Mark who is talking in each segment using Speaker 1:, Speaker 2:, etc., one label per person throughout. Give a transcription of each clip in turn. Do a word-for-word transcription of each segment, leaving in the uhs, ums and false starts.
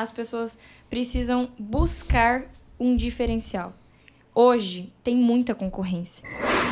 Speaker 1: as pessoas precisam buscar um diferencial. Hoje tem muita concorrência.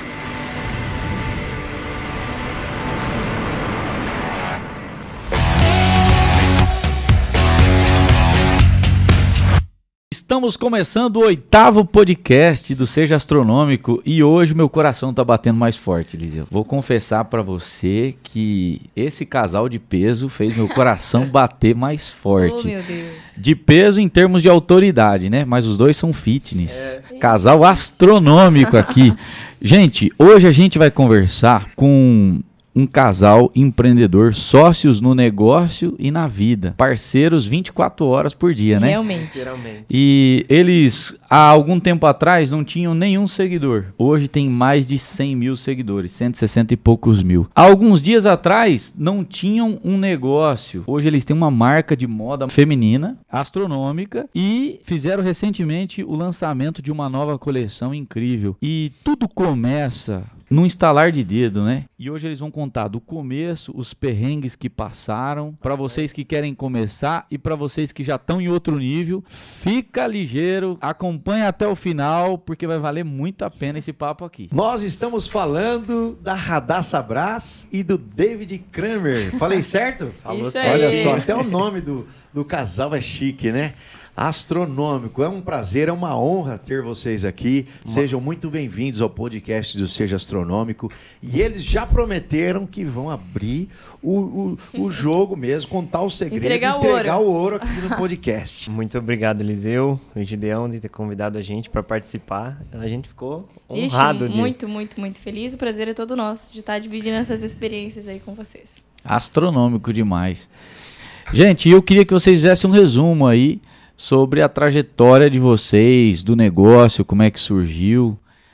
Speaker 2: Estamos começando o oitavo podcast do Seja Astronômico e hoje meu coração tá batendo mais forte, Lísia. Vou confessar pra você que esse casal de peso fez meu coração bater mais forte.
Speaker 1: Oh, meu Deus.
Speaker 2: De peso em termos de autoridade, né? Mas os dois são fitness. É. Casal astronômico aqui. Gente, hoje a gente vai conversar com um casal empreendedor, sócios no negócio e na vida, parceiros vinte e quatro horas por dia, né?
Speaker 1: Realmente.
Speaker 3: Geralmente.
Speaker 2: E eles, há algum tempo atrás, não tinham nenhum seguidor. Hoje tem mais de cem mil seguidores, cento e sessenta e poucos mil. Há alguns dias atrás, não tinham um negócio. Hoje eles têm uma marca de moda feminina, astronômica, e fizeram recentemente o lançamento de uma nova coleção incrível. E tudo começa num estalar de dedo, né? E hoje eles vão contar do começo, os perrengues que passaram, para vocês que querem começar e para vocês que já estão em outro nível. Fica ligeiro, acompanha até o final, porque vai valer muito a pena esse papo aqui.
Speaker 3: Nós estamos falando da Radassa Brás e do David Kramer. Falei certo?
Speaker 1: Isso
Speaker 3: Olha
Speaker 1: aí.
Speaker 3: só, até o nome do, do casal é chique, né? Astronômico. É um prazer, é uma honra ter vocês aqui. Sejam muito bem-vindos ao podcast do Seja Astronômico. E eles já prometeram que vão abrir o, o, o jogo mesmo, contar o segredo,
Speaker 1: Entregar o
Speaker 3: entregar
Speaker 1: ouro.
Speaker 3: o ouro aqui no podcast.
Speaker 4: Muito obrigado, Eliseu e Gideão, de ter convidado a gente para participar. A gente ficou
Speaker 1: Ixi,
Speaker 4: honrado. de...
Speaker 1: muito, muito, muito feliz. O prazer é todo nosso de estar dividindo essas experiências aí com vocês.
Speaker 2: Astronômico demais. Gente, eu queria que vocês fizessem um resumo aí sobre a trajetória de vocês, do negócio, como é que surgiu.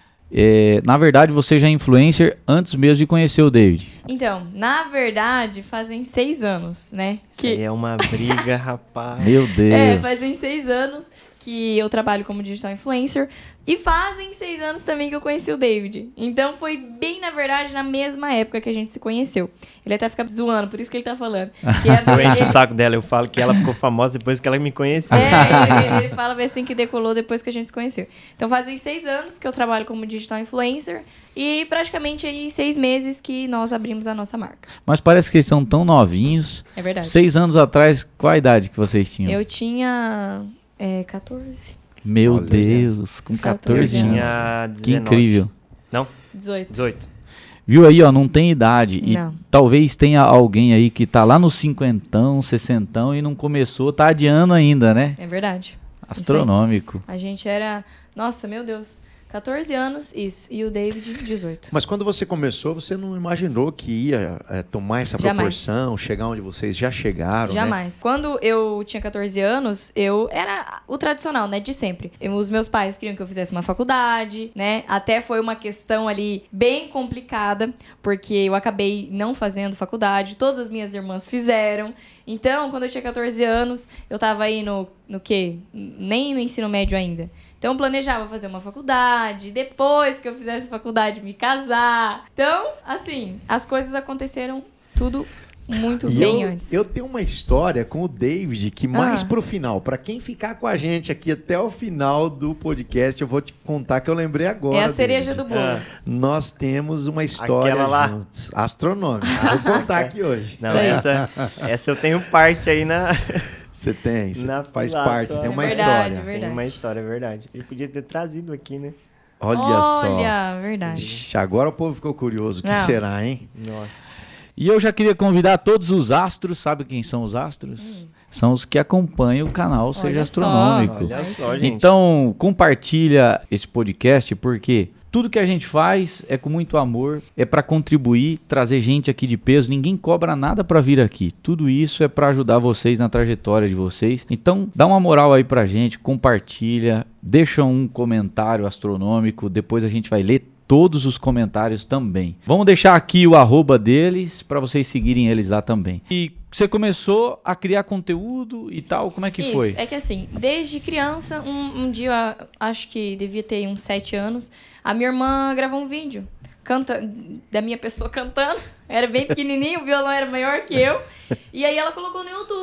Speaker 2: É, na verdade, você já é influencer antes mesmo de conhecer o David.
Speaker 1: Então, na verdade, fazem seis anos, né?
Speaker 4: Isso aí é uma briga, rapaz.
Speaker 2: Meu Deus.
Speaker 1: É, fazem seis anos que eu trabalho como digital influencer e fazem seis anos também que eu conheci o David. Então foi bem, na verdade, na mesma época que a gente se conheceu. Ele até fica zoando, por isso que ele tá falando. Que era-
Speaker 4: Eu encho
Speaker 1: ele-
Speaker 4: o saco dela, eu falo que ela ficou famosa depois que ela me conheceu.
Speaker 1: É, ele, ele fala bem assim que decolou depois que a gente se conheceu. Então fazem seis anos que eu trabalho como digital influencer e praticamente aí seis meses que nós abrimos a nossa marca.
Speaker 2: Mas parece que eles são tão novinhos.
Speaker 1: É verdade.
Speaker 2: Seis anos atrás, qual a idade que vocês tinham?
Speaker 1: Eu tinha é, catorze,
Speaker 2: Meu
Speaker 3: Olha,
Speaker 2: Deus, com
Speaker 1: quatorze
Speaker 2: catorze anos.
Speaker 4: Tinha
Speaker 2: Que
Speaker 4: dezenove.
Speaker 2: incrível.
Speaker 4: Não,
Speaker 1: dezoito.
Speaker 4: dezoito.
Speaker 2: Viu aí, ó, não tem idade. E
Speaker 1: Não.
Speaker 2: talvez tenha alguém aí que tá lá no cinquentão, sessentão e não começou, tá adiando ainda, né?
Speaker 1: É verdade.
Speaker 2: Astronômico.
Speaker 1: A gente era... Nossa, meu Deus. catorze anos, isso. E o David, dezoito.
Speaker 3: Mas quando você começou, você não imaginou que ia é, tomar essa
Speaker 1: Jamais.
Speaker 3: proporção, chegar onde vocês já chegaram, né?
Speaker 1: Jamais. Quando eu tinha catorze anos, eu era o tradicional, né? De sempre. Eu- os meus pais queriam que eu fizesse uma faculdade, né? Até foi uma questão ali bem complicada, porque eu acabei não fazendo faculdade. Todas as minhas irmãs fizeram. Então, quando eu tinha catorze anos, eu tava aí no, no quê? Nem no ensino médio ainda. Então, eu planejava fazer uma faculdade, depois que eu fizesse faculdade, me casar. Então, assim, as coisas aconteceram tudo muito
Speaker 3: E
Speaker 1: bem
Speaker 3: eu,
Speaker 1: antes.
Speaker 3: eu tenho uma história com o David que mais
Speaker 1: Ah.
Speaker 3: pro final, pra quem ficar com a gente aqui até o final do podcast, eu vou te contar que eu lembrei agora.
Speaker 1: É a cereja
Speaker 3: David.
Speaker 1: do bolo.
Speaker 4: Ah.
Speaker 3: Nós temos uma história
Speaker 4: Aquela lá.
Speaker 3: juntos, astronômica. Vou contar aqui hoje.
Speaker 4: Não,
Speaker 1: Isso aí.
Speaker 4: essa, essa eu tenho parte aí na...
Speaker 3: Você tem, você
Speaker 4: Na
Speaker 3: faz
Speaker 4: pilata.
Speaker 3: parte, tem
Speaker 4: É
Speaker 3: uma
Speaker 1: verdade,
Speaker 3: história.
Speaker 1: verdade.
Speaker 4: Tem uma história, é verdade. Ele podia ter trazido aqui, né?
Speaker 3: Olha,
Speaker 1: Olha, verdade.
Speaker 3: só. Ixi, agora o povo ficou curioso. O que
Speaker 1: Não.
Speaker 3: será, hein?
Speaker 4: Nossa.
Speaker 2: E eu já queria convidar todos os astros, sabe quem são os astros? São os que acompanham o canal Seja
Speaker 1: Olha
Speaker 2: Astronômico.
Speaker 4: Olha
Speaker 1: Aí
Speaker 4: só,
Speaker 1: sim.
Speaker 4: gente.
Speaker 2: Então, compartilha esse podcast, porque tudo que a gente faz é com muito amor, é para contribuir, trazer gente aqui de peso. Ninguém cobra nada para vir aqui. Tudo isso é para ajudar vocês na trajetória de vocês. Então, dá uma moral aí pra gente, compartilha, deixa um comentário astronômico, depois a gente vai ler todos os comentários também. Vamos deixar aqui o arroba deles para vocês seguirem eles lá também. E você começou a criar conteúdo e tal, como é que
Speaker 1: Isso,
Speaker 2: foi?
Speaker 1: é que assim, desde criança, um, um dia, eu acho que devia ter uns sete anos, a minha irmã gravou um vídeo canta, da minha pessoa cantando. Era bem pequenininho, o violão era maior que eu. E aí ela colocou no YouTube.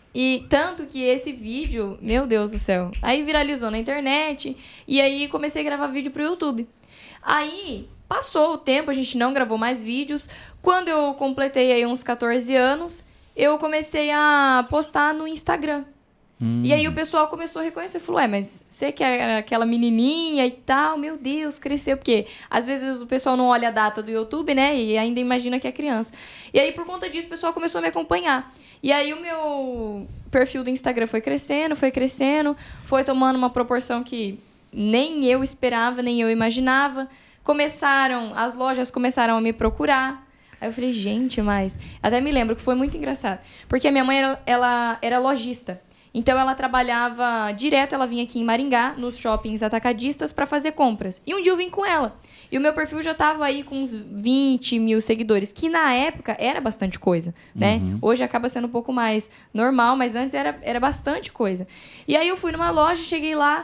Speaker 1: E tanto que esse vídeo, meu Deus do céu, aí viralizou na internet e aí comecei a gravar vídeo pro YouTube. Aí passou o tempo, a gente não gravou mais vídeos. Quando eu completei aí uns catorze anos, eu comecei a postar no Instagram. Hum. E aí o pessoal começou a reconhecer, falou, é, mas você que é aquela menininha e tal, meu Deus, cresceu. Porque às vezes o pessoal não olha a data do YouTube, né, e ainda imagina que é criança. E aí por conta disso o pessoal começou a me acompanhar. E aí o meu perfil do Instagram foi crescendo, foi crescendo, foi tomando uma proporção que nem eu esperava, nem eu imaginava. Começaram, as lojas começaram a me procurar. Aí eu falei, gente, mas... Até me lembro que foi muito engraçado. Porque a minha mãe, ela, ela era lojista. Então, ela trabalhava direto, ela vinha aqui em Maringá, nos shoppings atacadistas, para fazer compras. E um dia eu vim com ela. E o meu perfil já tava aí com uns vinte mil seguidores, que na época era bastante coisa, né? Uhum. Hoje acaba sendo um pouco mais normal, mas antes era, era bastante coisa. E aí eu fui numa loja, cheguei lá,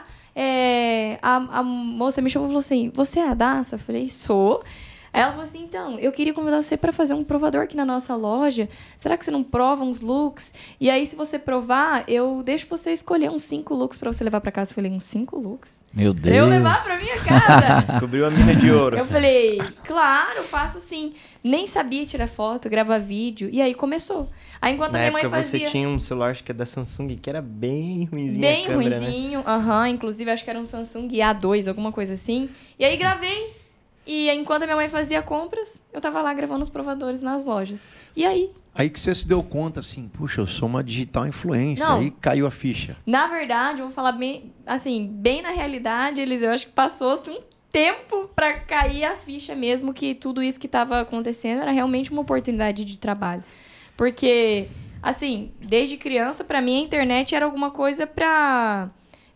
Speaker 1: é, a, a moça me chamou e falou assim, você é a Daça? Eu falei, sou. Aí ela falou assim, então, eu queria convidar você para fazer um provador aqui na nossa loja. Será que você não prova uns looks? E aí, se você provar, eu deixo você escolher uns cinco looks para você levar para casa. Eu falei, uns cinco looks?
Speaker 2: Meu Deus!
Speaker 1: Pra eu levar pra minha casa?
Speaker 4: Descobriu a mina de ouro.
Speaker 1: Eu falei, claro, faço sim. Nem sabia tirar foto, gravar vídeo. E aí começou. Aí enquanto
Speaker 4: na
Speaker 1: a minha mãe
Speaker 4: época
Speaker 1: fazia...
Speaker 4: você tinha um celular, acho que é da Samsung, que era bem ruimzinho
Speaker 1: Bem
Speaker 4: a câmera,
Speaker 1: ruinzinho, aham. Né? Uhum, inclusive, acho que era um Samsung A dois, alguma coisa assim. E aí gravei. E enquanto a minha mãe fazia compras, eu tava lá gravando os provadores nas lojas. E aí?
Speaker 3: Aí que você se deu conta, assim, puxa, eu sou uma digital influencer.
Speaker 1: Não.
Speaker 3: Aí caiu a ficha.
Speaker 1: Na verdade, eu vou falar bem, assim, bem na realidade, eles, eu acho que passou-se um tempo pra cair a ficha mesmo, que tudo isso que tava acontecendo era realmente uma oportunidade de trabalho. Porque, assim, desde criança, pra mim, a internet era alguma coisa pra...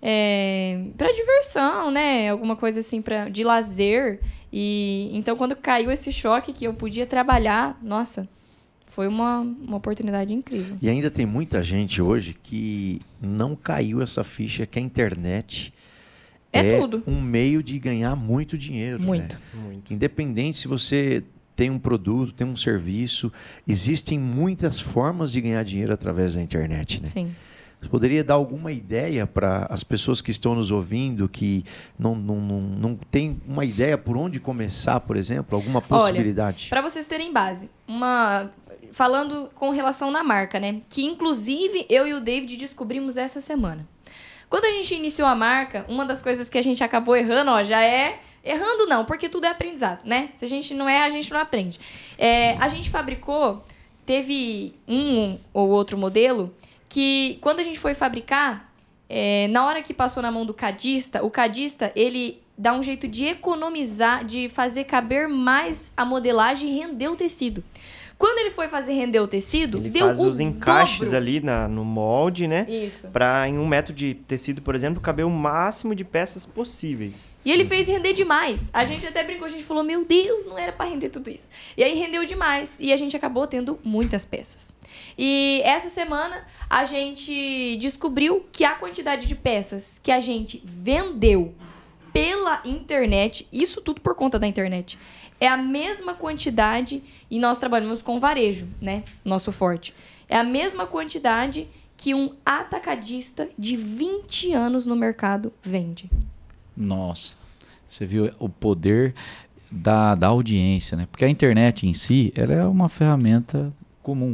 Speaker 1: É, pra diversão, né? Alguma coisa assim pra, de lazer. E então, quando caiu esse choque que eu podia trabalhar, nossa, foi uma, uma oportunidade incrível.
Speaker 3: E ainda tem muita gente hoje que não caiu essa ficha que a internet
Speaker 1: é,
Speaker 3: é
Speaker 1: tudo.
Speaker 3: Um meio de ganhar muito dinheiro.
Speaker 1: Muito.
Speaker 3: Né?
Speaker 4: Muito.
Speaker 3: Independente se você tem um produto, tem um serviço, existem muitas formas de ganhar dinheiro através da internet, né?
Speaker 1: Sim.
Speaker 3: Você poderia dar alguma ideia para as pessoas que estão nos ouvindo, que não, não, não, não tem uma ideia por onde começar, por exemplo? Alguma possibilidade?
Speaker 1: Para vocês terem base, uma... falando com relação na marca, né? Que inclusive eu e o David descobrimos essa semana. Quando a gente iniciou a marca, uma das coisas que a gente acabou errando, ó, já é... Errando não, porque tudo é aprendizado, né? Se a gente não é, a gente não aprende. É, a gente fabricou, teve um ou outro modelo... que quando a gente foi fabricar, é, na hora que passou na mão do cadista, o cadista, ele dá um jeito de economizar, de fazer caber mais a modelagem e render o tecido. Quando ele foi fazer render o tecido,
Speaker 4: ele
Speaker 1: deu
Speaker 4: faz
Speaker 1: o
Speaker 4: os encaixes
Speaker 1: dobro.
Speaker 4: ali na, no molde, né?
Speaker 1: Isso.
Speaker 4: Pra, em um metro de tecido, por exemplo, caber o máximo de peças possíveis.
Speaker 1: E ele fez render demais. A gente até brincou, a gente falou, meu Deus, não era pra render tudo isso. E aí rendeu demais. E a gente acabou tendo muitas peças. E essa semana a gente descobriu que a quantidade de peças que a gente vendeu pela internet, isso tudo por conta da internet, é a mesma quantidade, e nós trabalhamos com varejo, né? Nosso forte. É a mesma quantidade que um atacadista de vinte anos no mercado vende.
Speaker 2: Nossa, você viu o poder da, da audiência, né? Porque a internet em si, ela é uma ferramenta comum.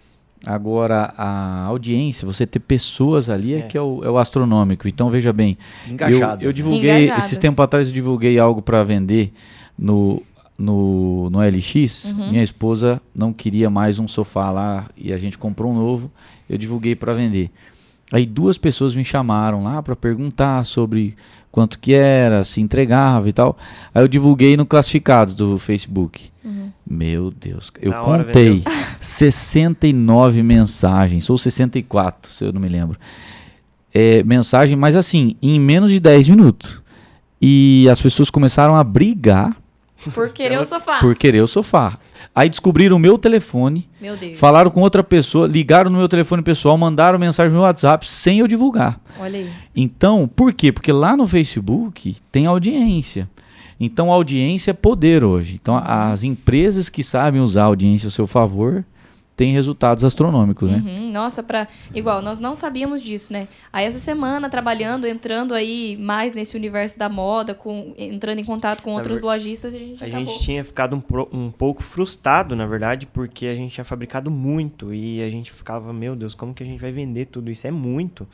Speaker 2: Agora, a audiência, você ter pessoas ali é, é. que é o, é o astronômico. Então, veja bem,
Speaker 3: engajadas.
Speaker 2: Eu, eu divulguei,
Speaker 1: Engajadas.
Speaker 2: esses tempos atrás eu divulguei algo para vender no, no, no L X. Uhum. Minha esposa não queria mais um sofá lá e a gente comprou um novo. Eu divulguei para vender. Aí duas pessoas me chamaram lá para perguntar sobre quanto que era, se entregava e tal. Aí eu divulguei no classificados do Facebook. Uhum. Meu Deus, eu
Speaker 4: Na hora
Speaker 2: contei sessenta e nove mensagens, ou sessenta e quatro, se eu não me lembro. É, mensagem, mas assim, em menos de dez minutos. E as pessoas começaram a brigar
Speaker 1: por querer o sofá.
Speaker 2: Por querer o sofá. Aí descobriram o meu telefone,
Speaker 1: meu Deus.
Speaker 2: Falaram com outra pessoa, ligaram no meu telefone pessoal, mandaram mensagem no meu WhatsApp sem eu divulgar.
Speaker 1: Olha aí.
Speaker 2: Então, por quê? Porque lá no Facebook tem audiência. Então, a audiência é poder hoje. Então, as empresas que sabem usar a audiência a seu favor tem resultados astronômicos, né?
Speaker 1: Uhum, nossa, pra... igual, nós não sabíamos disso, né? Aí essa semana, trabalhando, entrando aí mais nesse universo da moda, com... entrando em contato com
Speaker 4: Na
Speaker 1: outros
Speaker 4: ver-
Speaker 1: lojistas, a gente
Speaker 4: A
Speaker 1: acabou.
Speaker 4: gente tinha ficado um, pro- um pouco frustrado, na verdade, porque a gente tinha fabricado muito e a gente ficava, meu Deus, como que a gente vai vender tudo isso? É muito.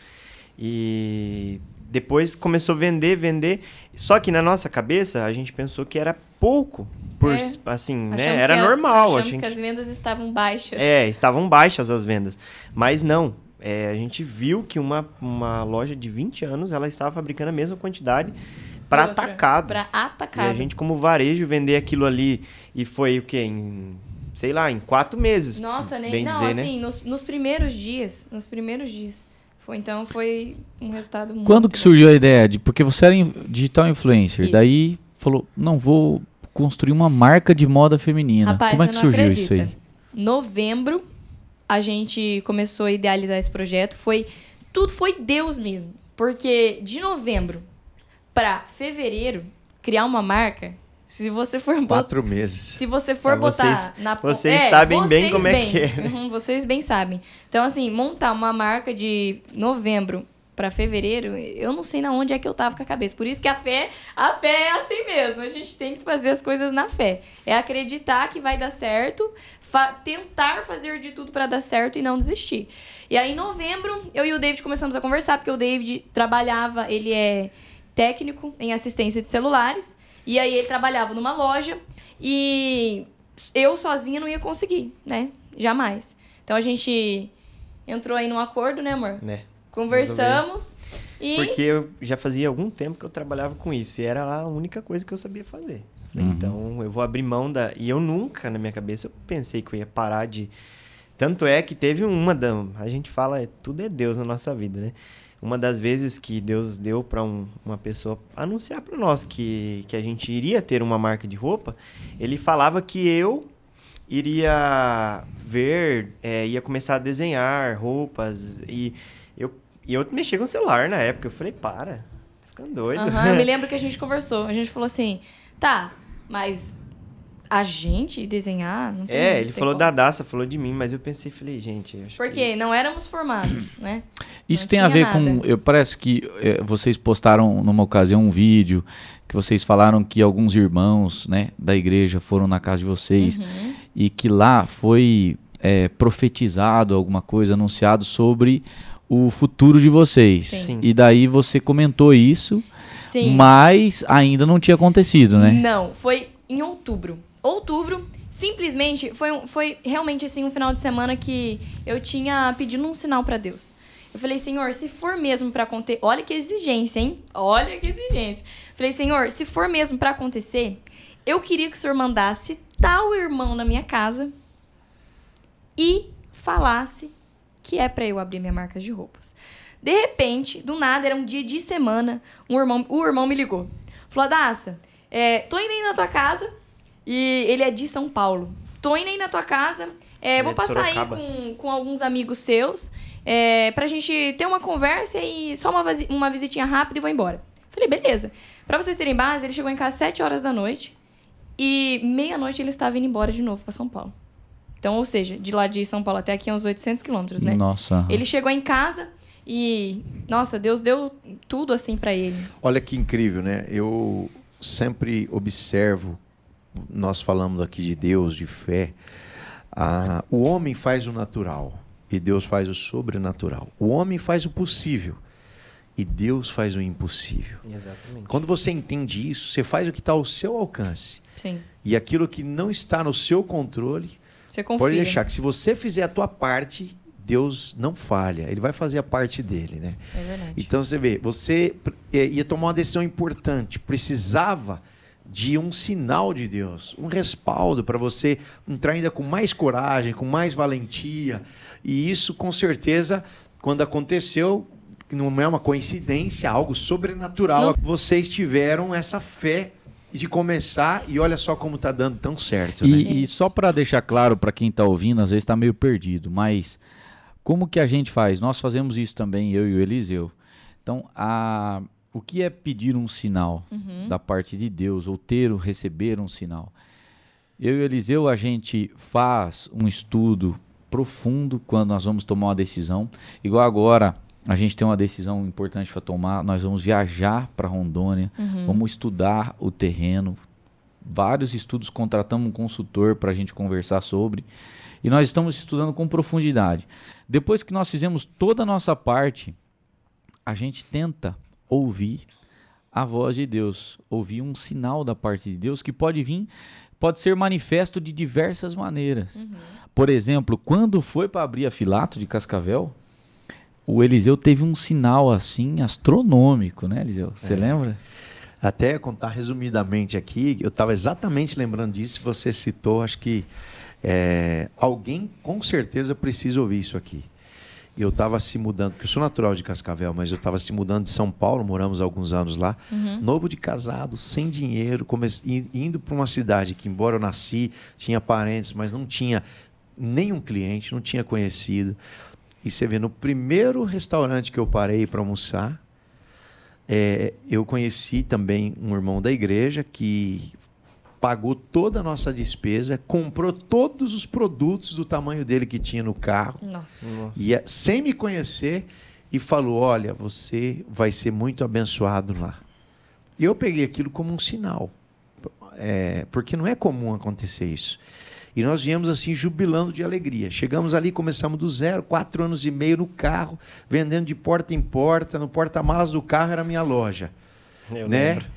Speaker 4: E depois começou a vender, vender. Só que na nossa cabeça a gente pensou que era pouco, por
Speaker 1: É.
Speaker 4: assim, né?
Speaker 1: Achamos
Speaker 4: Era
Speaker 1: que a-
Speaker 4: normal.
Speaker 1: Achamos
Speaker 4: A gente...
Speaker 1: que as vendas estavam baixas.
Speaker 4: É, estavam baixas as vendas. Mas não. É, a gente viu que uma, uma loja de vinte anos ela estava fabricando a mesma quantidade para
Speaker 1: Outra,
Speaker 4: atacado.
Speaker 1: Pra
Speaker 4: E
Speaker 1: atacado.
Speaker 4: a gente, como varejo, vender aquilo ali e foi o quê? Em, sei lá, em quatro meses.
Speaker 1: Nossa, nem...
Speaker 4: bem
Speaker 1: Não,
Speaker 4: dizer, né?
Speaker 1: assim, nos, nos primeiros dias, nos primeiros dias. Foi, então, foi um resultado muito
Speaker 2: Quando que
Speaker 1: bom.
Speaker 2: surgiu a ideia de... Porque você era in- digital influencer,
Speaker 1: Isso.
Speaker 2: daí falou, não, vou construir uma marca de moda feminina.
Speaker 1: Rapaz,
Speaker 2: Como é
Speaker 1: você
Speaker 2: que
Speaker 1: não
Speaker 2: surgiu
Speaker 1: acredita.
Speaker 2: isso aí?
Speaker 1: Novembro, a gente começou a idealizar esse projeto. Foi, tudo foi Deus mesmo. Porque de novembro para fevereiro, criar uma marca, se você for botar,
Speaker 3: Quatro meses.
Speaker 1: se você for
Speaker 4: Ah,
Speaker 1: botar
Speaker 4: vocês-
Speaker 1: na
Speaker 4: vocês
Speaker 1: é,
Speaker 4: sabem bem
Speaker 1: vocês
Speaker 4: como é
Speaker 1: bem.
Speaker 4: que é.
Speaker 1: Uhum, vocês bem sabem. Então, assim, montar uma marca de novembro para fevereiro, eu não sei na onde é que eu tava com a cabeça. Por isso que a fé, a fé é assim mesmo. A gente tem que fazer as coisas na fé. É acreditar que vai dar certo, fa- tentar fazer de tudo para dar certo e não desistir. E aí, em novembro, eu e o David começamos a conversar, porque o David trabalhava, ele é técnico em assistência de celulares, e aí ele trabalhava numa loja, e eu sozinha não ia conseguir, né? Jamais. Então a gente entrou aí num acordo, né, amor?
Speaker 4: Né?
Speaker 1: Conversamos e...
Speaker 4: Porque eu já fazia algum tempo que eu trabalhava com isso e era a única coisa que eu sabia fazer. Falei,
Speaker 2: Uhum.
Speaker 4: então eu vou abrir mão da... E eu nunca, na minha cabeça, eu pensei que eu ia parar de... Tanto é que teve uma da... A gente fala, é, tudo é Deus na nossa vida, né? Uma das vezes que Deus deu para um, uma pessoa anunciar para nós que, que a gente iria ter uma marca de roupa, ele falava que eu iria ver, é, ia começar a desenhar roupas e eu, e eu mexia com o celular na época. Eu falei, para, tá ficando doido.
Speaker 1: Aham, eu me lembro que a gente conversou. A gente falou assim, tá, mas a gente desenhar... Não tem,
Speaker 4: É,
Speaker 1: não
Speaker 4: ele
Speaker 1: tem
Speaker 4: falou
Speaker 1: como.
Speaker 4: da Daça, falou de mim, mas eu pensei, falei, gente... eu acho
Speaker 1: Porque não éramos formados, né?
Speaker 2: Isso
Speaker 1: Não
Speaker 2: tem a
Speaker 1: tinha
Speaker 2: ver com...
Speaker 1: nada.
Speaker 2: Eu, parece que eh, vocês postaram numa ocasião um vídeo que vocês falaram que alguns irmãos, né, da igreja foram na casa de vocês
Speaker 1: Uhum.
Speaker 2: e que lá foi eh, profetizado alguma coisa, anunciado sobre o futuro de vocês.
Speaker 1: Sim.
Speaker 4: Sim.
Speaker 2: E daí você comentou isso,
Speaker 1: Sim.
Speaker 2: mas ainda não tinha acontecido, né?
Speaker 1: Não, foi em outubro. Outubro, simplesmente, foi, um, foi realmente assim um final de semana que eu tinha pedido um sinal pra Deus. Eu falei, Senhor, se for mesmo pra acontecer... Olha que exigência, hein? Olha que exigência. Falei, Senhor, se for mesmo pra acontecer, eu queria que o Senhor mandasse tal irmão na minha casa e falasse que é pra eu abrir minha marca de roupas. De repente, do nada, era um dia de semana, um irmão, o irmão me ligou. Falou, Daça, é, tô indo aí na tua casa, e ele é de São Paulo. Tô indo aí na tua casa, é,
Speaker 4: Ele
Speaker 1: vou
Speaker 4: é de
Speaker 1: passar aí
Speaker 4: Sorocaba.
Speaker 1: com, com alguns amigos seus, é, pra gente ter uma conversa e só uma, vasi- uma visitinha rápida e vou embora. Falei, beleza. Pra vocês terem base, ele chegou em casa às sete horas da noite, e meia-noite ele estava indo embora de novo pra São Paulo. Então, ou seja, de lá de São Paulo até aqui é uns oitocentos quilômetros, né?
Speaker 2: Nossa.
Speaker 1: Ele chegou em casa e, nossa, Deus deu tudo assim pra ele.
Speaker 3: Olha que incrível, né? Eu sempre observo, nós falamos aqui de Deus, de fé. Ah, o homem faz o natural e Deus faz o sobrenatural. O homem faz o possível e Deus faz o impossível.
Speaker 4: Exatamente.
Speaker 3: Quando você entende isso, você faz o que está ao seu alcance.
Speaker 1: Sim.
Speaker 3: E aquilo que não está no seu controle,
Speaker 1: Você confia.
Speaker 3: pode deixar que se você fizer a tua parte, Deus não falha. Ele vai fazer a parte dele, né?
Speaker 1: É verdade.
Speaker 3: Então você vê, você eh, ia tomar uma decisão importante, precisava de um sinal de Deus, um respaldo para você entrar ainda com mais coragem, com mais valentia. E isso, com certeza, quando aconteceu, não é uma coincidência, algo sobrenatural.
Speaker 1: Não.
Speaker 3: Vocês tiveram essa fé de começar e olha só como está dando tão certo. Né?
Speaker 2: E, e só para deixar claro para quem está ouvindo, às vezes está meio perdido, mas como que a gente faz? Nós fazemos isso também, eu e o Eliseu. Então, a, o que é pedir um sinal
Speaker 1: Uhum.
Speaker 2: da parte de Deus, ou ter ou receber um sinal? Eu e o Eliseu, a gente faz um estudo profundo quando nós vamos tomar uma decisão. Igual agora, a gente tem uma decisão importante para tomar. Nós vamos viajar para Rondônia,
Speaker 1: Uhum.
Speaker 2: vamos estudar o terreno. Vários estudos, contratamos um consultor para a gente conversar sobre. E nós estamos estudando com profundidade. Depois que nós fizemos toda a nossa parte, a gente tenta ouvir a voz de Deus, ouvir um sinal da parte de Deus que pode vir, pode ser manifesto de diversas maneiras.
Speaker 1: Uhum.
Speaker 2: Por exemplo, quando foi para abrir a Filato de Cascavel, o Eliseu teve um sinal assim astronômico, né, Eliseu? Você
Speaker 3: É.
Speaker 2: lembra?
Speaker 3: Até contar resumidamente aqui, eu estava exatamente lembrando disso, você citou, acho que é, alguém com certeza precisa ouvir isso aqui. Eu estava se mudando, porque eu sou natural de Cascavel, mas eu estava se mudando de São Paulo, moramos alguns anos lá,
Speaker 1: Uhum.
Speaker 3: novo de casado, sem dinheiro, comece, indo para uma cidade que, embora eu nasci, tinha parentes, mas não tinha nenhum cliente, não tinha conhecido. E você vê, no primeiro restaurante que eu parei para almoçar, é, eu conheci também um irmão da igreja que pagou toda a nossa despesa, comprou todos os produtos do tamanho dele que tinha no carro,
Speaker 1: Nossa.
Speaker 4: Nossa.
Speaker 3: e, sem me conhecer, e falou, olha, você vai ser muito abençoado lá. E eu peguei aquilo como um sinal, é, porque não é comum acontecer isso. E nós viemos assim, jubilando de alegria. Chegamos ali, começamos do zero, quatro anos e meio no carro, vendendo de porta em porta. No porta-malas do carro era a minha loja.
Speaker 4: Eu
Speaker 3: né?
Speaker 4: lembro.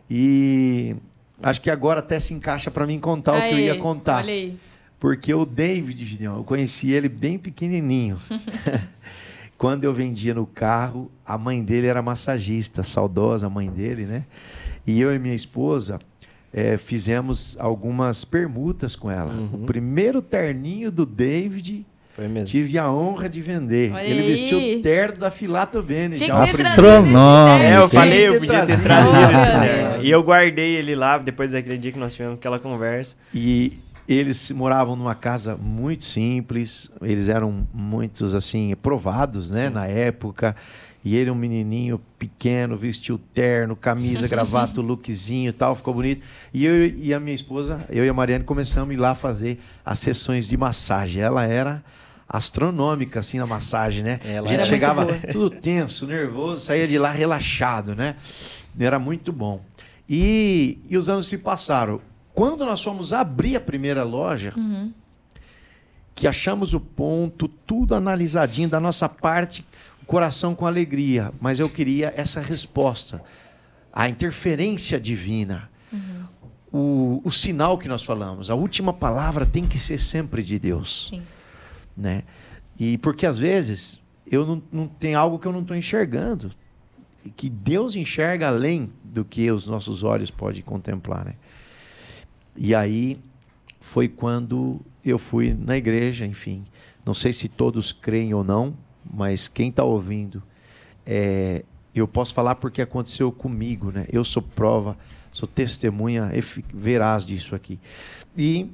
Speaker 3: E acho que agora até se encaixa para mim contar o que eu
Speaker 1: Aí,
Speaker 3: ia contar.
Speaker 1: Olha aí.
Speaker 3: Porque o David, Gideão, eu conheci ele bem pequenininho. Quando eu vendia no carro, a mãe dele era massagista, saudosa mãe dele, né? E eu e minha esposa... É, fizemos algumas permutas com ela.
Speaker 4: Uhum.
Speaker 3: O primeiro terninho do David,
Speaker 4: Foi mesmo.
Speaker 3: tive a honra de vender.
Speaker 1: Olha
Speaker 3: Ele
Speaker 1: aí.
Speaker 3: vestiu o terno da Filato Bene.
Speaker 1: Tinha
Speaker 3: já
Speaker 1: que
Speaker 3: o
Speaker 1: ter
Speaker 3: primeiro.
Speaker 1: trazido
Speaker 2: Astronômico.
Speaker 1: esse
Speaker 4: É, eu
Speaker 1: terno.
Speaker 4: falei, eu
Speaker 3: ter
Speaker 4: podia ter
Speaker 3: trazido.
Speaker 4: trazido esse
Speaker 1: Olha.
Speaker 4: terno. E eu guardei ele lá, depois daquele dia que nós tivemos aquela conversa.
Speaker 3: E eles moravam numa casa muito simples. Eles eram muitos, assim, provados, né?
Speaker 4: Sim.
Speaker 3: Na época. E ele, um menininho pequeno, vestiu terno, camisa, gravata, lookzinho e tal, ficou bonito. E eu e a minha esposa, eu e a Mariane, começamos a ir lá fazer as sessões de massagem. Ela era astronômica, assim, na massagem, né?
Speaker 4: Ela
Speaker 3: a gente
Speaker 4: era
Speaker 3: chegava
Speaker 1: muito boa.
Speaker 3: tudo tenso, nervoso, saía de lá relaxado, né? Era muito bom. E, e os anos se passaram. Quando nós fomos abrir a primeira loja,
Speaker 1: Uhum.
Speaker 3: que achamos o ponto, tudo analisadinho da nossa parte, o coração com alegria, mas eu queria essa resposta, a interferência divina,
Speaker 1: Uhum.
Speaker 3: o, o sinal que nós falamos, a última palavra tem que ser sempre de Deus,
Speaker 1: Sim.
Speaker 3: né? E porque às vezes eu não, não tem algo que eu não estou enxergando, e que Deus enxerga além do que os nossos olhos podem contemplar, né? E aí foi quando eu fui na igreja, enfim, não sei se todos creem ou não, mas quem está ouvindo, é, eu posso falar porque aconteceu comigo, né? Eu sou prova, sou testemunha efic- veraz disso aqui. E,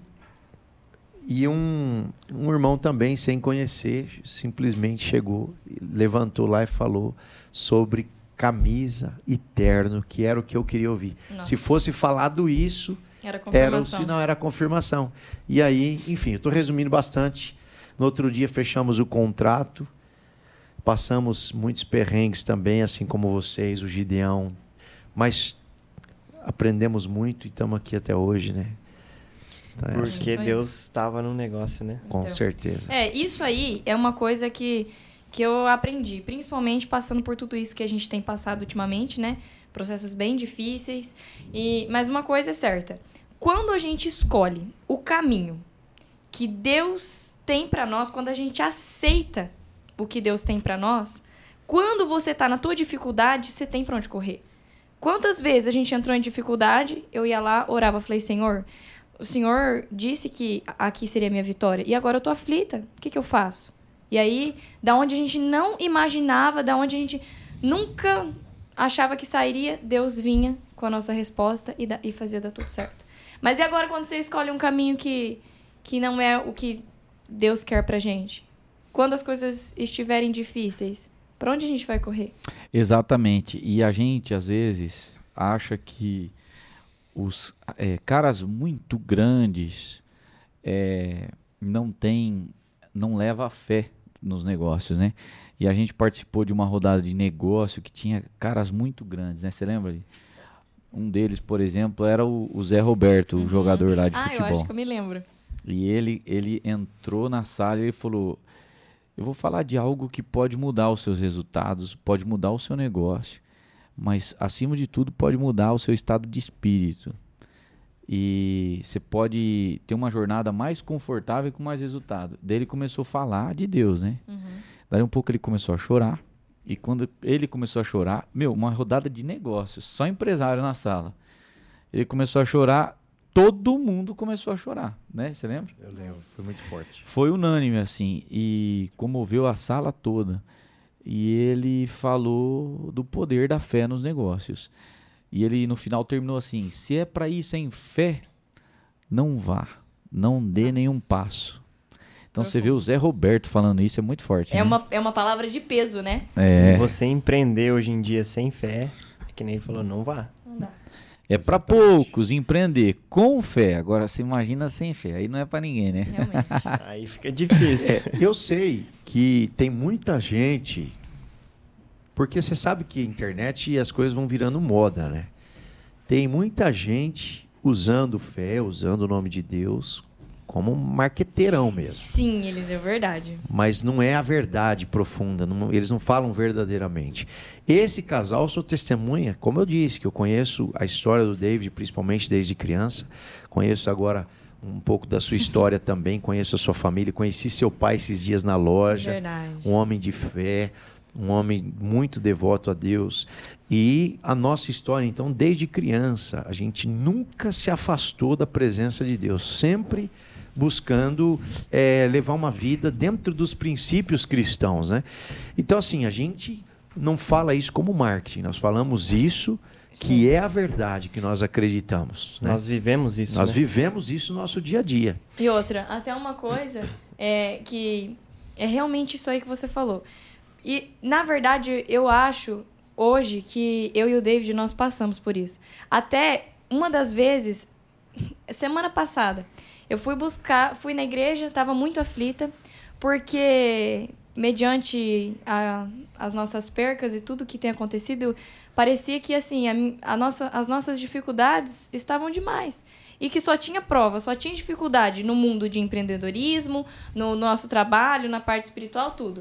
Speaker 3: e um, um irmão também, sem conhecer, simplesmente chegou, levantou lá e falou sobre camisa e terno, que era o que eu queria ouvir.
Speaker 1: Nossa.
Speaker 3: Se fosse falado isso,
Speaker 1: Era
Speaker 3: era o
Speaker 1: confirmação.
Speaker 3: sinal, era a confirmação. E aí, enfim, eu estou resumindo bastante. No outro dia fechamos o contrato, passamos muitos perrengues também, assim como vocês, o Gideão, mas aprendemos muito e estamos aqui até hoje, né? Então, é assim,
Speaker 4: Porque
Speaker 1: Isso aí.
Speaker 4: Deus estava no negócio, né?
Speaker 3: com
Speaker 1: Então.
Speaker 3: certeza.
Speaker 1: É, isso aí é uma coisa que, que eu aprendi, principalmente passando por tudo isso que a gente tem passado ultimamente, né? Processos bem difíceis. E, mas uma coisa é certa: quando a gente escolhe o caminho que Deus tem pra nós, quando a gente aceita o que Deus tem pra nós, quando você tá na tua dificuldade, você tem pra onde correr. Quantas vezes a gente entrou em dificuldade, eu ia lá, orava, falei: Senhor, o Senhor disse que aqui seria a minha vitória, e agora eu tô aflita, o que que eu faço? E aí, da onde a gente não imaginava, da onde a gente nunca achava que sairia, Deus vinha com a nossa resposta e, da, e fazia dar tudo certo. Mas e agora quando você escolhe um caminho que, que não é o que Deus quer pra gente? Quando as coisas estiverem difíceis, pra onde a gente vai correr?
Speaker 2: Exatamente. E a gente, às vezes, acha que os é, caras muito grandes é, não têm não leva a fé nos negócios, né? E a gente participou de uma rodada de negócio que tinha caras muito grandes, né? Você lembra? Um deles, por exemplo, era o, o Zé Roberto, o
Speaker 1: Uhum.
Speaker 2: jogador lá de
Speaker 1: ah,
Speaker 2: futebol.
Speaker 1: eu acho que eu me lembro.
Speaker 2: E ele, ele entrou na sala e ele falou, eu vou falar de algo que pode mudar os seus resultados, pode mudar o seu negócio, mas, acima de tudo, pode mudar o seu estado de espírito. E você pode ter uma jornada mais confortável e com mais resultado. Daí ele começou a falar de Deus, né?
Speaker 1: Uhum.
Speaker 2: Daí um pouco ele começou a chorar. E quando ele começou a chorar, meu, uma rodada de negócios, só empresário na sala. Ele começou a chorar, todo mundo começou a chorar, né? Você lembra?
Speaker 3: Eu lembro, foi muito forte.
Speaker 2: Foi unânime, assim, e comoveu a sala toda. E ele falou do poder da fé nos negócios. E ele, no final, terminou assim, se é para ir sem fé, não vá, não dê
Speaker 1: Nossa.
Speaker 2: nenhum passo. Então você vê o Zé Roberto falando isso, é muito forte.
Speaker 1: É,
Speaker 2: né?
Speaker 1: uma, é uma palavra de peso, né?
Speaker 2: É,
Speaker 4: Você empreender hoje em dia sem fé, é que nem ele falou, não vá.
Speaker 1: Não dá.
Speaker 2: é para poucos empreender com fé. Agora você imagina sem fé, aí não é para ninguém, né?
Speaker 1: Realmente.
Speaker 4: Aí fica difícil.
Speaker 3: É, eu sei que tem muita gente, porque você sabe que a internet e as coisas vão virando moda, né? Tem muita gente usando fé, usando o nome de Deus como um marqueteirão mesmo.
Speaker 1: Sim, eles é verdade.
Speaker 3: Mas não é a verdade profunda, não- eles não falam verdadeiramente. Esse casal, sou testemunha, como eu disse, que eu conheço a história do David, principalmente desde criança, conheço agora um pouco da sua história também, conheço a sua família, conheci seu pai esses dias na loja,
Speaker 1: Verdade.
Speaker 3: um homem de fé, um homem muito devoto a Deus. E a nossa história, então, desde criança, a gente nunca se afastou da presença de Deus, sempre buscando eh, levar uma vida dentro dos princípios cristãos, né? Então, assim, a gente não fala isso como marketing, nós falamos isso que
Speaker 1: Sim.
Speaker 3: é a verdade que nós acreditamos, né?
Speaker 4: Nós vivemos isso,
Speaker 3: Nós
Speaker 4: né?
Speaker 3: vivemos isso no nosso dia a dia.
Speaker 1: E outra, até uma coisa é que é realmente isso aí que você falou. E, na verdade, eu acho hoje que eu e o David, nós passamos por isso. Até uma das vezes, semana passada, eu fui buscar, fui na igreja, estava muito aflita, porque, mediante a, as nossas percas e tudo que tem acontecido, parecia que, assim, a, a nossa, as nossas dificuldades estavam demais. E que só tinha prova, só tinha dificuldade no mundo de empreendedorismo, no nosso trabalho, na parte espiritual, tudo.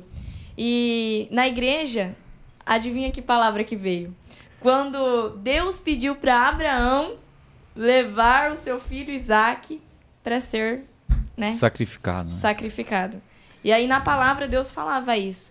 Speaker 1: E na igreja, adivinha que palavra que veio? Quando Deus pediu para Abraão levar o seu filho Isaque para ser, né,
Speaker 2: Sacrificado. Né?
Speaker 1: sacrificado. E aí na palavra Deus falava isso.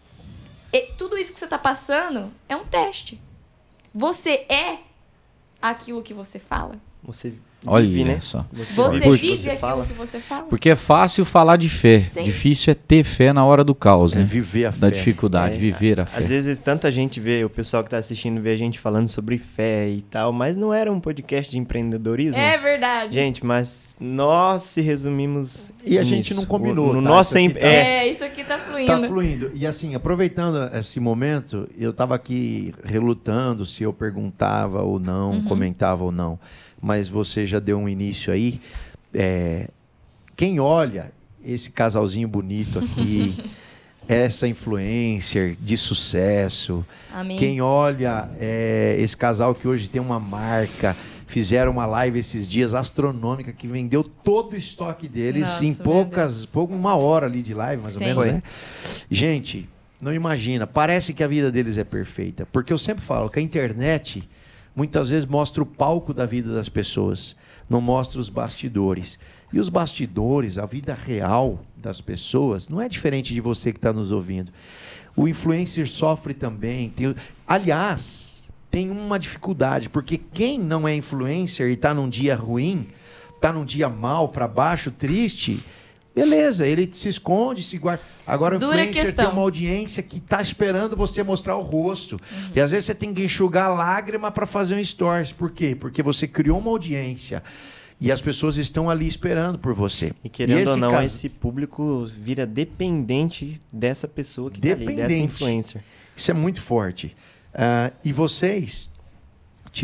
Speaker 1: E tudo isso que você está passando é um teste. Você é aquilo que você fala?
Speaker 4: Você
Speaker 2: Olha
Speaker 4: vive, né?
Speaker 2: só.
Speaker 1: Você
Speaker 2: Por-
Speaker 1: vive
Speaker 4: você
Speaker 1: aquilo
Speaker 4: fala.
Speaker 1: que você fala?
Speaker 2: Porque é fácil falar de fé,
Speaker 1: Sim.
Speaker 2: difícil é ter fé na hora do caos,
Speaker 3: É
Speaker 2: né?
Speaker 3: viver a
Speaker 2: Da
Speaker 3: fé.
Speaker 2: dificuldade,
Speaker 4: É,
Speaker 2: viver a fé.
Speaker 4: Às vezes tanta gente vê, o pessoal que tá assistindo vê a gente falando sobre fé e tal, mas não era um podcast de empreendedorismo.
Speaker 1: É verdade.
Speaker 4: Gente, mas nós se resumimos
Speaker 3: E a gente
Speaker 4: nisso.
Speaker 3: não combinou,
Speaker 4: O- No
Speaker 3: tá?
Speaker 4: nosso
Speaker 3: Isso aqui
Speaker 4: em-
Speaker 3: tá-
Speaker 4: é,
Speaker 1: É, isso aqui tá fluindo.
Speaker 3: Tá fluindo. E assim, aproveitando esse momento, eu estava aqui relutando se eu perguntava ou não,
Speaker 1: Uhum.
Speaker 3: comentava ou não. Mas você já deu um início aí. É, quem olha esse casalzinho bonito aqui, essa influencer de sucesso,
Speaker 1: Amém.
Speaker 3: quem olha é, esse casal que hoje tem uma marca, fizeram uma live esses dias astronômica que vendeu todo o estoque deles
Speaker 1: Nossa,
Speaker 3: em
Speaker 1: meu
Speaker 3: poucas, pouco, uma hora ali de live, mais ou
Speaker 1: Sim.
Speaker 3: menos,
Speaker 4: Foi.
Speaker 3: né? Gente, não imagina, parece que a vida deles é perfeita, porque eu sempre falo que a internet muitas vezes mostra o palco da vida das pessoas, não mostra os bastidores. E os bastidores, a vida real das pessoas, não é diferente de você que está nos ouvindo. O influencer sofre também. Tem... Aliás, tem uma dificuldade, porque quem não é influencer e está num dia ruim, está num dia mal, para baixo, triste, beleza, ele se esconde, se guarda. Agora o
Speaker 1: Dura
Speaker 3: influencer
Speaker 1: questão.
Speaker 3: tem uma audiência que está esperando você mostrar o rosto.
Speaker 1: Uhum.
Speaker 3: E às vezes você tem que enxugar lágrima para fazer um stories. Por quê? Porque você criou uma audiência e as pessoas estão ali esperando por você.
Speaker 4: E querendo
Speaker 3: esse
Speaker 4: ou não,
Speaker 3: cas-
Speaker 4: esse público vira dependente dessa pessoa que tá ali, dessa
Speaker 3: Dependente.
Speaker 4: influencer.
Speaker 3: Isso é muito forte. Ah, e vocês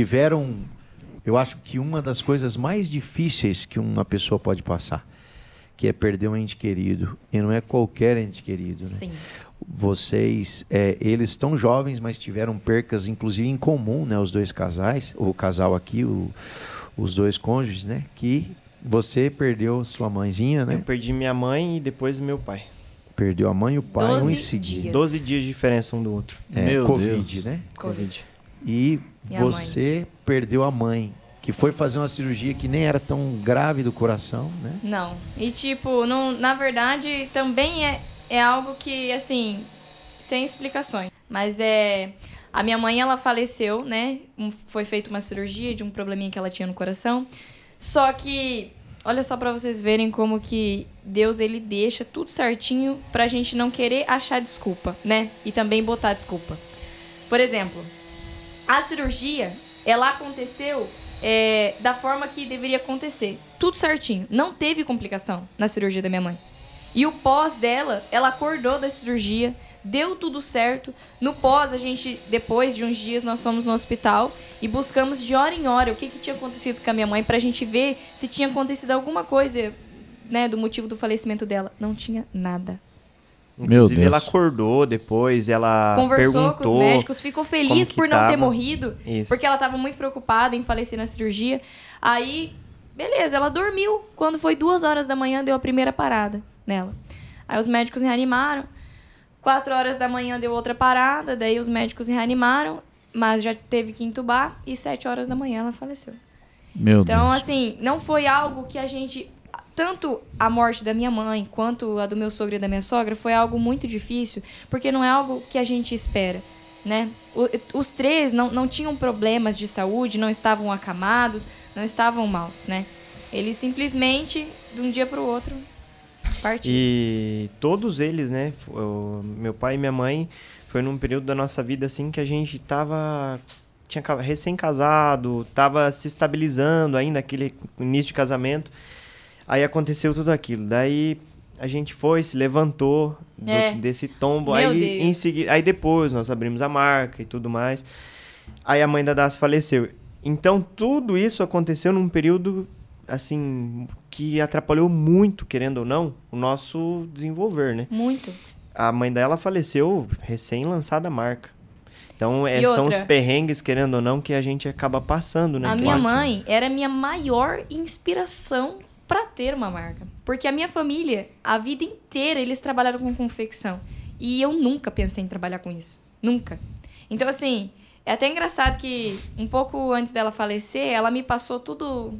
Speaker 3: tiveram, eu acho que uma das coisas mais difíceis que uma pessoa pode passar, que é perder um ente querido. E não é qualquer ente querido, né?
Speaker 1: Sim.
Speaker 3: Vocês, é, eles estão jovens, mas tiveram percas, inclusive em comum, né? Os dois casais, o casal aqui, o, os dois cônjuges, né? Que você perdeu sua mãezinha, né?
Speaker 4: Eu perdi minha mãe e depois meu pai.
Speaker 3: Perdeu a mãe e o pai, um em
Speaker 1: doze
Speaker 3: seguida.
Speaker 1: dias.
Speaker 4: doze dias de diferença um do outro.
Speaker 3: É,
Speaker 2: Meu
Speaker 3: Covid,
Speaker 2: Deus.
Speaker 3: né?
Speaker 4: Covid.
Speaker 3: E
Speaker 1: E a
Speaker 3: você perdeu a mãe, que foi fazer uma cirurgia que nem era tão grave do coração, né?
Speaker 1: Não. E, tipo, não, na verdade, também é, é algo que, assim, sem explicações. Mas é... A minha mãe, ela faleceu, né? Um- Foi feita uma cirurgia de um probleminha que ela tinha no coração. Só que, olha só pra vocês verem como que Deus, ele deixa tudo certinho pra gente não querer achar desculpa, né? E também botar desculpa. Por exemplo, a cirurgia, ela aconteceu é, da forma que deveria acontecer. Tudo certinho. Não teve complicação na cirurgia da minha mãe. E o pós dela, ela acordou da cirurgia, deu tudo certo. No pós, a gente, depois de uns dias, nós fomos no hospital e buscamos de hora em hora o que, que tinha acontecido com a minha mãe pra gente ver se tinha acontecido alguma coisa, né, do motivo do falecimento dela. Não tinha nada.
Speaker 2: Meu
Speaker 4: Inclusive,
Speaker 2: Deus.
Speaker 4: ela acordou depois, ela
Speaker 1: Conversou
Speaker 4: perguntou
Speaker 1: com os médicos, ficou feliz
Speaker 4: como que
Speaker 1: por não ter
Speaker 4: tava.
Speaker 1: morrido,
Speaker 4: Isso.
Speaker 1: porque ela tava muito preocupada em falecer na cirurgia. Aí, beleza, ela dormiu. Quando foi duas horas da manhã, deu a primeira parada nela. Aí os médicos reanimaram. Quatro horas da manhã deu outra parada, daí os médicos reanimaram, mas já teve que entubar, e sete horas da manhã ela faleceu.
Speaker 2: Meu
Speaker 1: Então,
Speaker 2: Deus.
Speaker 1: assim, não foi algo que a gente... Tanto a morte da minha mãe, quanto a do meu sogro e da minha sogra, foi algo muito difícil, porque não é algo que a gente espera, né? O- os três não, não tinham problemas de saúde, não estavam acamados, não estavam maus, né? Eles simplesmente, de um dia para o outro, partiram.
Speaker 4: E todos eles, né? f- o meu pai e minha mãe, foi num período da nossa vida assim que a gente tava tinha ca- recém-casado, tava se estabilizando ainda, aquele início de casamento. Aí aconteceu tudo aquilo. Daí a gente foi, se levantou do-
Speaker 1: É.
Speaker 4: desse tombo.
Speaker 1: Meu
Speaker 4: aí,
Speaker 1: Deus.
Speaker 4: em segui... aí depois nós abrimos a marca e tudo mais. Aí a mãe da Daci faleceu. Então tudo isso aconteceu num período assim que atrapalhou muito, querendo ou não, o nosso desenvolver, né?
Speaker 1: Muito.
Speaker 4: A mãe dela faleceu recém-lançada a marca. Então, é,
Speaker 1: E
Speaker 4: são
Speaker 1: outra?
Speaker 4: os perrengues, querendo ou não, que a gente acaba passando, né?
Speaker 1: A
Speaker 4: Que-
Speaker 1: minha mãe era a minha maior inspiração para ter uma marca. Porque a minha família, a vida inteira, eles trabalharam com confecção. E eu nunca pensei em trabalhar com isso. Nunca. Então, assim, é até engraçado que um pouco antes dela falecer, ela me passou tudo...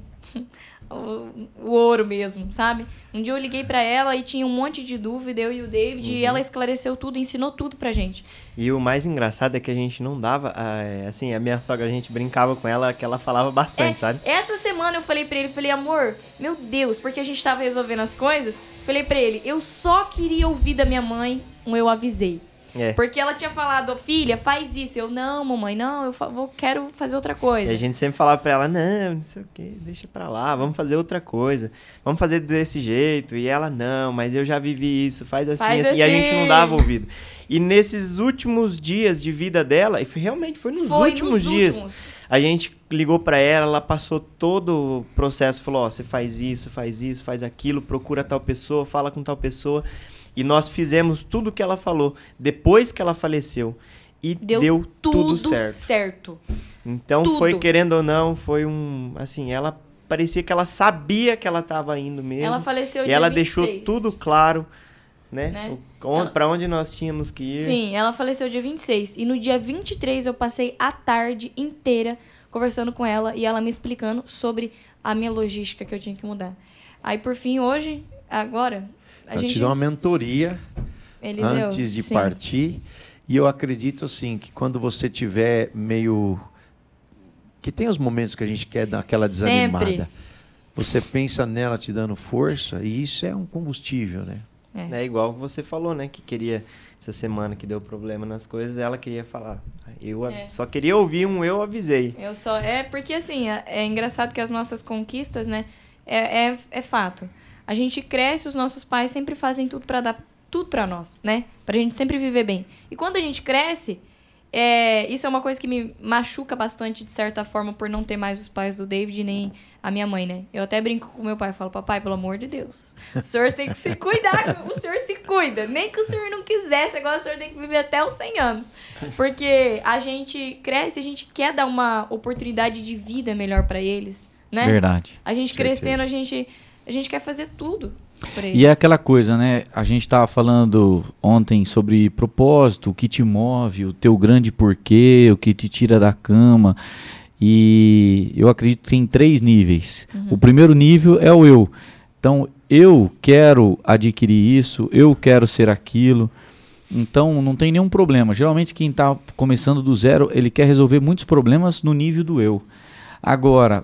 Speaker 1: o, o ouro mesmo, sabe? Um dia eu liguei pra ela e tinha um monte de dúvida, eu e o David,
Speaker 4: Uhum.
Speaker 1: e ela esclareceu tudo, ensinou tudo pra gente.
Speaker 4: E o mais engraçado é que a gente não dava... ah, é, assim, a minha sogra, a gente brincava com ela, que ela falava bastante,
Speaker 1: É,
Speaker 4: sabe?
Speaker 1: Essa semana eu falei pra ele, falei, amor, meu Deus, porque a gente tava resolvendo as coisas, falei pra ele, eu só queria ouvir da minha mãe um eu avisei.
Speaker 4: É.
Speaker 1: Porque ela tinha falado, "Ô, filha, faz isso. Eu, não, mamãe, não, eu fa- vou, quero fazer outra
Speaker 4: E
Speaker 1: coisa.
Speaker 4: a gente sempre falava pra ela, não, não sei o que, deixa pra lá, vamos fazer outra coisa. Vamos fazer desse jeito. E ela, não, mas eu já vivi isso, faz assim,
Speaker 1: Faz
Speaker 4: assim. E a gente não
Speaker 1: assim.
Speaker 4: dava ouvido. E nesses últimos dias de vida dela, e foi- realmente foi nos
Speaker 1: Foi
Speaker 4: últimos
Speaker 1: nos
Speaker 4: dias,
Speaker 1: últimos.
Speaker 4: a gente ligou pra ela, ela passou todo o processo, falou, ó, você faz isso, faz isso, faz aquilo, procura tal pessoa, fala com tal pessoa. E nós fizemos tudo o que ela falou depois que ela faleceu. E
Speaker 1: Deu,
Speaker 4: deu,
Speaker 1: tudo,
Speaker 4: tudo certo.
Speaker 1: certo.
Speaker 4: Então
Speaker 1: Tudo.
Speaker 4: foi, querendo ou não, foi um... Assim, ela parecia que ela sabia que ela estava indo mesmo.
Speaker 1: Ela faleceu
Speaker 4: E
Speaker 1: dia
Speaker 4: ela
Speaker 1: vinte e
Speaker 4: deixou
Speaker 1: seis.
Speaker 4: tudo claro, né?
Speaker 1: Né?
Speaker 4: O- onde-
Speaker 1: Ela-
Speaker 4: Pra onde nós tínhamos que ir.
Speaker 1: Sim, ela faleceu dia vinte e seis. E no dia vinte e três eu passei a tarde inteira conversando com ela e ela me explicando sobre a minha logística que eu tinha que mudar. Aí, por fim, hoje, agora, a
Speaker 3: Ela
Speaker 1: gente...
Speaker 3: te deu uma mentoria
Speaker 1: Eliseu,
Speaker 3: antes de
Speaker 1: sim.
Speaker 3: partir. E eu acredito assim que quando você tiver meio que tem os momentos que a gente quer dar aquela desanimada.
Speaker 1: Sempre.
Speaker 3: Você pensa nela te dando força e isso é um combustível, né?
Speaker 1: É.
Speaker 4: É igual você falou, né? Que queria, essa semana que deu problema nas coisas, ela queria falar. Eu a-
Speaker 1: É.
Speaker 4: só queria ouvir um eu avisei.
Speaker 1: Eu só... É porque, assim, é, é engraçado que as nossas conquistas, né? É, é, é fato. A gente cresce, os nossos pais sempre fazem tudo pra dar tudo pra nós, né? Pra gente sempre viver bem. E quando a gente cresce, é, isso é uma coisa que me machuca bastante, de certa forma, por não ter mais os pais do David, nem a minha mãe, né? Eu até brinco com meu pai, falo, papai, pelo amor de Deus, o senhor tem que se cuidar, o senhor se cuida. Nem que o senhor não quisesse, agora o senhor tem que viver até os cem anos. Porque a gente cresce, a gente quer dar uma oportunidade de vida melhor pra eles, né?
Speaker 2: Verdade.
Speaker 1: A gente
Speaker 3: Certeza.
Speaker 1: crescendo, a gente, a gente quer fazer tudo pra eles.
Speaker 2: E é aquela coisa, né? A gente estava falando ontem sobre propósito, o que te move, o teu grande porquê, o que te tira da cama. E eu acredito que tem três níveis.
Speaker 1: Uhum.
Speaker 2: O primeiro nível é o eu. Então, eu quero adquirir isso, eu quero ser aquilo. Então, não tem nenhum problema. Geralmente, quem está começando do zero, ele quer resolver muitos problemas no nível do eu. Agora,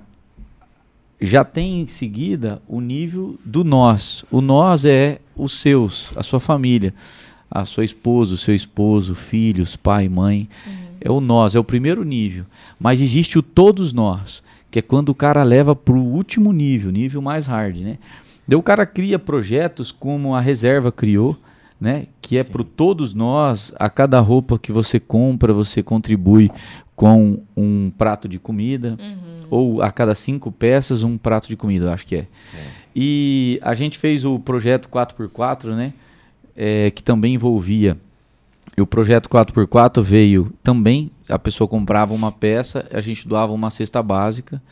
Speaker 2: já tem em seguida o nível do nós. O nós é os seus, a sua família, a sua esposa, o seu esposo, filhos, pai, mãe. Uhum. É o nós, é o primeiro nível. Mas existe o todos nós, que é quando o cara leva para o último nível, nível mais hard, né? Daí o cara cria projetos como a Reserva criou, né? Que é para todos nós, a cada roupa que você compra, você contribui com um prato de comida, uhum. ou a cada cinco peças, um prato de comida, eu acho que é. é. E a gente fez o projeto quatro por quatro, né? É, que também envolvia. E o projeto quatro por quatro veio também, a pessoa comprava uma peça, a gente doava uma cesta básica.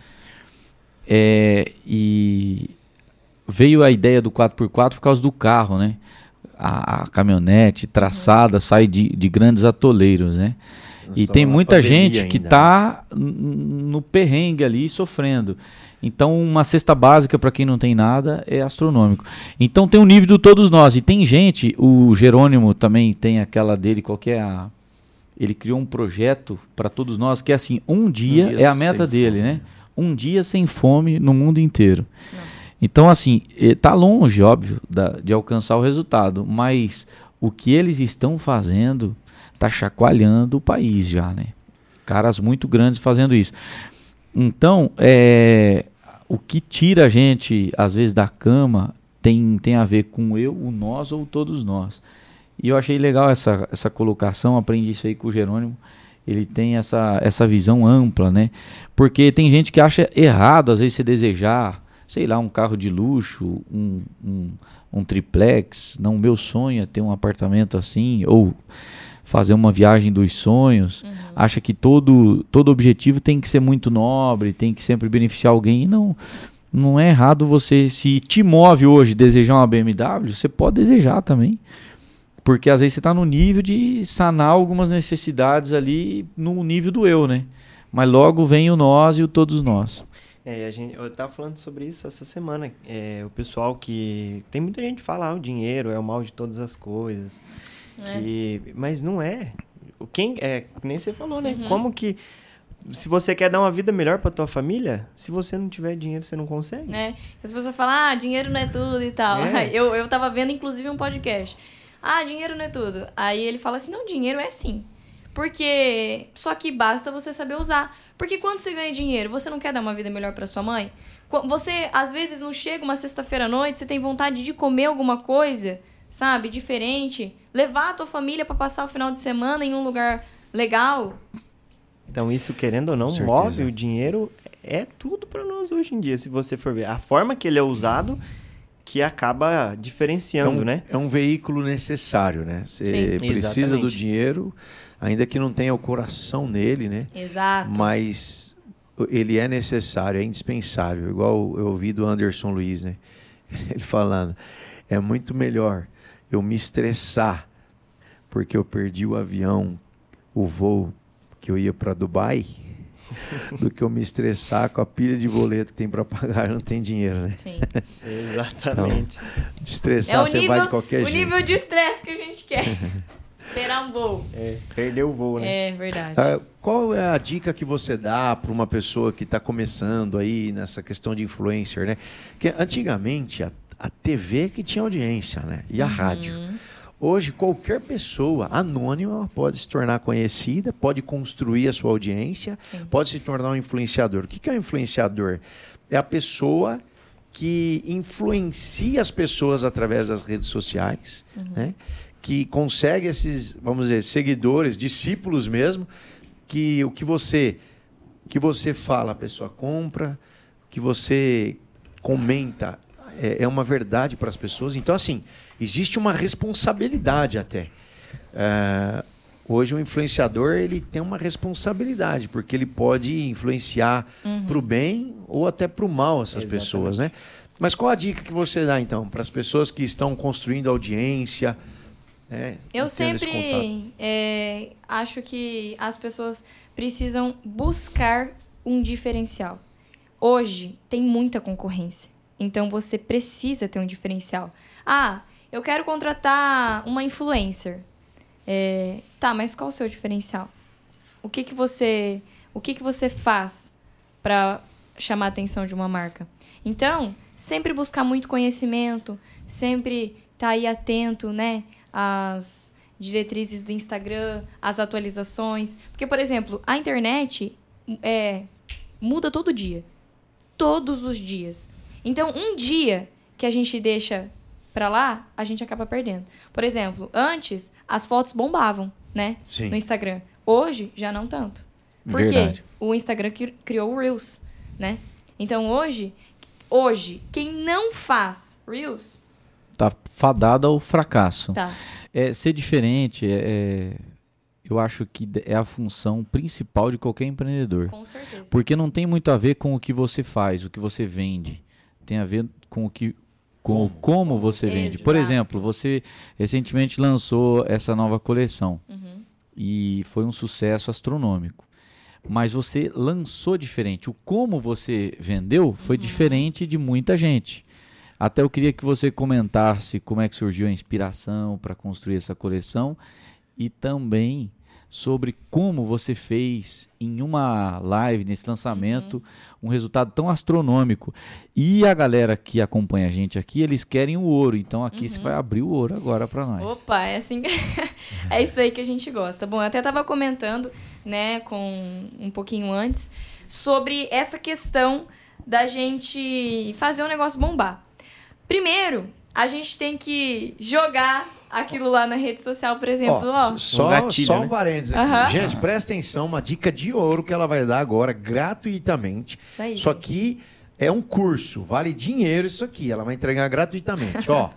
Speaker 2: É, e veio a ideia do quatro por quatro por causa do carro, né? A, a caminhonete traçada uhum. sai de, de grandes atoleiros, né? Nós e tem muita gente ainda, que está né? no perrengue ali sofrendo. Então, uma cesta básica para quem não tem nada é astronômico. Então, tem o nível do todos nós. E tem gente, o Jerônimo também tem aquela dele, qual que é a... Ele criou um projeto para todos nós, que é assim, um dia, um dia é a meta dele, fome. né? Um dia sem fome no mundo inteiro. Nossa. Então, assim, está longe, óbvio, da, de alcançar o resultado, mas o que eles estão fazendo está chacoalhando o país já, né? Caras muito grandes fazendo isso. Então, é, o que tira a gente, às vezes, da cama tem, tem a ver com eu, o nós ou todos nós. E eu achei legal essa, essa colocação, aprendi isso aí com o Jerônimo. Ele tem essa, essa visão ampla, né? Porque tem gente que acha errado, às vezes, se desejar... sei lá, um carro de luxo, um, um, um triplex. Não, meu sonho é ter um apartamento assim, ou fazer uma viagem dos sonhos. Uhum. Acha que todo, todo objetivo tem que ser muito nobre, tem que sempre beneficiar alguém. E não, não é errado você, se te move hoje desejar uma B M W, você pode desejar também. Porque às vezes você está no nível de sanar algumas necessidades ali no nível do eu, né? Mas logo vem o nós e o todos nós.
Speaker 4: É, a gente, eu estava falando sobre isso essa semana. É, o pessoal que... Tem muita gente que fala, ah, o dinheiro é o mal de todas as coisas. É. Que, mas não é. Quem, é. Nem você falou, né? Uhum. Como que... Se você quer dar uma vida melhor para tua família, se você não tiver dinheiro, você não consegue.
Speaker 1: É. As pessoas falam, ah, dinheiro não é tudo e tal. É. Eu, eu tava vendo, inclusive, um podcast. Ah, dinheiro não é tudo. Aí ele fala assim, não, dinheiro é sim. Porque só que basta você saber usar. Porque quando você ganha dinheiro, você não quer dar uma vida melhor pra sua mãe? Você, às vezes, não chega uma sexta-feira à noite, você tem vontade de comer alguma coisa, sabe, diferente. Levar a tua família pra passar o final de semana em um lugar legal.
Speaker 4: Então, isso, querendo ou não, move o dinheiro. É tudo pra nós hoje em dia, se você for ver. A forma que ele é usado... que acaba diferenciando,
Speaker 3: é um,
Speaker 4: né?
Speaker 3: É um veículo necessário, né? Você
Speaker 1: Sim.
Speaker 3: precisa
Speaker 4: Exatamente.
Speaker 3: do dinheiro, ainda que não tenha o coração nele, né?
Speaker 1: Exato.
Speaker 3: Mas ele é necessário, é indispensável. Igual eu ouvi do Anderson Luiz, né? Ele falando, é muito melhor eu me estressar porque eu perdi o avião, o voo que eu ia para Dubai... do que eu me estressar com a pilha de boleto que tem para pagar, não tem dinheiro, né?
Speaker 1: Sim.
Speaker 4: Exatamente.
Speaker 3: Então, de estressar,
Speaker 1: é
Speaker 3: você
Speaker 1: nível,
Speaker 3: vai de qualquer
Speaker 1: o
Speaker 3: jeito.
Speaker 1: O nível de estresse que a gente quer. Esperar um voo.
Speaker 4: É, perder o voo, né?
Speaker 1: É verdade.
Speaker 3: Ah, qual é a dica que você dá para uma pessoa que está começando aí nessa questão de influencer, né? Que antigamente a, a T V que tinha audiência, né? E a
Speaker 1: uhum.
Speaker 3: rádio. Hoje, qualquer pessoa anônima pode se tornar conhecida, pode construir a sua audiência, Sim. pode se tornar um influenciador. O que é um influenciador? É a pessoa que influencia as pessoas através das redes sociais, uhum. né? que consegue esses, vamos dizer, seguidores, discípulos mesmo, que o que você, que você fala, a pessoa compra, que você comenta, é, é uma verdade para as pessoas. Então, assim, existe uma responsabilidade até. É, hoje o influenciador ele tem uma responsabilidade, porque ele pode influenciar uhum. para o bem ou até para o mal essas Exatamente. pessoas, né? Mas qual a dica que você dá, então, para as pessoas que estão construindo audiência? É,
Speaker 1: eu sempre é, acho que as pessoas precisam buscar um diferencial. Hoje tem muita concorrência, então você precisa ter um diferencial. Ah, eu quero contratar uma influencer. É, tá, mas qual o seu diferencial? O que que você, o que que você faz para chamar a atenção de uma marca? Então, sempre buscar muito conhecimento, sempre estar aí atento, né? As diretrizes do Instagram, as atualizações. Porque, por exemplo, a internet é, muda todo dia. Todos os dias. Então, um dia que a gente deixa pra lá, a gente acaba perdendo. Por exemplo, antes, as fotos bombavam, né?
Speaker 3: Sim.
Speaker 1: No Instagram. Hoje, já não tanto. Por
Speaker 3: Verdade.
Speaker 1: quê? O Instagram criou o Reels, né? Então, hoje, hoje, quem não faz Reels...
Speaker 2: Tá fadado ao fracasso.
Speaker 1: Tá.
Speaker 2: É, ser diferente, é, é, eu acho que é a função principal de qualquer empreendedor.
Speaker 1: Com certeza.
Speaker 2: Porque não tem muito a ver com o que você faz, o que você vende. Tem a ver com o que, com o como você
Speaker 1: Exato.
Speaker 2: vende. Por exemplo, você recentemente lançou essa nova coleção.
Speaker 1: Uhum.
Speaker 2: E foi um sucesso astronômico. Mas você lançou diferente. O como você vendeu foi uhum. diferente de muita gente. Até eu queria que você comentasse como é que surgiu a inspiração para construir essa coleção e também sobre como você fez em uma live, nesse lançamento, uhum. um resultado tão astronômico. E a galera que acompanha a gente aqui, eles querem o ouro. Então aqui uhum. você vai abrir o ouro agora para nós.
Speaker 1: Opa, é assim, é isso aí que a gente gosta. Bom, eu até estava comentando, né, com um pouquinho antes, sobre essa questão da gente fazer um negócio bombar. Primeiro, a gente tem que jogar aquilo lá na rede social, por exemplo. Ó, ó.
Speaker 3: Só um, gatilho, só um né? parênteses aqui. Uhum. Gente, presta atenção, uma dica de ouro que ela vai dar agora, gratuitamente.
Speaker 1: Isso aí.
Speaker 3: Isso aqui é um curso, vale dinheiro isso aqui. Ela vai entregar gratuitamente. Ó,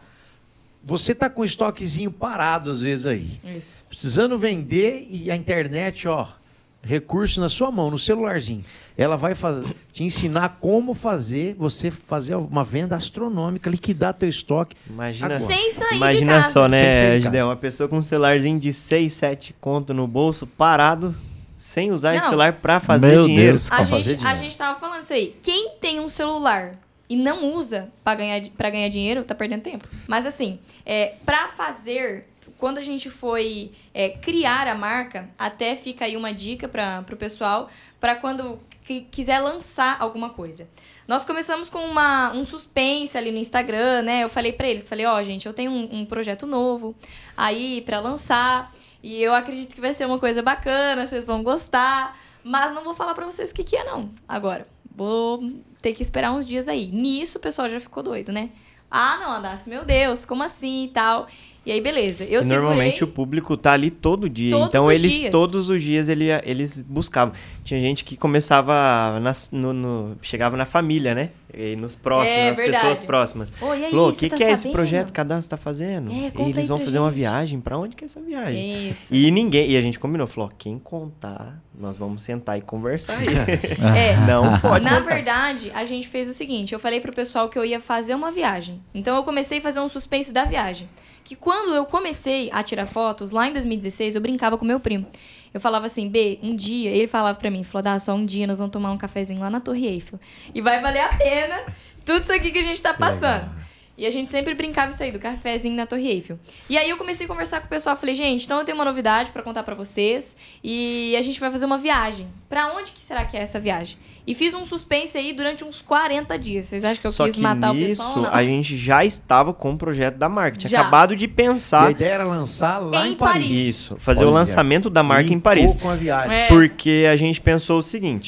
Speaker 3: você tá com um estoquezinho parado às vezes aí.
Speaker 1: Isso.
Speaker 3: Precisando vender e a internet, ó, recurso na sua mão, no celularzinho. Ela vai fazer, te ensinar como fazer, você fazer uma venda astronômica, liquidar teu estoque.
Speaker 4: Imagina,
Speaker 1: sem sair
Speaker 4: imagina
Speaker 1: de casa.
Speaker 4: só, né, Gideão? Uma pessoa com um celularzinho de seis, sete conto no bolso, parado, sem usar Não. esse celular pra fazer
Speaker 2: Meu
Speaker 4: dinheiro.
Speaker 2: Deus,
Speaker 1: a,
Speaker 2: pra
Speaker 1: gente,
Speaker 2: fazer dinheiro.
Speaker 1: a gente tava falando isso aí. Quem tem um celular e não usa pra ganhar, pra ganhar dinheiro, tá perdendo tempo. Mas assim, é, pra fazer... Quando a gente foi é, criar a marca, até fica aí uma dica para o pessoal, para quando que quiser lançar alguma coisa. Nós começamos com uma, um suspense ali no Instagram, né? Eu falei para eles, falei, ó, oh, gente, eu tenho um, um projeto novo aí para lançar e eu acredito que vai ser uma coisa bacana, vocês vão gostar, mas não vou falar para vocês o que, que é não, agora. Vou ter que esperar uns dias aí. Nisso o pessoal já ficou doido, né? Ah, não, Andace, meu Deus, como assim e tal... E aí, beleza. Eu
Speaker 4: Normalmente
Speaker 1: segurei...
Speaker 4: o público tá ali todo dia.
Speaker 1: Todos
Speaker 4: então,
Speaker 1: os
Speaker 4: eles
Speaker 1: dias.
Speaker 4: todos os dias ele, eles buscavam. Tinha gente que começava na, no, no, chegava na família, né? E nos próximos,
Speaker 1: é,
Speaker 4: nas
Speaker 1: verdade.
Speaker 4: pessoas próximas.
Speaker 1: Ô, e aí,
Speaker 4: falou, o que,
Speaker 1: tá
Speaker 4: que é
Speaker 1: sabendo?
Speaker 4: esse projeto que a Dan está fazendo?
Speaker 1: É, conta
Speaker 4: e eles
Speaker 1: aí
Speaker 4: vão
Speaker 1: pra
Speaker 4: fazer uma
Speaker 1: gente.
Speaker 4: viagem. Pra onde que é essa viagem?
Speaker 1: Isso.
Speaker 4: E ninguém. E a gente combinou, falou, quem contar, nós vamos sentar e conversar aí.
Speaker 1: É.
Speaker 4: Não pode
Speaker 1: Na
Speaker 4: contar.
Speaker 1: verdade, a gente fez o seguinte, eu falei pro pessoal que eu ia fazer uma viagem. Então eu comecei a fazer um suspense da viagem. Que quando eu comecei a tirar fotos, lá em dois mil e dezesseis, eu brincava com meu primo. Eu falava assim, B, um dia, ele falava pra mim, falou, dá só um dia, nós vamos tomar um cafezinho lá na Torre Eiffel. E vai valer a pena tudo isso aqui que a gente tá passando. Legal. E a gente sempre brincava isso aí, do cafezinho na Torre Eiffel. E aí eu comecei a conversar com o pessoal, falei, gente, então eu tenho uma novidade pra contar pra vocês. E a gente vai fazer uma viagem. Pra onde que será que é essa viagem? E fiz um suspense aí durante uns quarenta dias. Vocês acham que eu
Speaker 4: Só
Speaker 1: quis
Speaker 4: que
Speaker 1: matar
Speaker 4: nisso,
Speaker 1: o pessoal ou não?
Speaker 4: a gente já estava com o projeto da marca. Tinha
Speaker 1: Já.
Speaker 4: acabado de
Speaker 3: E
Speaker 4: pensar...
Speaker 3: a ideia era lançar lá em,
Speaker 1: Em
Speaker 3: Paris.
Speaker 1: Paris.
Speaker 4: Isso, fazer
Speaker 3: Olha,
Speaker 4: o lançamento da marca em
Speaker 3: Limpou
Speaker 4: Paris.
Speaker 3: com a viagem.
Speaker 1: É.
Speaker 4: Porque a gente pensou o seguinte,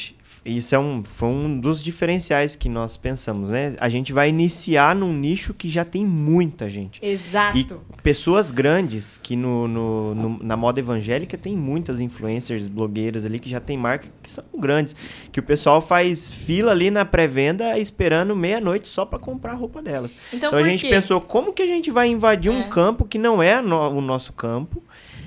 Speaker 4: isso é um, foi um dos diferenciais que nós pensamos, né? A gente vai iniciar num nicho que já tem muita gente.
Speaker 1: Exato.
Speaker 4: E pessoas grandes, que no, no, no, na moda evangélica tem muitas influencers, blogueiras ali que já tem marca, que são grandes. Que o pessoal faz fila ali na pré-venda esperando meia-noite só para comprar a roupa delas.
Speaker 1: Então,
Speaker 4: então a
Speaker 1: por
Speaker 4: gente
Speaker 1: quê?
Speaker 4: pensou, como que a gente vai invadir
Speaker 1: É.
Speaker 4: um campo que não é no, o nosso campo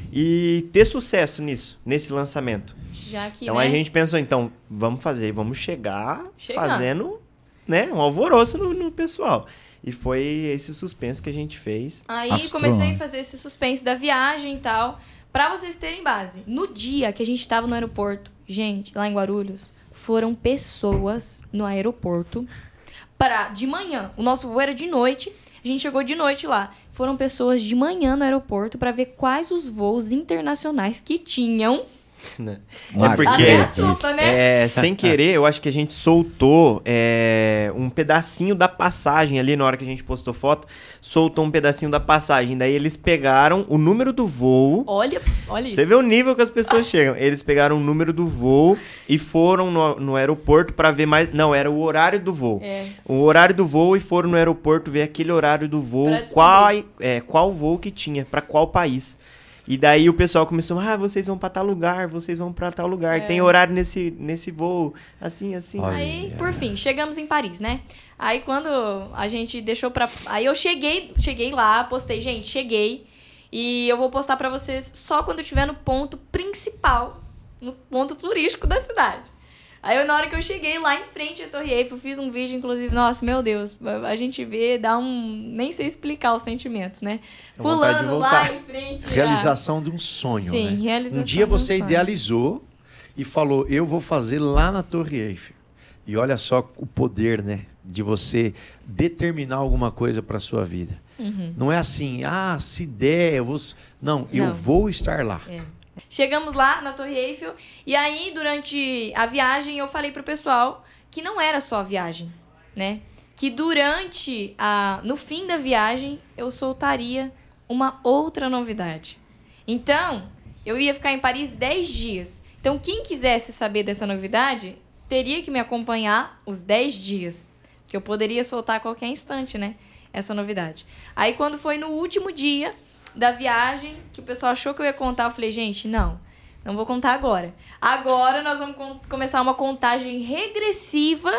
Speaker 4: e ter sucesso nisso, nesse lançamento?
Speaker 1: Já que,
Speaker 4: Então
Speaker 1: né?
Speaker 4: aí a gente pensou, então, vamos fazer, vamos chegar
Speaker 1: Chegar.
Speaker 4: fazendo, né, um alvoroço no, no pessoal. E foi esse suspense que a gente fez.
Speaker 1: Aí
Speaker 2: Astrônomo.
Speaker 1: comecei a fazer esse suspense da viagem e tal, pra vocês terem base. No dia que a gente tava no aeroporto, gente, lá em Guarulhos, foram pessoas no aeroporto para de manhã. O nosso voo era de noite, a gente chegou de noite lá. Foram pessoas de manhã no aeroporto pra ver quais os voos internacionais que tinham.
Speaker 4: Né?
Speaker 2: Uma
Speaker 4: É porque,
Speaker 1: Até assusta, né?
Speaker 4: é, sem querer, eu acho que a gente soltou é, um pedacinho da passagem ali na hora que a gente postou foto. Soltou um pedacinho da passagem. Daí eles pegaram o número do voo.
Speaker 1: Olha, olha isso.
Speaker 4: Você vê o nível que as pessoas chegam. Eles pegaram o número do voo e foram no, no aeroporto pra ver mais... Não, era o horário do voo.
Speaker 1: É.
Speaker 4: O horário do voo e foram no aeroporto ver aquele horário do voo,
Speaker 1: Pra descobrir.
Speaker 4: qual, é, qual voo que tinha, pra qual país. E daí o pessoal começou, ah, vocês vão pra tal lugar, vocês vão pra tal lugar,
Speaker 1: É.
Speaker 4: tem horário nesse, nesse voo, assim, assim.
Speaker 3: Olha.
Speaker 1: Aí, por fim, chegamos em Paris, né? Aí quando a gente deixou pra... Aí eu cheguei, cheguei lá, postei, gente, cheguei. E eu vou postar pra vocês só quando eu estiver no ponto principal, no ponto turístico da cidade. Aí eu, na hora que eu cheguei lá em frente à Torre Eiffel, fiz um vídeo, inclusive, nossa, meu Deus, a gente vê, dá um... Nem sei explicar os sentimentos, né?
Speaker 4: Dá vontade de
Speaker 1: Pulando lá
Speaker 4: voltar.
Speaker 1: em frente. a-
Speaker 3: Realização de um sonho,
Speaker 1: Sim,
Speaker 3: né?
Speaker 1: realização
Speaker 3: Um dia
Speaker 1: de um
Speaker 3: você
Speaker 1: sonho.
Speaker 3: idealizou e falou, eu vou fazer lá na Torre Eiffel. E olha só o poder, né? De você determinar alguma coisa para sua vida.
Speaker 1: Uhum.
Speaker 3: Não é assim, ah, se der, eu vou... Não, eu
Speaker 1: Não.
Speaker 3: vou estar lá.
Speaker 1: É. Chegamos lá na Torre Eiffel e aí durante a viagem eu falei pro pessoal que não era só a viagem, né? Que durante a no fim da viagem eu soltaria uma outra novidade. Então, eu ia ficar em Paris dez dias. Então, quem quisesse saber dessa novidade, teria que me acompanhar os dez dias, que eu poderia soltar a qualquer instante, né? Essa novidade. Aí quando foi no último dia da viagem, que o pessoal achou que eu ia contar, eu falei, gente, não, não vou contar agora. Agora nós vamos con- começar uma contagem regressiva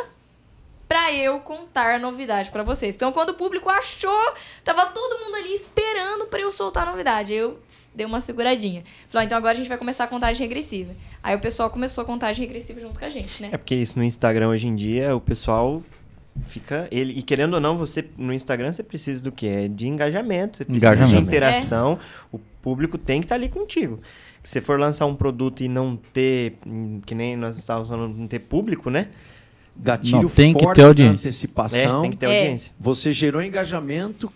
Speaker 1: pra eu contar a novidade pra vocês. Então, quando o público achou, tava todo mundo ali esperando pra eu soltar a novidade. Eu tss, dei uma seguradinha. Falei, ah, então agora a gente vai começar a contagem regressiva. Aí o pessoal começou a contagem regressiva junto com a gente, né?
Speaker 4: É porque isso no Instagram hoje em dia, o pessoal fica... Ele, e querendo ou não, você no Instagram você precisa do quê? É de engajamento, você precisa
Speaker 2: Engajamento.
Speaker 4: de interação. O público tem que estar ali contigo. Se você for lançar um produto e não ter, hum, que nem nós estávamos falando, não ter público, né?
Speaker 3: Gatilho
Speaker 2: Não, tem que
Speaker 3: forte
Speaker 2: ter
Speaker 3: da
Speaker 2: audiência.
Speaker 3: antecipação.
Speaker 4: É, tem que ter
Speaker 1: É.
Speaker 4: audiência.
Speaker 3: Você gerou engajamento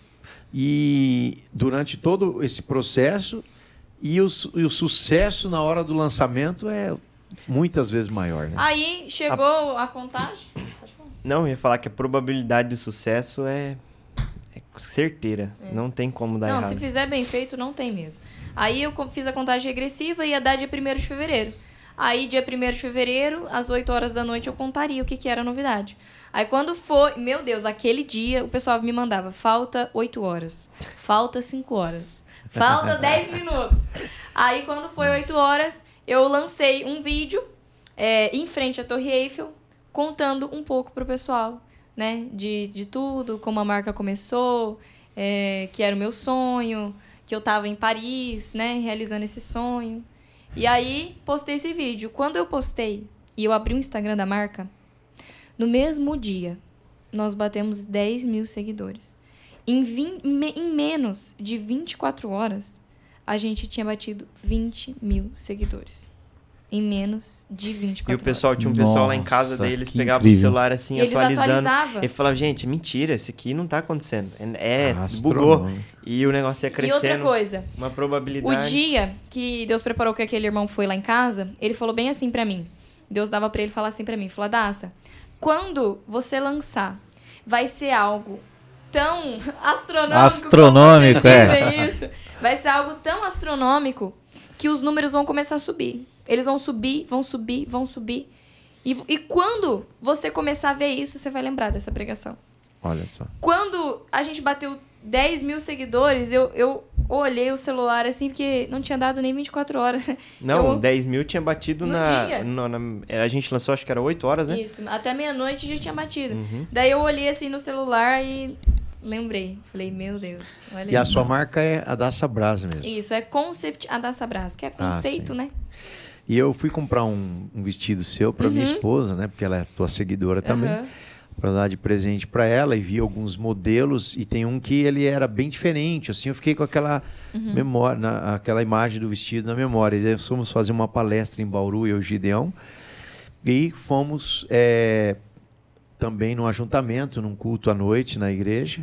Speaker 3: e durante todo esse processo e o, su- e o sucesso na hora do lançamento é muitas vezes maior, né?
Speaker 1: Aí chegou a contagem. Pode falar.
Speaker 4: Não, eu ia falar que a probabilidade de sucesso é, é certeira. Não tem como dar
Speaker 1: Não,
Speaker 4: errado.
Speaker 1: se fizer bem feito, não tem mesmo. Aí eu co- fiz a contagem regressiva e ia dar dia primeiro de fevereiro. Aí, dia primeiro de fevereiro, às oito horas da noite, eu contaria o que, que era a novidade. Aí, quando foi... Meu Deus, aquele dia, o pessoal me mandava, falta oito horas. Falta cinco horas. Falta dez minutos. Aí, quando foi oito horas, eu lancei um vídeo é, em frente à Torre Eiffel, contando um pouco pro pessoal, né? De, de tudo, como a marca começou, é, que era o meu sonho, que eu tava em Paris, né? Realizando esse sonho. E aí, postei esse vídeo. Quando eu postei e eu abri o Instagram da marca, no mesmo dia, nós batemos dez mil seguidores. Em, vin- me- em menos de vinte e quatro horas, a gente tinha batido vinte mil seguidores. Em menos de vinte e quatro
Speaker 4: E o pessoal,
Speaker 1: horas.
Speaker 4: tinha um pessoal lá em casa
Speaker 2: Nossa,
Speaker 4: deles,
Speaker 2: que
Speaker 4: pegava
Speaker 2: incrível.
Speaker 4: o celular assim,
Speaker 1: E eles
Speaker 4: atualizando.
Speaker 1: atualizavam.
Speaker 4: E falava, gente, mentira, esse aqui não tá acontecendo. É, é bugou.
Speaker 3: Astronômico.
Speaker 4: E o negócio ia
Speaker 1: E outra
Speaker 4: crescendo.
Speaker 1: coisa,
Speaker 4: Uma
Speaker 1: o
Speaker 4: probabilidade.
Speaker 1: dia que Deus preparou que aquele irmão foi lá em casa, ele falou bem assim pra mim. Deus dava pra ele falar assim pra mim. Falou, Daça, quando você lançar, vai ser algo tão astronômico.
Speaker 2: Astronômico,
Speaker 1: como vocês
Speaker 2: é.
Speaker 1: dizem isso. Vai ser algo tão astronômico que os números vão começar a subir. Eles vão subir, vão subir, vão subir. E, e quando você começar a ver isso, você vai lembrar dessa pregação.
Speaker 3: Olha só.
Speaker 1: Quando a gente bateu dez mil seguidores, eu, eu olhei o celular assim, porque não tinha dado nem vinte e quatro horas.
Speaker 4: Não,
Speaker 1: eu,
Speaker 4: dez mil tinha batido
Speaker 1: no
Speaker 4: na,
Speaker 1: dia.
Speaker 4: no, na... A gente lançou, acho que era oito horas, né?
Speaker 1: Isso, até meia-noite já tinha batido.
Speaker 4: Uhum.
Speaker 1: Daí eu olhei assim no celular e lembrei. Falei, meu Deus, olha
Speaker 3: E a
Speaker 1: aí.
Speaker 3: sua marca é a da Sabrasa mesmo.
Speaker 1: Isso, é Concept Adassa-Brás, que é conceito,
Speaker 3: sim.
Speaker 1: né?
Speaker 3: E eu fui comprar um, um vestido seu para minha
Speaker 1: Uhum.
Speaker 3: esposa, né? Porque ela é tua seguidora também.
Speaker 1: Aham.
Speaker 3: Para dar de presente para ela, e vi alguns modelos, e tem um que ele era bem diferente, assim, eu fiquei com aquela
Speaker 1: Uhum.
Speaker 3: memória, na, aquela imagem do vestido na memória. E daí nós fomos fazer uma palestra em Bauru, eu e o Gideão, e fomos é, também num ajuntamento, num culto à noite na igreja,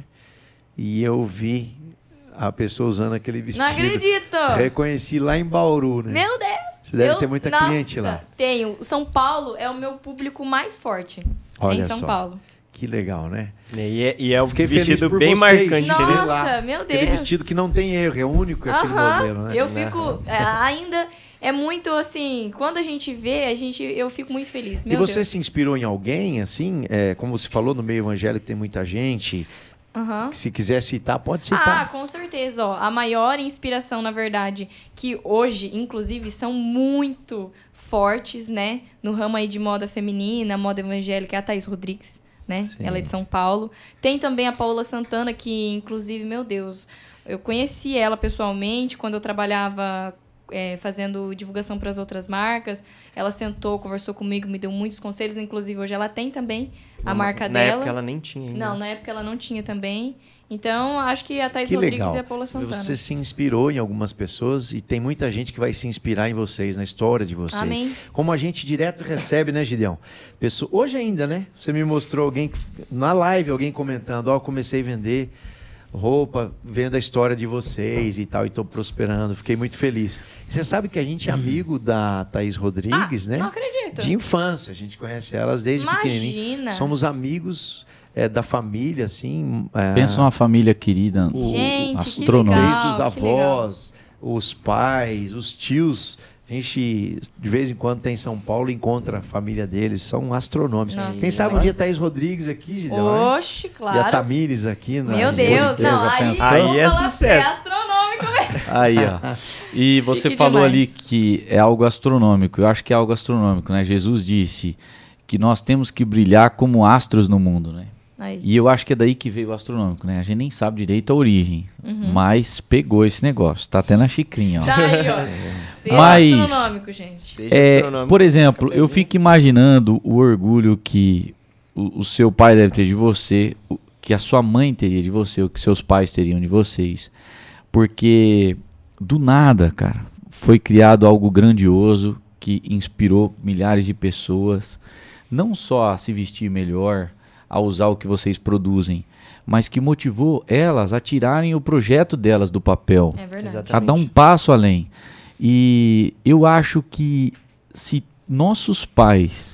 Speaker 3: e eu vi a pessoa usando aquele vestido.
Speaker 1: Não acredito!
Speaker 3: Reconheci lá em Bauru, né?
Speaker 1: Meu Deus!
Speaker 3: Você deve
Speaker 1: Eu-
Speaker 3: ter muita
Speaker 1: Nossa,
Speaker 3: cliente lá.
Speaker 1: Tenho. São Paulo é o meu público mais forte.
Speaker 3: Olha
Speaker 1: em São
Speaker 3: só.
Speaker 1: Paulo.
Speaker 3: Que legal, né?
Speaker 4: E é, e é um
Speaker 3: Fiquei feliz
Speaker 4: vestido
Speaker 3: por
Speaker 4: bem
Speaker 3: vocês,
Speaker 4: marcante.
Speaker 3: gente.
Speaker 4: Né?
Speaker 1: Nossa,
Speaker 3: lá.
Speaker 1: meu
Speaker 3: Aquele
Speaker 1: Deus.
Speaker 3: vestido que não tem erro, é único aquele
Speaker 1: Aham.
Speaker 3: modelo, né?
Speaker 1: Eu fico. é, ainda é muito assim. Quando a gente vê, a gente, eu fico muito feliz. Meu
Speaker 3: E você
Speaker 1: Deus.
Speaker 3: se inspirou em alguém, assim? É, como você falou, no meio evangélico tem muita gente.
Speaker 1: Aham.
Speaker 3: Que se quiser citar, pode
Speaker 1: Ah,
Speaker 3: citar.
Speaker 1: com certeza. Ó, a maior inspiração, na verdade, que hoje, inclusive, são muito fortes, né? No ramo aí de moda feminina, moda evangélica, é a Thaís Rodrigues, né?
Speaker 3: Sim.
Speaker 1: Ela é de São Paulo. Tem também a Paola Santana, que, inclusive, meu Deus, eu conheci ela pessoalmente quando eu trabalhava é, fazendo divulgação para as outras marcas. Ela sentou, conversou comigo, me deu muitos conselhos. Inclusive, hoje ela tem também a marca
Speaker 4: Na
Speaker 1: dela.
Speaker 4: época ela nem tinha ainda.
Speaker 1: Não, na época ela não tinha também. Então, acho que a Thaís
Speaker 3: Que
Speaker 1: Rodrigues
Speaker 3: legal.
Speaker 1: e a Paula Santana.
Speaker 3: Você se inspirou em algumas pessoas e tem muita gente que vai se inspirar em vocês, na história de vocês.
Speaker 1: Amém.
Speaker 3: Como a gente direto recebe, né, Gideão? Pessoa... Hoje ainda, né? Você me mostrou alguém, que- na live, alguém comentando, ó, comecei a vender roupa, vendo a história de vocês e tal, e tô prosperando, fiquei muito feliz. E você sabe que a gente é amigo da Thaís Rodrigues,
Speaker 1: ah,
Speaker 3: né?
Speaker 1: Não acredito.
Speaker 3: De infância, a gente conhece elas desde pequenininho.
Speaker 1: Imagina.
Speaker 3: Somos amigos é, da família, assim. é,
Speaker 2: Pensa numa família querida,
Speaker 3: O-
Speaker 1: Gente, que
Speaker 2: astronômica.
Speaker 1: legal.
Speaker 3: Desde os
Speaker 1: que
Speaker 3: avós, os pais, os tios. A gente, de vez em quando, tem em São Paulo, encontra a família deles, são astronômicos.
Speaker 1: Nossa.
Speaker 3: Quem sabe um dia Thaís Rodrigues aqui, Gideão, né?
Speaker 1: Oxe,
Speaker 3: E a
Speaker 1: claro.
Speaker 3: Tamires aqui. na
Speaker 1: Meu Deus,
Speaker 3: Empresa,
Speaker 1: não, aí,
Speaker 3: pensou?
Speaker 4: Aí
Speaker 1: vamos
Speaker 4: é
Speaker 1: falar
Speaker 4: sucesso.
Speaker 1: que é astronômico mesmo.
Speaker 2: Aí, ó. E você
Speaker 1: Chique
Speaker 2: falou
Speaker 1: demais.
Speaker 2: ali que é algo astronômico. Eu acho que é algo astronômico, né? Jesus disse que nós temos que brilhar como astros no mundo, né?
Speaker 1: Aí.
Speaker 2: E eu acho que é daí que veio o astronômico, né? A gente nem sabe direito a origem, mas pegou esse negócio. Tá até na xicrinha, ó.
Speaker 1: Tá aí, ó. Ser
Speaker 2: Mas-
Speaker 1: astronômico, gente.
Speaker 4: Seja
Speaker 2: É,
Speaker 4: astronômico,
Speaker 2: por exemplo, eu
Speaker 4: cafezinho.
Speaker 2: fico imaginando o orgulho que o, o seu pai deve ter de você, o- que a sua mãe teria de você, o que seus pais teriam de vocês. Porque do nada, cara, foi criado algo grandioso que inspirou milhares de pessoas, não só a se vestir melhor, a usar o que vocês produzem, mas que motivou elas a tirarem o projeto delas do papel
Speaker 1: É verdade.
Speaker 4: Exatamente.
Speaker 2: a dar um passo além. E eu acho que se nossos pais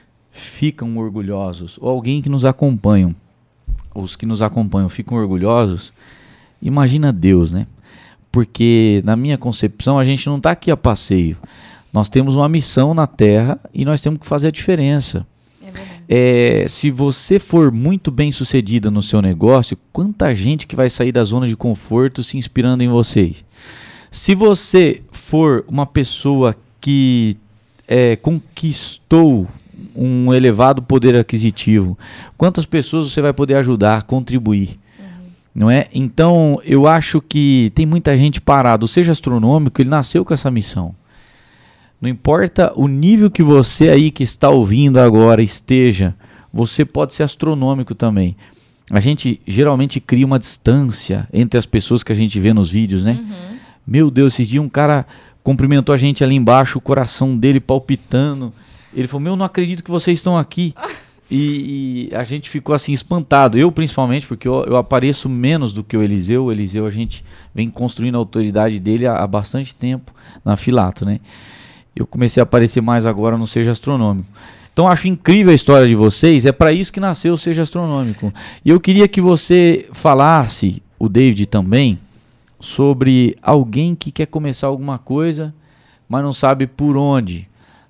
Speaker 2: ficam orgulhosos, ou alguém que nos acompanham, os que nos acompanham ficam orgulhosos, imagina Deus, né? Porque na minha concepção a gente não está aqui a passeio. Nós temos uma missão na Terra e nós temos que fazer a diferença.
Speaker 1: É verdade.
Speaker 2: É, se você for muito bem sucedida no seu negócio, quanta gente que vai sair da zona de conforto se inspirando em vocês. Se você for uma pessoa que é, conquistou um elevado poder aquisitivo, quantas pessoas você vai poder ajudar, contribuir? Não é? Então, eu acho que tem muita gente parada. O Seja Astronômico, ele nasceu com essa missão. Não importa o nível que você aí que está ouvindo agora esteja, você pode ser astronômico também. A gente geralmente cria uma distância entre as pessoas que a gente vê nos vídeos, né?
Speaker 1: Uhum.
Speaker 2: Meu Deus, esse dia um cara cumprimentou a gente ali embaixo, o coração dele palpitando. Ele falou, meu, não acredito que vocês estão aqui. E, e a gente ficou assim espantado, eu principalmente, porque eu, eu apareço menos do que o Eliseu. O Eliseu, a gente vem construindo a autoridade dele há, há bastante tempo na Filato, né? Eu comecei a aparecer mais agora no Seja Astronômico. Então acho incrível a história de vocês, é para isso que nasceu o Seja Astronômico. E eu queria que você falasse, o David também, sobre alguém que quer começar alguma coisa, mas não sabe por onde.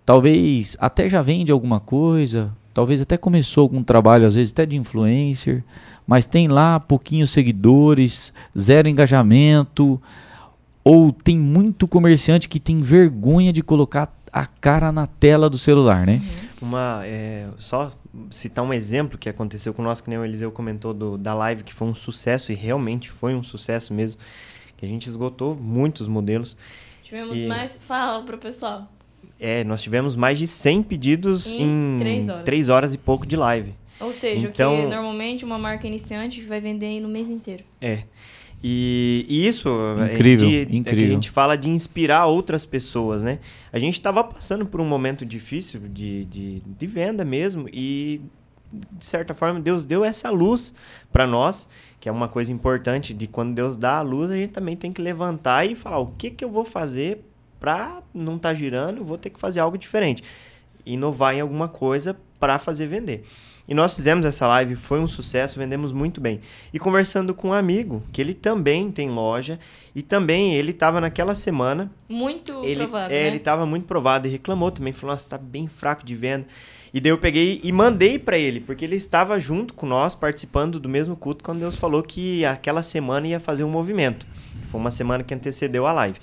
Speaker 2: talvez até já vende alguma coisa, talvez até começou algum trabalho, às vezes até de influencer, mas tem lá pouquinhos seguidores, zero engajamento, ou tem muito comerciante que tem vergonha de colocar a cara na tela do celular, né?
Speaker 4: Uma, é, só citar um exemplo que aconteceu com nós, que nem o Eliseu comentou do, da live, que foi um sucesso, e realmente foi um sucesso mesmo, que a gente esgotou muitos modelos.
Speaker 1: Tivemos
Speaker 4: e,
Speaker 1: mais... Fala pro pessoal.
Speaker 4: É, nós tivemos mais de cem pedidos
Speaker 1: em,
Speaker 4: em
Speaker 1: três horas.
Speaker 4: três horas e pouco de live.
Speaker 1: Ou seja,
Speaker 4: então,
Speaker 1: o que normalmente uma marca iniciante vai vender aí no mês inteiro.
Speaker 4: É. E, e isso
Speaker 2: incrível,
Speaker 4: é, de,
Speaker 2: incrível.
Speaker 4: é que a gente fala de inspirar outras pessoas, né? A gente estava passando por um momento difícil de, de, de venda mesmo e, de certa forma, Deus deu essa luz para nós, que é uma coisa importante de quando Deus dá a luz, a gente também tem que levantar e falar o que, que eu vou fazer para não estar tá girando, eu vou ter que fazer algo diferente. Inovar em alguma coisa para fazer vender. E nós fizemos essa live, foi um sucesso, vendemos muito bem. E conversando com um amigo, que ele também tem loja, e também ele estava naquela semana...
Speaker 1: Muito
Speaker 4: ele,
Speaker 1: provado,
Speaker 4: é,
Speaker 1: né?
Speaker 4: Ele estava muito provado e reclamou também, falou, nossa, está bem fraco de venda. E daí eu peguei e mandei para ele, porque ele estava junto com nós, participando do mesmo culto, quando Deus falou que aquela semana ia fazer um movimento. Foi uma semana que antecedeu a live.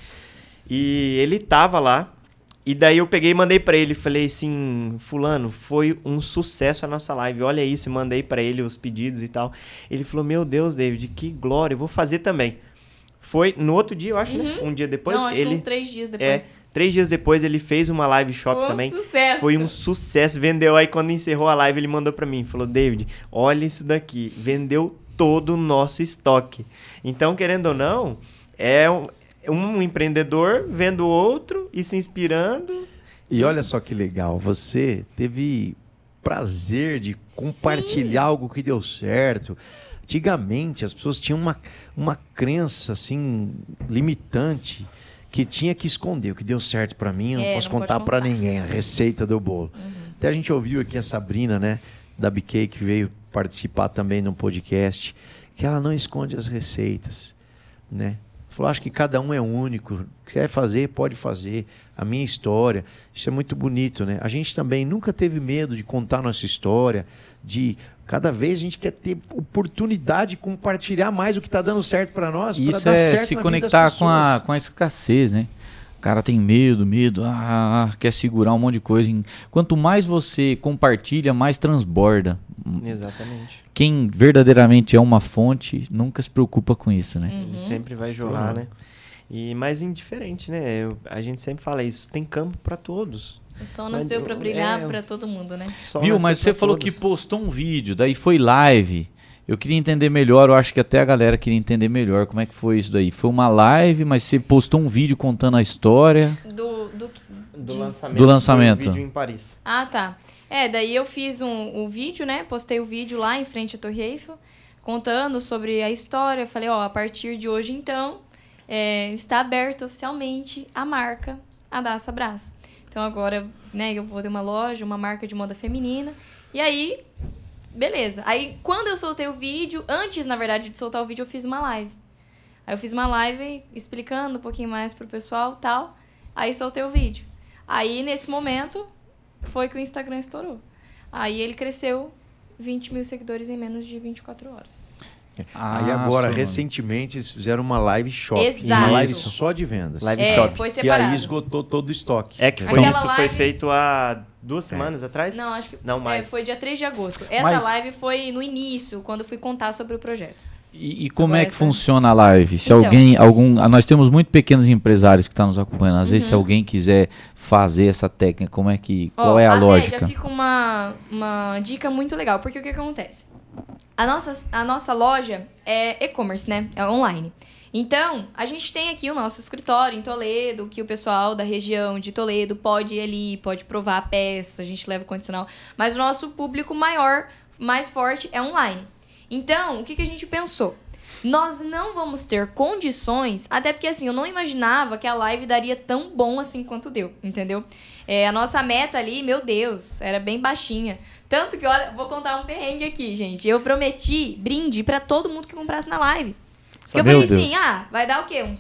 Speaker 4: E ele estava lá, e daí eu peguei e mandei pra ele, falei assim, fulano, foi um sucesso a nossa live, olha isso, e mandei pra ele os pedidos e tal. Ele falou, meu Deus, David, que glória, eu vou fazer também. Foi no outro dia, eu acho, uhum. né? Um dia depois.
Speaker 1: Não, acho
Speaker 4: ele,
Speaker 1: que uns três dias depois.
Speaker 4: É, três dias depois ele fez uma live shop
Speaker 1: foi um
Speaker 4: também.
Speaker 1: Sucesso.
Speaker 4: Foi um sucesso, vendeu. Aí quando encerrou a live ele mandou pra mim, falou, David, olha isso daqui, vendeu todo o nosso estoque. Então, querendo ou não, é um... um empreendedor vendo outro e se inspirando.
Speaker 3: E olha só que legal, você teve prazer de compartilhar Sim. algo que deu certo. Antigamente as pessoas tinham uma, uma crença assim limitante que tinha que esconder. O que deu certo para mim, eu não
Speaker 1: é,
Speaker 3: posso
Speaker 1: não
Speaker 3: contar para ninguém a receita do bolo. Uhum. Até a gente ouviu aqui a Sabrina, né, da B K, que veio participar também no podcast, que ela não esconde as receitas, né? Falou, acho que cada um é único. Quer fazer, pode fazer. A minha história. Isso é muito bonito, né? A gente também nunca teve medo de contar nossa história, de cada vez a gente quer ter oportunidade de compartilhar mais o que está dando certo para nós.
Speaker 2: Isso
Speaker 3: dar
Speaker 2: é
Speaker 3: certo
Speaker 2: se
Speaker 3: na
Speaker 2: conectar com a, com a escassez, né? O cara tem medo, medo, ah, quer segurar um monte de coisa. Quanto mais você compartilha, mais transborda.
Speaker 4: Exatamente.
Speaker 2: Quem verdadeiramente é uma fonte nunca se preocupa com isso, né?
Speaker 4: Uhum. Ele sempre vai jorrar, né? E mais indiferente, né? Eu, a gente sempre fala isso, tem campo para todos.
Speaker 1: O sol nasceu para brilhar é, para todo mundo, né?
Speaker 2: Viu, mas você falou todos. Que postou um vídeo, daí foi live. Eu queria entender melhor, eu acho que até a galera queria entender melhor como é que foi isso daí. Foi uma live, mas você postou um vídeo contando a história.
Speaker 1: Do, do,
Speaker 4: do
Speaker 1: de...
Speaker 4: lançamento.
Speaker 2: Do lançamento.
Speaker 4: Do vídeo em Paris.
Speaker 1: Ah, tá. É, daí eu fiz um, um vídeo, né? Postei o vídeo lá em frente à Torre Eiffel, contando sobre a história. Falei, ó, a partir de hoje, então, é, está aberto oficialmente a marca Adassa Brás. Então agora, né, eu vou ter uma loja, uma marca de moda feminina. E aí, beleza. Aí, quando eu soltei o vídeo, antes, na verdade, de soltar o vídeo, eu fiz uma live. Aí eu fiz uma live explicando um pouquinho mais pro pessoal e tal. Aí soltei o vídeo. Aí, nesse momento, foi que o Instagram estourou. Aí ele cresceu vinte mil seguidores em menos de vinte e quatro horas.
Speaker 3: Ah, Aí agora, recentemente, eles fizeram uma live shop.
Speaker 1: Exato.
Speaker 3: Uma live só de vendas.
Speaker 4: Live
Speaker 1: é,
Speaker 4: shop.
Speaker 1: Foi
Speaker 3: que
Speaker 1: separado.
Speaker 3: aí esgotou todo o estoque.
Speaker 4: É que foi
Speaker 1: Aquela
Speaker 4: isso
Speaker 1: live...
Speaker 4: foi feito há duas semanas é. atrás?
Speaker 1: Não, acho que
Speaker 4: Não mais.
Speaker 1: É, foi dia três de agosto. Essa
Speaker 2: Mas...
Speaker 1: live foi no início, quando eu fui contar sobre o projeto.
Speaker 2: E, e como
Speaker 1: Agora
Speaker 2: é que
Speaker 1: essa...
Speaker 2: funciona a live? Se
Speaker 1: então,
Speaker 2: alguém, algum, nós temos muito pequenos empresários que estão nos acompanhando. Às uhum. vezes, se alguém quiser fazer essa técnica, como é que,
Speaker 1: oh,
Speaker 2: qual é a
Speaker 1: até
Speaker 2: lógica?
Speaker 1: Já fica uma, uma dica muito legal, porque o que, que acontece? A nossa, a nossa loja é e-commerce, né? É online. Então, a gente tem aqui o nosso escritório em Toledo, que o pessoal da região de Toledo pode ir ali, pode provar a peça, a gente leva o condicional. Mas o nosso público maior, mais forte, é online. Então, o que, que a gente pensou? Nós não vamos ter condições, até porque assim, eu não imaginava que a live daria tão bom assim quanto deu, entendeu? É, a nossa meta ali, meu Deus, era bem baixinha. Tanto que, olha, vou contar um perrengue aqui, gente. Eu prometi brinde pra todo mundo que comprasse na live. Porque eu falei assim, ah, vai dar o quê? Uns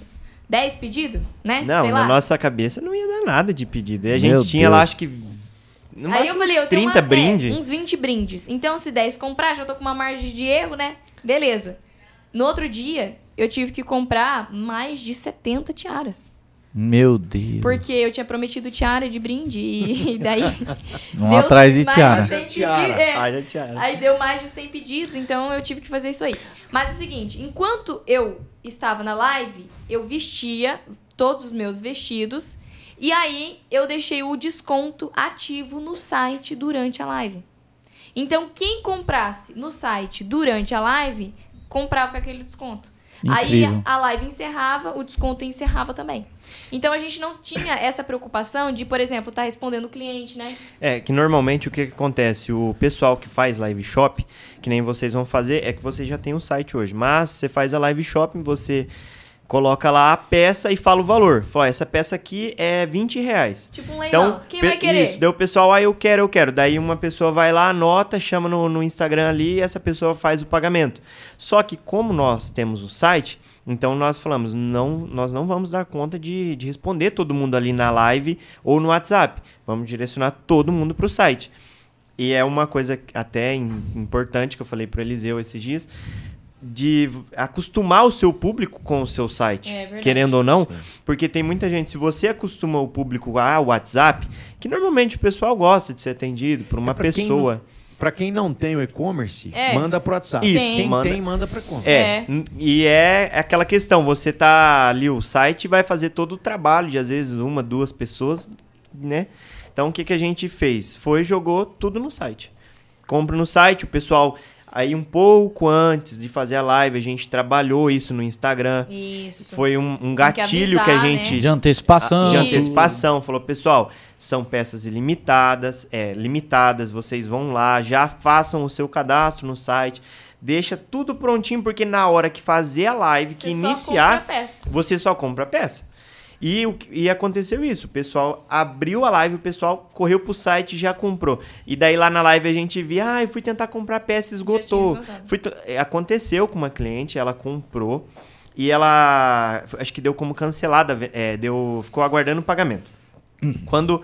Speaker 1: dez pedidos, né?
Speaker 4: Não,
Speaker 1: Sei
Speaker 4: na
Speaker 1: lá.
Speaker 4: nossa cabeça não ia dar nada de pedido. E a gente
Speaker 2: Meu
Speaker 4: tinha lá,
Speaker 2: Deus.
Speaker 4: acho que... no
Speaker 1: Aí eu
Speaker 4: máximo
Speaker 1: falei, eu tenho
Speaker 4: trinta
Speaker 1: uma,
Speaker 4: brindes.
Speaker 1: é, uns vinte brindes. Então, se dez comprar, já tô com uma margem de erro, né? Beleza. No outro dia, eu tive que comprar mais de setenta tiaras.
Speaker 2: Meu Deus.
Speaker 1: Porque eu tinha prometido tiara de brinde. E, e daí...
Speaker 2: Um
Speaker 1: deu
Speaker 2: atrás de
Speaker 1: mais
Speaker 2: tiara.
Speaker 1: cem
Speaker 3: Tiara.
Speaker 1: pedidos, é.
Speaker 4: Ah, já tinha.
Speaker 1: Aí deu mais de cem pedidos, então eu tive que fazer isso aí. Mas é o seguinte, enquanto eu estava na live, eu vestia todos os meus vestidos e aí eu deixei o desconto ativo no site durante a live. Então, quem comprasse no site durante a live, comprava com aquele desconto.
Speaker 2: Incrível.
Speaker 1: Aí a live encerrava, o desconto encerrava também. Então a gente não tinha essa preocupação de, por exemplo, estar respondendo o cliente, né?
Speaker 4: É, que normalmente o que, que acontece? O pessoal que faz live shop, que nem vocês vão fazer, é que você já tem um site hoje. Mas você faz a live shopping, você coloca lá a peça e fala o valor. Fala, ó, essa peça aqui é vinte reais.
Speaker 1: Tipo um leilão.
Speaker 4: Então,
Speaker 1: Quem
Speaker 4: pe-
Speaker 1: vai querer?
Speaker 4: Isso, daí o pessoal, ah, eu quero, eu quero. Daí uma pessoa vai lá, anota, chama no, no Instagram ali e essa pessoa faz o pagamento. Só que como nós temos o site, então nós falamos, não, nós não vamos dar conta de, de responder todo mundo ali na live ou no WhatsApp. Vamos direcionar todo mundo para o site. E é uma coisa até im- importante que eu falei para o Eliseu esses dias, de v- acostumar o seu público com o seu site,
Speaker 1: É verdade.
Speaker 4: querendo ou não, porque tem muita gente, se você acostuma o público ao WhatsApp, que normalmente o pessoal gosta de ser atendido por uma
Speaker 3: É pra quem
Speaker 4: pessoa.
Speaker 3: Pra quem não tem o e-commerce,
Speaker 1: É.
Speaker 3: manda pro WhatsApp.
Speaker 4: Isso,
Speaker 3: Quem
Speaker 4: manda.
Speaker 3: tem, manda pro e-commerce.
Speaker 4: É,
Speaker 1: É.
Speaker 4: n- e é aquela questão, você tá ali, o site vai fazer todo o trabalho de às vezes uma, duas pessoas, né? Então o que, que a gente fez? Foi e jogou tudo no site. Compra no site, o pessoal... Aí um pouco antes de fazer a live, a gente trabalhou isso no Instagram.
Speaker 1: Isso.
Speaker 4: Foi um, um
Speaker 1: Tem que
Speaker 4: gatilho que,
Speaker 1: avisar,
Speaker 4: a gente...
Speaker 2: De antecipação.
Speaker 4: de
Speaker 1: Isso.
Speaker 4: antecipação. Falou, pessoal, são peças ilimitadas, é, limitadas, vocês vão lá, já façam o seu cadastro no site, deixa tudo prontinho, porque na hora que fazer a live, que
Speaker 1: Você só
Speaker 4: iniciar,
Speaker 1: compra a peça.
Speaker 4: você só compra a peça. E, o que- e aconteceu isso, o pessoal abriu a live, o pessoal correu pro site e já comprou. E daí lá na live a gente via, ah, eu fui tentar comprar a peça, esgotou.
Speaker 1: Já tinha esgotado.
Speaker 4: Fui to- é, aconteceu com uma cliente, ela comprou e ela, acho que deu como cancelada, é, deu, ficou aguardando o pagamento. Quando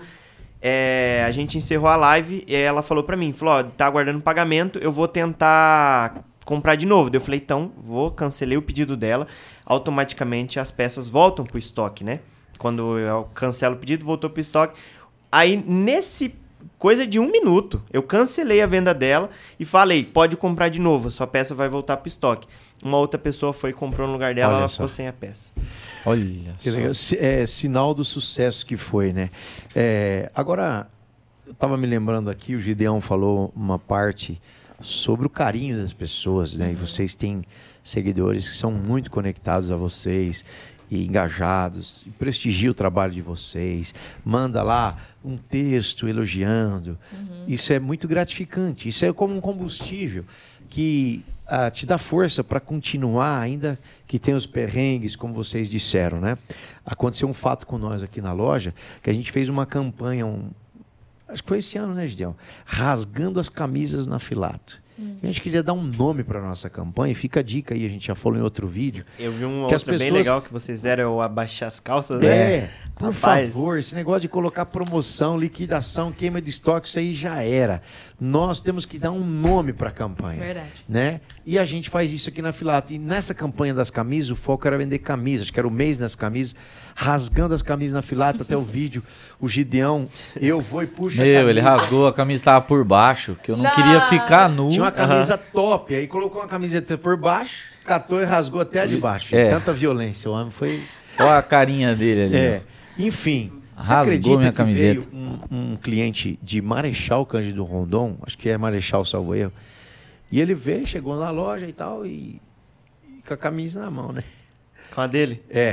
Speaker 4: é, a gente encerrou a live, ela falou pra mim, falou, ó, tá aguardando o pagamento, eu vou tentar comprar de novo. Daí eu falei, então, vou, cancelei o pedido dela, automaticamente as peças voltam pro estoque, né? Quando eu cancelo o pedido, voltou pro estoque. Aí, nesse coisa de um minuto, eu cancelei a venda dela e falei, pode comprar de novo, a sua peça vai voltar pro estoque. Uma outra pessoa foi e comprou no lugar dela,
Speaker 3: Olha
Speaker 4: ela
Speaker 3: só.
Speaker 4: ficou sem a peça.
Speaker 2: Olha
Speaker 3: Que
Speaker 2: só.
Speaker 3: legal. Si- É sinal do sucesso que foi, né? É, agora, eu tava me lembrando aqui, o Gideão falou uma parte sobre o carinho das pessoas, né? E vocês têm seguidores que são muito conectados a vocês e engajados, e prestigia o trabalho de vocês, manda lá um texto elogiando. Isso é muito gratificante. Isso é como um combustível que ah, te dá força para continuar, ainda que tenha os perrengues, como vocês disseram, né? Aconteceu um fato com nós aqui na loja, que a gente fez uma campanha, um, acho que foi esse ano, né, Gideão? Rasgando as camisas na Filato. A gente queria dar um nome para nossa campanha, e fica a dica aí, a gente já falou em outro vídeo.
Speaker 4: Eu vi um
Speaker 3: Que as
Speaker 4: outro bem
Speaker 3: pessoas-
Speaker 4: legal que vocês fizeram, é o abaixar as calças, né?
Speaker 3: É, por
Speaker 4: Rapaz.
Speaker 3: favor, esse negócio de colocar promoção, liquidação, queima de estoque, isso aí já era. Nós temos que dar um nome para a campanha.
Speaker 1: Verdade.
Speaker 3: Né? E a gente faz isso aqui na Filato. E nessa campanha das camisas, o foco era vender camisas, que era o mês nas camisas, rasgando as camisas na Filato até o vídeo. O Gideão, eu vou e puxo a
Speaker 2: Meu,
Speaker 3: camisa.
Speaker 2: ele rasgou, a camisa estava por baixo, que eu não
Speaker 1: Não.
Speaker 2: queria ficar nu.
Speaker 3: Tinha uma camisa top, aí colocou uma camiseta por baixo, catou e rasgou até a de baixo. filho.
Speaker 2: É.
Speaker 3: Tanta violência, o homem foi...
Speaker 2: Olha a carinha dele ali.
Speaker 3: É, enfim, você
Speaker 2: Rasgou
Speaker 3: acredita
Speaker 2: minha
Speaker 3: que
Speaker 2: camiseta.
Speaker 3: veio um, um cliente de Marechal Cândido Rondon, acho que é Marechal, salvo erro, e ele veio, chegou na loja e tal, e, e com a camisa na mão, né?
Speaker 4: Com a dele?
Speaker 3: É.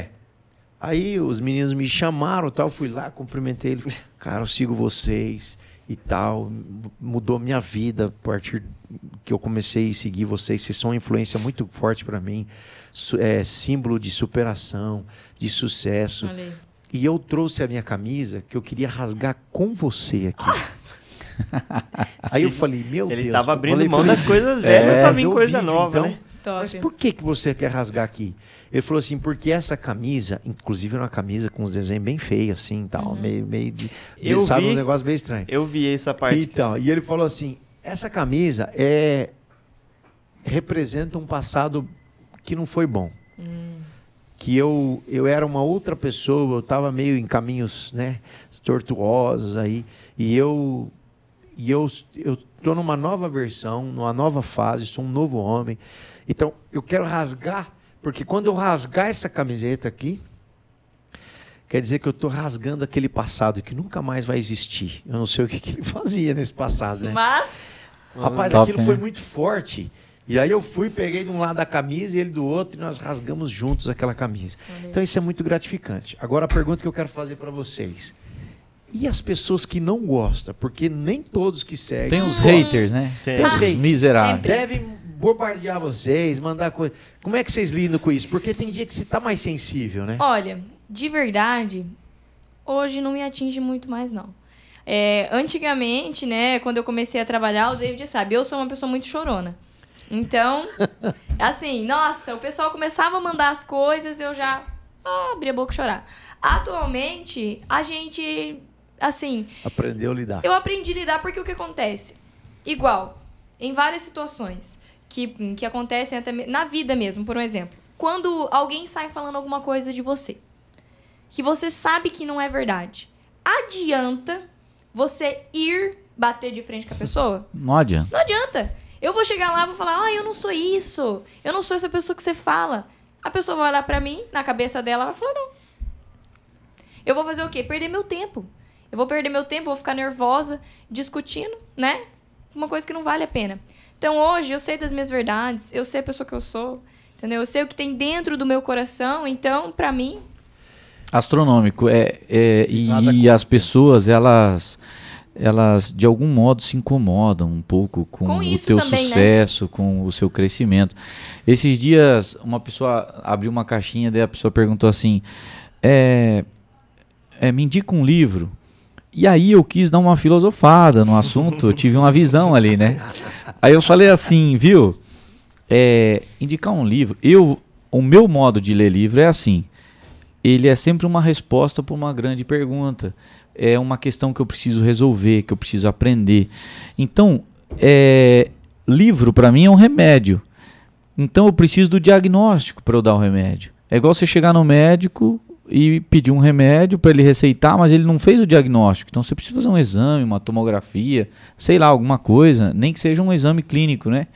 Speaker 3: Aí os meninos me chamaram, tal, fui lá, cumprimentei ele, cara, eu sigo vocês e tal, mudou minha vida a partir que eu comecei a seguir vocês, vocês são uma influência muito forte para mim, Su- é, símbolo de superação, de sucesso.
Speaker 1: Olha aí.
Speaker 3: E eu trouxe a minha camisa que eu queria rasgar com você aqui. Aí eu
Speaker 4: Sim.
Speaker 3: falei, meu
Speaker 4: Ele
Speaker 3: Deus.
Speaker 4: tava abrindo
Speaker 3: falei,
Speaker 4: mão
Speaker 3: falei,
Speaker 4: das coisas velhas
Speaker 3: é,
Speaker 4: pra vir
Speaker 3: fazer o
Speaker 4: coisa
Speaker 3: vídeo,
Speaker 4: nova,
Speaker 3: então,
Speaker 4: né?
Speaker 1: Top.
Speaker 3: Mas por que, que você quer rasgar aqui? Ele falou assim, porque essa camisa, inclusive era uma camisa com uns desenhos bem feios, assim, tal,
Speaker 1: Uhum.
Speaker 3: meio, meio de, de
Speaker 4: Eu
Speaker 3: sabe,
Speaker 4: vi.
Speaker 3: um negócio bem estranho.
Speaker 4: Eu vi essa parte.
Speaker 3: Então, e ele falou assim, essa camisa é representa um passado que não foi bom.
Speaker 1: Hum.
Speaker 3: Que eu, eu era uma outra pessoa, eu estava meio em caminhos, né, tortuosos aí, e eu e eu eu tô numa nova versão, numa nova fase, sou um novo homem. Então, eu quero rasgar, porque quando eu rasgar essa camiseta aqui, quer dizer que eu estou rasgando aquele passado que nunca mais vai existir. Eu não sei o que, que ele fazia nesse passado, né?
Speaker 1: Mas,
Speaker 3: Rapaz,
Speaker 2: Top,
Speaker 3: aquilo foi
Speaker 2: né?
Speaker 3: muito forte. E aí eu fui, peguei de um lado da camisa e ele do outro, e nós rasgamos juntos aquela camisa. Então isso é muito gratificante. Agora a pergunta que eu quero fazer para vocês. E as pessoas que não gostam? Porque nem todos que seguem...
Speaker 2: Tem os
Speaker 3: gostam.
Speaker 2: haters, né?
Speaker 4: Tem.
Speaker 3: Tem os
Speaker 2: Os
Speaker 3: haters.
Speaker 2: miseráveis.
Speaker 1: Sempre.
Speaker 3: Devem bombardear vocês, mandar coisa. Como é que vocês lidam com isso? Porque tem dia que você tá mais sensível, né?
Speaker 1: olha, de verdade, hoje não me atinge muito mais, não. É, antigamente, né, quando eu comecei a trabalhar, o David sabe, eu sou uma pessoa muito chorona. Então, assim, nossa, o pessoal começava a mandar as coisas, eu já ah, abria a boca e chorar. Atualmente, a gente, assim,
Speaker 3: Aprendeu a lidar.
Speaker 1: eu aprendi a lidar porque o que acontece? Igual, em várias situações que, que acontecem até me- na vida mesmo, por um exemplo. Quando alguém sai falando alguma coisa de você, que você sabe que não é verdade, adianta você ir bater de frente com a pessoa?
Speaker 2: Não adianta.
Speaker 1: Não adianta. Eu vou chegar lá e vou falar, ah, eu não sou isso. Eu não sou essa pessoa que você fala. A pessoa vai olhar pra mim, na cabeça dela, vai falar, não. Eu vou fazer o quê? Perder meu tempo. Eu vou perder meu tempo, vou ficar nervosa, discutindo, né? Uma coisa que não vale a pena. Então, hoje, eu sei das minhas verdades, eu sei a pessoa que eu sou, entendeu? Eu sei o que tem dentro do meu coração, então, pra mim...
Speaker 2: Astronômico. É, é,
Speaker 3: Nada
Speaker 2: e as pessoas, elas, elas, de algum modo, se incomodam um pouco com,
Speaker 1: Com
Speaker 2: o
Speaker 1: isso
Speaker 2: teu
Speaker 1: também, né?
Speaker 2: sucesso, com o seu crescimento. Esses dias, uma pessoa abriu uma caixinha, daí a pessoa perguntou assim, é, é, me indica um livro. E aí eu quis dar uma filosofada no assunto, eu tive uma visão ali, né? Aí eu falei assim, viu, é, indicar um livro, eu, o meu modo de ler livro é assim, ele é sempre uma resposta para uma grande pergunta, é uma questão que eu preciso resolver, que eu preciso aprender. Então, é, livro para mim é um remédio, então eu preciso do diagnóstico para eu dar o remédio. É igual você chegar no médico e pedir um remédio para ele receitar, mas ele não fez o diagnóstico. Então você precisa fazer um exame, uma tomografia, sei lá, alguma coisa, nem que seja um exame clínico, né?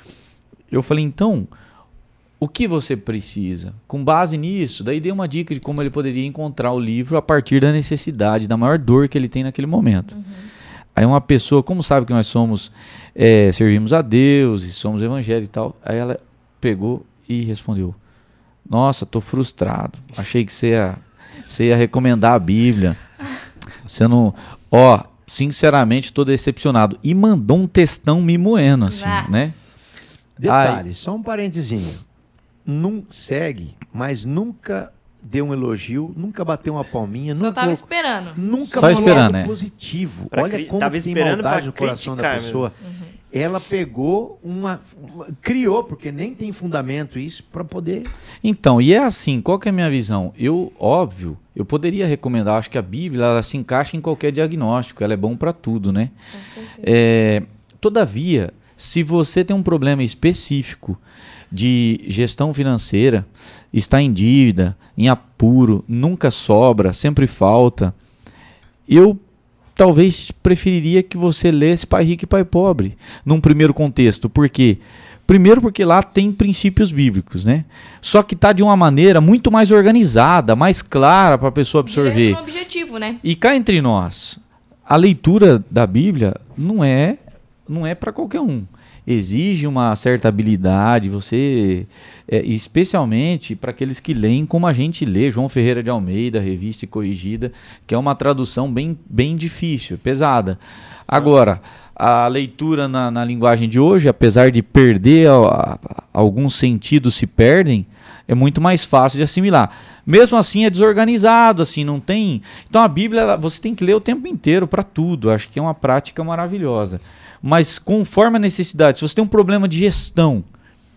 Speaker 2: Eu falei, então, o que você precisa? Com base nisso, daí dei uma dica de como ele poderia encontrar o livro a partir da necessidade, da maior dor que ele tem naquele momento. Uhum. Aí uma pessoa, como sabe que nós somos, é, servimos a Deus e somos evangélicos e tal, aí ela pegou e respondeu, nossa, tô frustrado. Achei que você ia, você ia recomendar a Bíblia. Você não... Ó, sinceramente, tô decepcionado. E mandou um textão me moendo, assim,
Speaker 1: Ah.
Speaker 2: né?
Speaker 3: Detalhe,
Speaker 2: Ai.
Speaker 3: só um parentezinho. Não segue, mas nunca deu um elogio, nunca bateu uma palminha,
Speaker 1: Só
Speaker 3: nunca
Speaker 1: tava
Speaker 3: colocou-
Speaker 1: esperando.
Speaker 3: Nunca
Speaker 2: Só
Speaker 3: falou
Speaker 2: esperando,
Speaker 3: algo
Speaker 2: né?
Speaker 3: positivo.
Speaker 4: Pra
Speaker 3: Olha
Speaker 4: cri-
Speaker 3: como
Speaker 4: tava
Speaker 3: tem
Speaker 4: esperando
Speaker 3: maldade
Speaker 4: pra
Speaker 3: no coração da
Speaker 4: criticar
Speaker 3: pessoa. Ela pegou uma, uma- criou, porque nem tem fundamento isso, para poder...
Speaker 2: Então, e é assim, qual que é a minha visão? Eu, óbvio, eu poderia recomendar, acho que a Bíblia, ela se encaixa em qualquer diagnóstico, ela é bom para tudo, né?
Speaker 1: Com certeza.
Speaker 2: É, todavia, se você tem um problema específico de gestão financeira, está em dívida, em apuro, nunca sobra, sempre falta, eu talvez preferiria que você lesse Pai Rico e Pai Pobre, num primeiro contexto. Por quê? Primeiro porque lá tem princípios bíblicos, né? Só que tá de uma maneira muito mais organizada, mais clara para a pessoa absorver.
Speaker 1: Direto no objetivo, né?
Speaker 2: E cá entre nós, a leitura da Bíblia não é, não é para qualquer um. Exige uma certa habilidade, você, é, especialmente para aqueles que leem como a gente lê, João Ferreira de Almeida, Revista e Corrigida, que é uma tradução bem, bem difícil, pesada. Agora, a leitura na, na linguagem de hoje, apesar de perder, a, a, alguns sentidos se perdem, é muito mais fácil de assimilar. Mesmo assim é desorganizado, assim, não tem... Então a Bíblia, ela, você tem que ler o tempo inteiro para tudo, acho que é uma prática maravilhosa. Mas conforme a necessidade, se você tem um problema de gestão,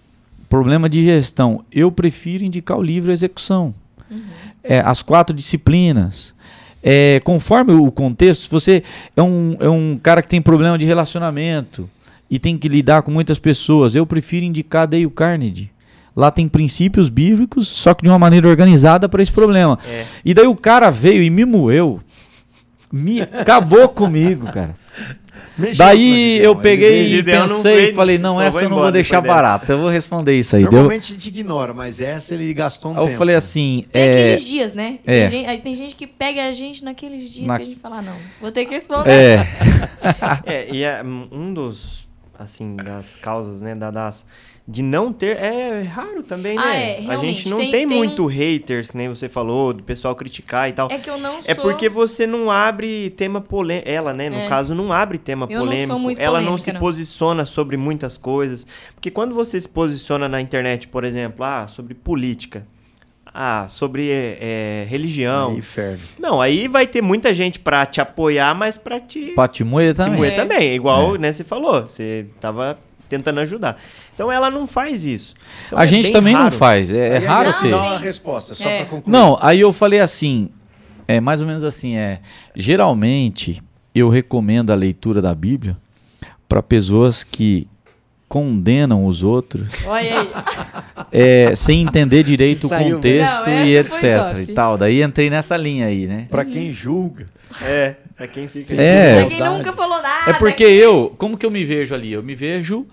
Speaker 2: problema de gestão. Eu prefiro indicar o livro Execução. Uhum. É, as quatro disciplinas. É, conforme o contexto, se você é um, é um cara que tem problema de relacionamento e tem que lidar com muitas pessoas, eu prefiro indicar Dale Carnegie. Lá tem princípios bíblicos, só que de uma maneira organizada para esse problema. É. E daí o cara veio e me moeu. Me acabou comigo, cara. Mexeu daí eu peguei e pensei e falei, não, essa eu não vou deixar barata. Eu vou responder isso aí.
Speaker 3: Normalmente a gente ignora, mas essa ele gastou um
Speaker 2: eu tempo. Eu falei assim...
Speaker 1: Tem
Speaker 2: é...
Speaker 1: aqueles dias, né?
Speaker 2: É.
Speaker 1: Tem, gente, tem gente que pega a gente naqueles dias Na... que a gente fala, não, vou ter que responder.
Speaker 2: É.
Speaker 4: é e é um dos, assim, das causas, né, das... de não ter, é raro também,
Speaker 1: ah,
Speaker 4: né?
Speaker 1: É,
Speaker 4: a gente não
Speaker 1: tem,
Speaker 4: tem,
Speaker 1: tem
Speaker 4: muito
Speaker 1: um...
Speaker 4: haters, que nem você falou, do pessoal criticar e tal.
Speaker 1: É que eu não sou...
Speaker 4: É porque você não abre tema polêmico. Ela, né, no
Speaker 1: é.
Speaker 4: caso, não abre tema
Speaker 1: eu
Speaker 4: polêmico.
Speaker 1: Não sou muito
Speaker 4: Ela
Speaker 1: polêmica,
Speaker 4: não se
Speaker 1: não.
Speaker 4: posiciona sobre muitas coisas. Porque quando você se posiciona na internet, por exemplo, ah, sobre política, ah, sobre é, religião.
Speaker 3: Aí ferve.
Speaker 4: Não, aí vai ter muita gente pra te apoiar, mas pra te...
Speaker 2: Pra te moer também.
Speaker 4: Te moer
Speaker 1: é.
Speaker 4: também. Igual,
Speaker 2: é.
Speaker 4: né, você falou. Você tava tentando ajudar. Então ela não faz isso. Então,
Speaker 2: a
Speaker 4: é
Speaker 2: gente também
Speaker 4: raro.
Speaker 2: não faz, é, é raro
Speaker 1: não,
Speaker 2: ter.
Speaker 3: Dá uma resposta, só
Speaker 1: é.
Speaker 3: pra concluir.
Speaker 2: Não, aí eu falei assim, é mais ou menos assim, é, geralmente eu recomendo a leitura da Bíblia para pessoas que condenam os outros
Speaker 1: Olha aí.
Speaker 2: é, sem entender direito o contexto
Speaker 1: não,
Speaker 2: e
Speaker 1: etc
Speaker 2: e tal. Daí entrei nessa linha aí, né?
Speaker 3: Pra quem julga.
Speaker 4: É, pra quem fica...
Speaker 2: É.
Speaker 1: Pra quem nunca falou nada.
Speaker 2: É porque eu, como que eu me vejo ali? Eu me vejo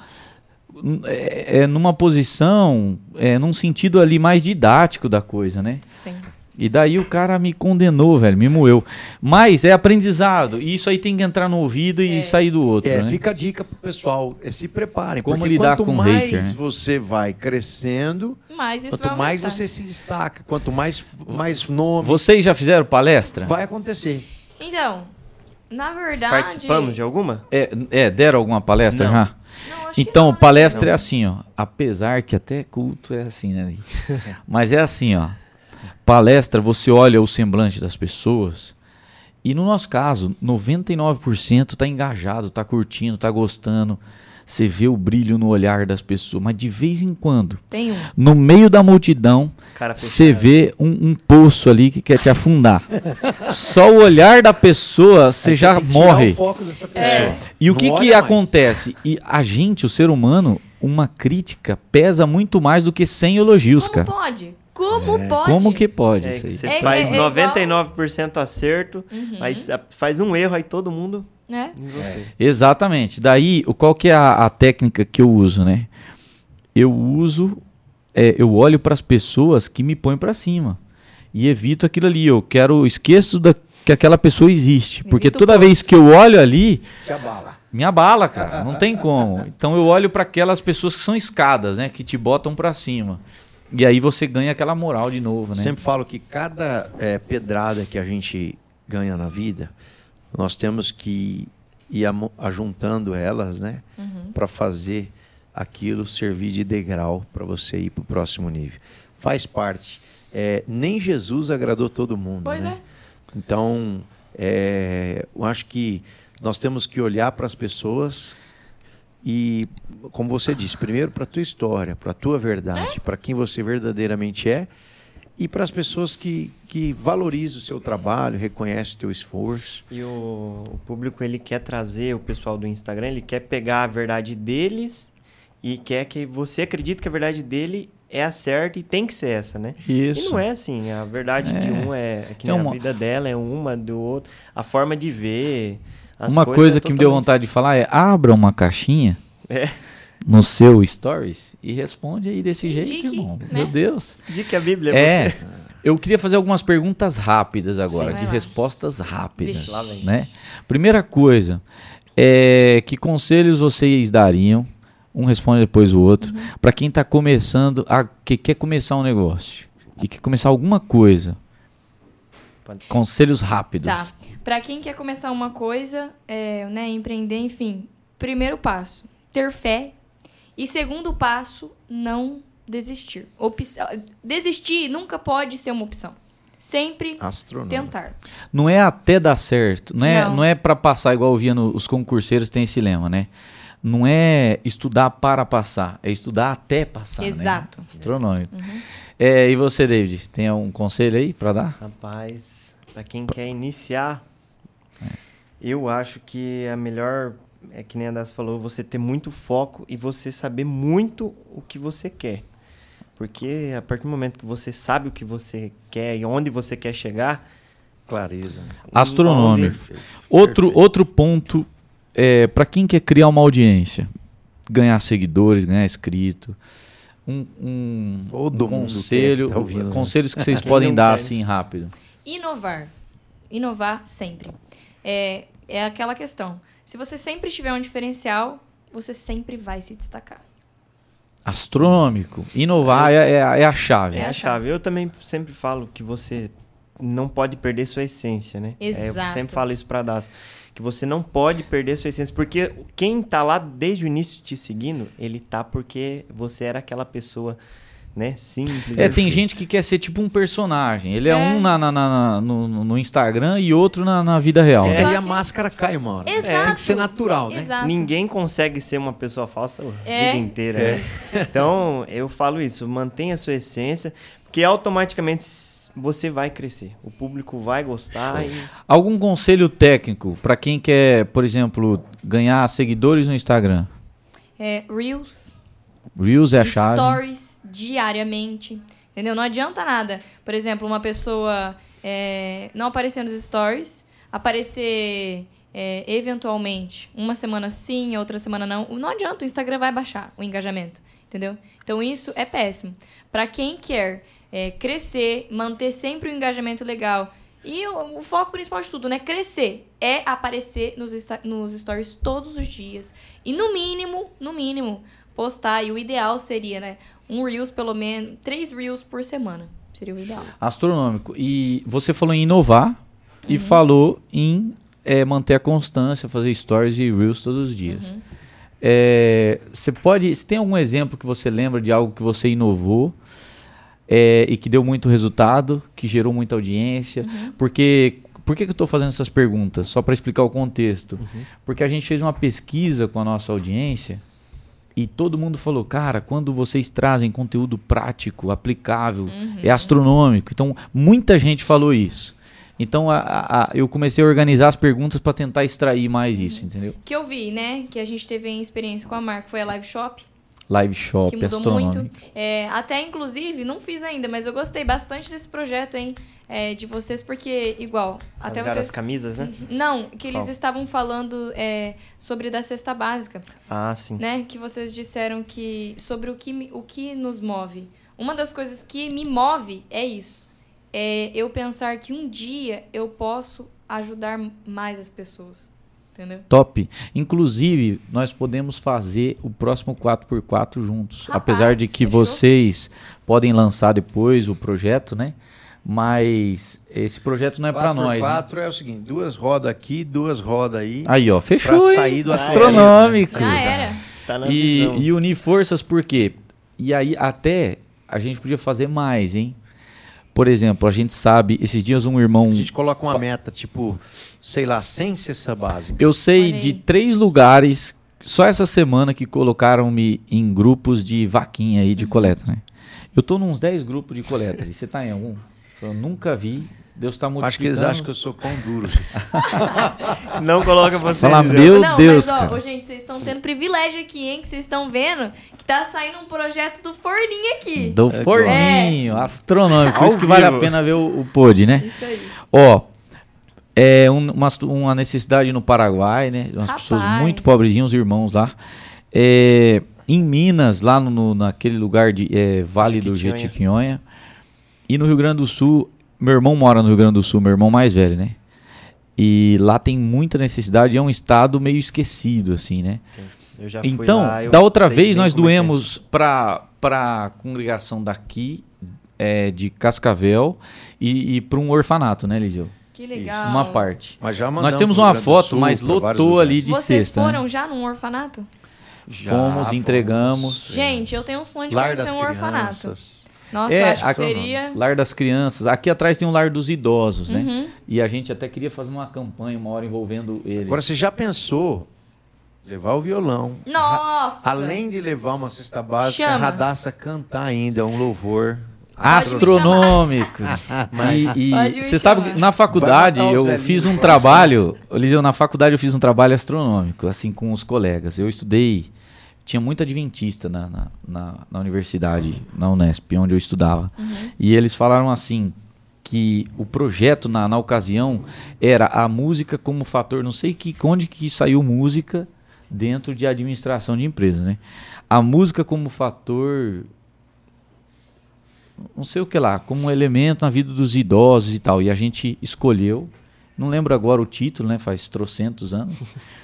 Speaker 2: é, é, numa posição, é, num sentido ali mais didático da coisa, né?
Speaker 1: Sim.
Speaker 2: E daí o cara me condenou, velho, me moeu. Mas é aprendizado, e isso aí tem que entrar no ouvido e
Speaker 1: É.
Speaker 2: sair do outro,
Speaker 3: É,
Speaker 2: né?
Speaker 3: fica a dica pro pessoal, é, se preparem.
Speaker 2: Como
Speaker 3: porque
Speaker 2: lidar
Speaker 3: quanto
Speaker 2: com
Speaker 3: mais
Speaker 2: hater, né?
Speaker 3: você vai crescendo,
Speaker 1: Mas isso
Speaker 3: quanto
Speaker 1: vai
Speaker 3: mais
Speaker 1: aumentar.
Speaker 3: você se destaca, quanto mais, mais nome
Speaker 2: Vocês já fizeram palestra?
Speaker 3: vai acontecer.
Speaker 1: Então, na verdade...
Speaker 4: Participamos de alguma?
Speaker 2: É, é, deram alguma palestra
Speaker 4: Não.
Speaker 2: já?
Speaker 1: Não, acho que
Speaker 2: Então,
Speaker 1: não, né?
Speaker 2: palestra
Speaker 4: Não.
Speaker 2: é assim, ó. Apesar que até culto é assim, né? Mas é assim, ó. Palestra, você olha o semblante das pessoas e no nosso caso, noventa e nove por cento tá engajado, tá curtindo, tá gostando. Você vê o brilho no olhar das pessoas, mas de vez em quando,
Speaker 1: Tem um.
Speaker 2: no meio da multidão,
Speaker 4: Cara
Speaker 2: você
Speaker 4: fechado.
Speaker 2: vê um, um poço ali que quer te afundar. Só o olhar da pessoa, você
Speaker 3: Aí
Speaker 2: já
Speaker 3: tem que tirar
Speaker 2: morre.
Speaker 3: o foco dessa pessoa.
Speaker 1: É.
Speaker 2: E o
Speaker 3: Não
Speaker 2: que,
Speaker 3: olha
Speaker 2: que
Speaker 3: mais.
Speaker 2: acontece? E a gente, o ser humano, uma crítica pesa muito mais do que cem elogios,
Speaker 1: Como
Speaker 2: cara.
Speaker 1: pode? Como pode?
Speaker 2: Como que pode
Speaker 4: É,
Speaker 2: isso
Speaker 4: que
Speaker 2: aí?
Speaker 4: você
Speaker 1: É-
Speaker 4: faz
Speaker 1: é- é igual-
Speaker 4: noventa e nove por cento acerto,
Speaker 1: Uhum.
Speaker 4: mas a- faz um erro, aí todo mundo
Speaker 1: Né?
Speaker 4: em você.
Speaker 2: Exatamente. Daí, o- qual que é a, a técnica que eu uso, né? Eu uso, é, eu olho para as pessoas que me põem para cima e evito aquilo ali. Eu quero, esqueço da, que aquela pessoa existe, porque
Speaker 1: Evita o
Speaker 2: toda
Speaker 1: poço.
Speaker 2: vez que eu olho ali,
Speaker 3: Te abala.
Speaker 2: me abala, cara. Não tem como. Então eu olho para aquelas pessoas que são escadas, né? Que te botam para cima. E aí você ganha aquela moral de novo, né?
Speaker 3: Sempre falo que cada é, pedrada que a gente ganha na vida, nós temos que ir amo- ajuntando elas, né?
Speaker 1: Uhum.
Speaker 3: Para fazer aquilo servir de degrau para você ir para o próximo nível. Faz parte. É, nem Jesus agradou todo mundo,
Speaker 1: Pois
Speaker 3: né?
Speaker 1: é.
Speaker 3: Então, é, eu acho que nós temos que olhar para as pessoas e, como você disse, primeiro para a tua história, para a tua verdade, para quem você verdadeiramente é e para as pessoas que, que valorizam o seu trabalho, reconhecem o teu esforço.
Speaker 4: E o, o público, ele quer trazer, o pessoal do Instagram, ele quer pegar a verdade deles e quer que você acredite que a verdade dele é a certa e tem que ser essa, né?
Speaker 2: Isso.
Speaker 4: E não é assim, a verdade
Speaker 2: É.
Speaker 4: de um é, é que
Speaker 2: É
Speaker 4: nem
Speaker 2: uma-
Speaker 4: a vida dela é uma, do outro, a forma de ver as
Speaker 2: Uma
Speaker 4: coisas
Speaker 2: coisa
Speaker 4: é
Speaker 2: que me deu
Speaker 4: totalmente-
Speaker 2: vontade de falar é: abra uma caixinha
Speaker 4: É.
Speaker 2: no seu stories e responde aí desse jeito,
Speaker 1: Indique,
Speaker 2: irmão.
Speaker 1: né?
Speaker 2: Meu Deus.
Speaker 4: De que a Bíblia
Speaker 2: É.
Speaker 4: é você.
Speaker 2: Eu queria fazer algumas perguntas rápidas agora,
Speaker 1: Sim,
Speaker 2: de
Speaker 1: vai lá.
Speaker 2: respostas rápidas,
Speaker 1: Vixe,
Speaker 4: lá vem.
Speaker 2: né? Primeira coisa, é, que conselhos vocês dariam? Um responde depois o outro.
Speaker 1: Uhum.
Speaker 2: Para quem está começando, a, que quer começar um negócio, que quer começar alguma coisa.
Speaker 4: Pode.
Speaker 2: Conselhos rápidos.
Speaker 1: Tá. Pra quem quer começar uma coisa, é, né, empreender, enfim, primeiro passo, ter fé. E segundo passo, não desistir. Opção, desistir nunca pode ser uma opção. sempre
Speaker 3: Astronômico.
Speaker 1: tentar.
Speaker 2: Não é até dar certo, não é,
Speaker 1: Não.
Speaker 2: não é para passar, igual eu via no, os concurseiros tem esse lema, né? Não é estudar para passar, é estudar até passar,
Speaker 1: Exato.
Speaker 2: né? Astronômico.
Speaker 1: Uhum.
Speaker 2: É, e você, David, tem um conselho aí para dar?
Speaker 4: Rapaz, pra quem quer iniciar, eu acho que a melhor, é que nem a Das falou, você ter muito foco e você saber muito o que você quer. Porque a partir do momento que você sabe o que você quer e onde você quer chegar...
Speaker 3: Clareza.
Speaker 2: Astronômico.
Speaker 3: Perfeito.
Speaker 2: Outro,
Speaker 3: Perfeito.
Speaker 2: outro ponto, é, para quem quer criar uma audiência, ganhar seguidores, ganhar inscrito, um, um,
Speaker 3: Todo
Speaker 2: um
Speaker 3: mundo
Speaker 2: conselho,
Speaker 3: quer, tá ouvindo, né?
Speaker 2: conselhos que vocês
Speaker 4: Quem
Speaker 2: podem
Speaker 4: não
Speaker 2: dar
Speaker 4: quer?
Speaker 2: assim rápido.
Speaker 1: Inovar. Inovar sempre. É, é aquela questão. Se você sempre tiver um diferencial, você sempre vai se destacar.
Speaker 2: Astronômico. Inovar é, é, a- é a chave.
Speaker 4: É
Speaker 1: É
Speaker 4: a
Speaker 1: a
Speaker 4: chave. Eu também sempre falo que você não pode perder sua essência, né? É, eu
Speaker 1: Exato.
Speaker 4: sempre falo isso pra Das. Que você não pode perder sua essência. Porque quem tá lá desde o início te seguindo, ele tá porque você era aquela pessoa, né? Simples.
Speaker 2: É, tem
Speaker 4: perfeita.
Speaker 2: gente que quer ser tipo um personagem. Ele é,
Speaker 1: É.
Speaker 2: um na, na- na- no, no Instagram e outro na, na vida real.
Speaker 3: É,
Speaker 2: né?
Speaker 1: Só
Speaker 3: e a
Speaker 1: que-
Speaker 3: máscara cai uma hora.
Speaker 1: Exato.
Speaker 3: Tem que ser natural, né?
Speaker 1: Exato.
Speaker 4: Ninguém consegue ser uma pessoa falsa a
Speaker 1: É.
Speaker 4: vida inteira. né? Então, eu falo isso, mantenha a sua essência, porque automaticamente s- você vai crescer. O público vai gostar e
Speaker 2: Algum conselho técnico para quem quer, por exemplo, ganhar seguidores no Instagram?
Speaker 1: É, Reels,
Speaker 2: Reels é a chave.
Speaker 1: stories diariamente. Entendeu? Não adianta nada. Por exemplo, uma pessoa é, não aparecer nos stories, aparecer é, eventualmente uma semana sim, outra semana não. Não adianta, o Instagram vai baixar o engajamento. Entendeu? Então isso é péssimo. Para quem quer é, crescer, manter sempre um engajamento legal. E o, o foco principal de tudo, né? Crescer. É aparecer nos, esta- nos stories todos os dias. E no mínimo, no mínimo, postar. E o ideal seria, né? Um Reels, pelo menos, três Reels por semana. Seria o ideal.
Speaker 2: Astronômico. E você falou em inovar
Speaker 1: Uhum.
Speaker 2: e falou em é, manter a constância, fazer stories e Reels todos os dias.
Speaker 1: Uhum.
Speaker 2: É, você pode. Você tem algum exemplo que você lembra de algo que você inovou é, e que deu muito resultado, que gerou muita audiência?
Speaker 1: Uhum.
Speaker 2: Porque. Por que, que eu estou fazendo essas perguntas? Só para explicar o contexto.
Speaker 3: Uhum.
Speaker 2: Porque a gente fez uma pesquisa com a nossa audiência e todo mundo falou, cara, quando vocês trazem conteúdo prático, aplicável,
Speaker 1: Uhum.
Speaker 2: é astronômico. Então, muita gente falou isso. Então, a- a- a- eu comecei a organizar as perguntas para tentar extrair mais isso, entendeu?
Speaker 1: Que eu vi, né? Que a gente teve em experiência com a marca. Foi a Live Shop.
Speaker 2: Live Shop,
Speaker 1: Que mudou
Speaker 2: astronômico.
Speaker 1: muito. É, até, inclusive, não fiz ainda, mas eu gostei bastante desse projeto, hein? É, de vocês, porque, igual, até
Speaker 4: rasgar
Speaker 1: vocês...
Speaker 4: as camisas, né?
Speaker 1: Não, que eles
Speaker 4: Qual?
Speaker 1: estavam falando é, sobre da cesta básica,
Speaker 4: Ah, sim.
Speaker 1: né? Que vocês disseram que sobre o que, me- o que nos move. Uma das coisas que me move é isso. É eu pensar que um dia eu posso ajudar mais as pessoas. Entendeu?
Speaker 2: Top. Inclusive, nós podemos fazer o próximo quatro por quatro juntos.
Speaker 1: Rapaz,
Speaker 2: Apesar de que
Speaker 1: fechou.
Speaker 2: vocês podem lançar depois o projeto, né? Mas esse projeto não é para nós. Né?
Speaker 3: quatro é o seguinte, duas rodas aqui, duas rodas aí.
Speaker 2: Aí, ó, fechou.
Speaker 3: Pra
Speaker 2: hein?
Speaker 3: sair do
Speaker 2: astronômico.
Speaker 1: Já era.
Speaker 4: Tá na
Speaker 2: E,
Speaker 4: visão.
Speaker 2: e unir forças por quê? E aí até a gente podia fazer mais, hein? Por exemplo, a gente sabe, esses dias um irmão...
Speaker 3: A gente coloca uma meta, tipo, sei lá, sem cesta básica.
Speaker 2: Eu sei
Speaker 1: Olha
Speaker 2: de
Speaker 1: aí.
Speaker 2: três lugares, só essa semana, que colocaram-me em grupos de vaquinha aí, de coleta, né? Eu tô nos dez grupos de coleta. E você tá em algum? Eu nunca vi. Deus tá multiplicando.
Speaker 3: Acho que eles acham que eu sou pão duro.
Speaker 4: Não coloca você.
Speaker 2: Fala,
Speaker 4: Zé.
Speaker 2: meu
Speaker 1: não,
Speaker 2: Deus,
Speaker 1: mas, ó,
Speaker 2: cara.
Speaker 1: ô, gente, vocês estão tendo privilégio aqui, hein? Que vocês estão vendo que tá saindo um projeto do Forninho aqui.
Speaker 2: Do
Speaker 4: É
Speaker 2: forninho, astronômico. Por
Speaker 4: Ao
Speaker 2: isso que vale a
Speaker 4: vivo.
Speaker 2: pena ver o, o pod, né?
Speaker 1: Isso aí.
Speaker 2: Ó, é um- uma, uma necessidade no Paraguai, né? Umas
Speaker 1: Rapaz.
Speaker 2: pessoas muito pobrezinhas, os irmãos lá. É, em Minas, lá no, no- naquele lugar de é, Vale do
Speaker 4: Jequitinhonha.
Speaker 2: Jequitinhonha. E no Rio Grande do Sul, meu irmão mora no Rio Grande do Sul, meu irmão mais velho, né? E lá tem muita necessidade, é um estado meio esquecido, assim, né?
Speaker 4: Eu já fui
Speaker 2: Então,
Speaker 4: lá, eu
Speaker 2: da outra
Speaker 4: sei
Speaker 2: vez
Speaker 4: bem
Speaker 2: nós
Speaker 4: como é que é.
Speaker 2: doemos para a congregação daqui, é, de Cascavel, e, e para um orfanato, né, Eliseu?
Speaker 1: Que legal.
Speaker 2: Uma parte.
Speaker 3: Mas já
Speaker 2: Nós
Speaker 3: mandamos
Speaker 2: temos
Speaker 3: pro
Speaker 2: uma
Speaker 3: Rio Grande do
Speaker 2: foto,
Speaker 3: Sul,
Speaker 2: mas
Speaker 3: pra vários
Speaker 2: lotou
Speaker 3: lugares.
Speaker 2: ali de
Speaker 1: Vocês
Speaker 2: sexta. né?
Speaker 1: foram já num orfanato?
Speaker 3: Já
Speaker 2: Fomos,
Speaker 3: fomos.
Speaker 2: entregamos.
Speaker 1: Gente, eu tenho um sonho de
Speaker 3: Lar
Speaker 1: conhecer
Speaker 3: das
Speaker 1: um orfanato.
Speaker 3: crianças.
Speaker 1: Nossa,
Speaker 2: É,
Speaker 1: acho que
Speaker 2: aqui-
Speaker 1: seria...
Speaker 2: Lar das crianças. Aqui atrás tem um lar dos idosos, né?
Speaker 1: Uhum.
Speaker 2: E a gente até queria fazer uma campanha uma hora envolvendo eles.
Speaker 3: Agora, você já pensou levar o violão?
Speaker 1: Nossa!
Speaker 3: Além de levar uma cesta básica,
Speaker 1: Chama.
Speaker 3: a Radassa cantar ainda um louvor.
Speaker 2: Astronômico. E,
Speaker 1: Pode
Speaker 2: e
Speaker 1: me
Speaker 2: você sabe
Speaker 1: chamar.
Speaker 2: que na faculdade
Speaker 3: Vai matar os
Speaker 2: eu
Speaker 3: velhinhos
Speaker 2: fiz um
Speaker 3: do
Speaker 2: trabalho, Eliseu, na faculdade eu fiz um trabalho astronômico, assim, com os colegas. Eu estudei, tinha muito adventista na, na, na, na universidade, na Unesp, onde eu estudava.
Speaker 1: Uhum.
Speaker 2: E eles falaram assim, que o projeto na, na ocasião era a música como fator, não sei que, onde que saiu música dentro de administração de empresa, né? A música como fator, não sei o que lá, como um elemento na vida dos idosos e tal. E a gente escolheu, não lembro agora o título, né? Faz trocentos anos.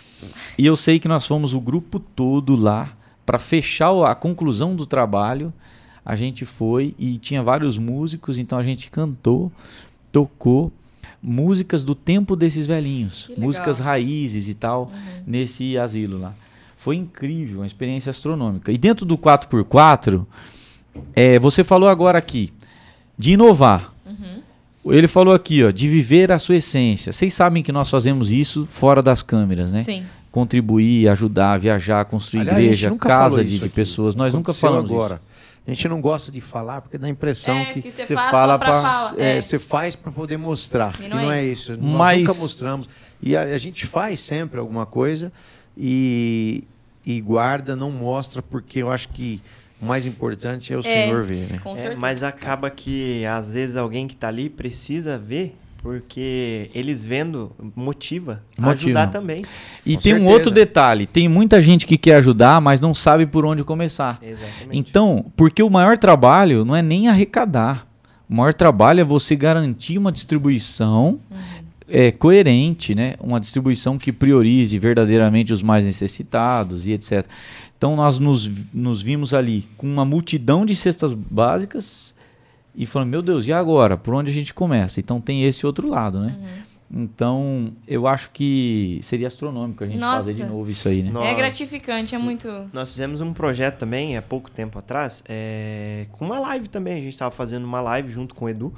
Speaker 2: E eu sei que nós fomos o grupo todo lá para fechar o- a conclusão do trabalho. A gente foi e tinha vários músicos, então a gente cantou, tocou músicas do tempo desses velhinhos,
Speaker 1: Que legal.
Speaker 2: músicas raízes e tal, nesse asilo lá. Foi incrível, uma experiência astronômica. E dentro do quatro por quatro, é, você falou agora aqui de inovar.
Speaker 1: Uhum.
Speaker 2: Ele falou aqui, ó, de viver a sua essência. Vocês sabem que nós fazemos isso fora das câmeras, né?
Speaker 1: Sim.
Speaker 2: Contribuir, ajudar, viajar, construir
Speaker 3: Aliás, a gente
Speaker 2: igreja,
Speaker 3: nunca
Speaker 2: casa
Speaker 3: falou
Speaker 2: de,
Speaker 3: isso
Speaker 2: de
Speaker 3: aqui.
Speaker 2: pessoas. Nós nunca
Speaker 3: Aconteceu
Speaker 2: falamos
Speaker 3: agora.
Speaker 2: isso.
Speaker 3: A gente não gosta de falar porque dá a impressão
Speaker 1: É,
Speaker 3: que,
Speaker 1: que você
Speaker 3: você
Speaker 1: faz
Speaker 3: fala
Speaker 1: só pra
Speaker 3: pra-
Speaker 1: falar,
Speaker 3: é,
Speaker 1: é.
Speaker 3: você faz para poder mostrar.
Speaker 1: E
Speaker 3: E
Speaker 1: não
Speaker 3: não,
Speaker 1: é
Speaker 3: é
Speaker 1: isso.
Speaker 3: isso. Nós
Speaker 2: Mas-
Speaker 3: nunca mostramos. E a, a gente faz sempre alguma coisa e, e guarda, não mostra, porque eu acho que o mais importante é o
Speaker 1: É.
Speaker 3: Senhor ver, né?
Speaker 1: Com
Speaker 4: É,
Speaker 1: certeza.
Speaker 4: mas acaba que às vezes alguém que tá ali precisa ver, porque eles vendo motiva, a
Speaker 2: Motiva.
Speaker 4: ajudar também.
Speaker 2: E
Speaker 3: Com
Speaker 2: tem um
Speaker 3: certeza.
Speaker 2: outro detalhe: tem muita gente que quer ajudar, mas não sabe por onde começar.
Speaker 4: Exatamente.
Speaker 2: Então, porque o maior trabalho não é nem arrecadar. O maior trabalho é você garantir uma distribuição é, coerente, né? Uma distribuição que priorize verdadeiramente os mais necessitados e etcétera. Então, nós nos, nos vimos ali com uma multidão de cestas básicas e falando, meu Deus, e agora? Por onde a gente começa? Então, tem esse outro lado, né? Então, eu acho que seria astronômico a gente
Speaker 1: Nossa.
Speaker 2: fazer de novo isso aí, né?
Speaker 4: Nós-
Speaker 1: É gratificante, é muito...
Speaker 4: Nós fizemos um projeto também, há pouco tempo atrás, é, com uma live também. A gente estava fazendo uma live junto com o Edu.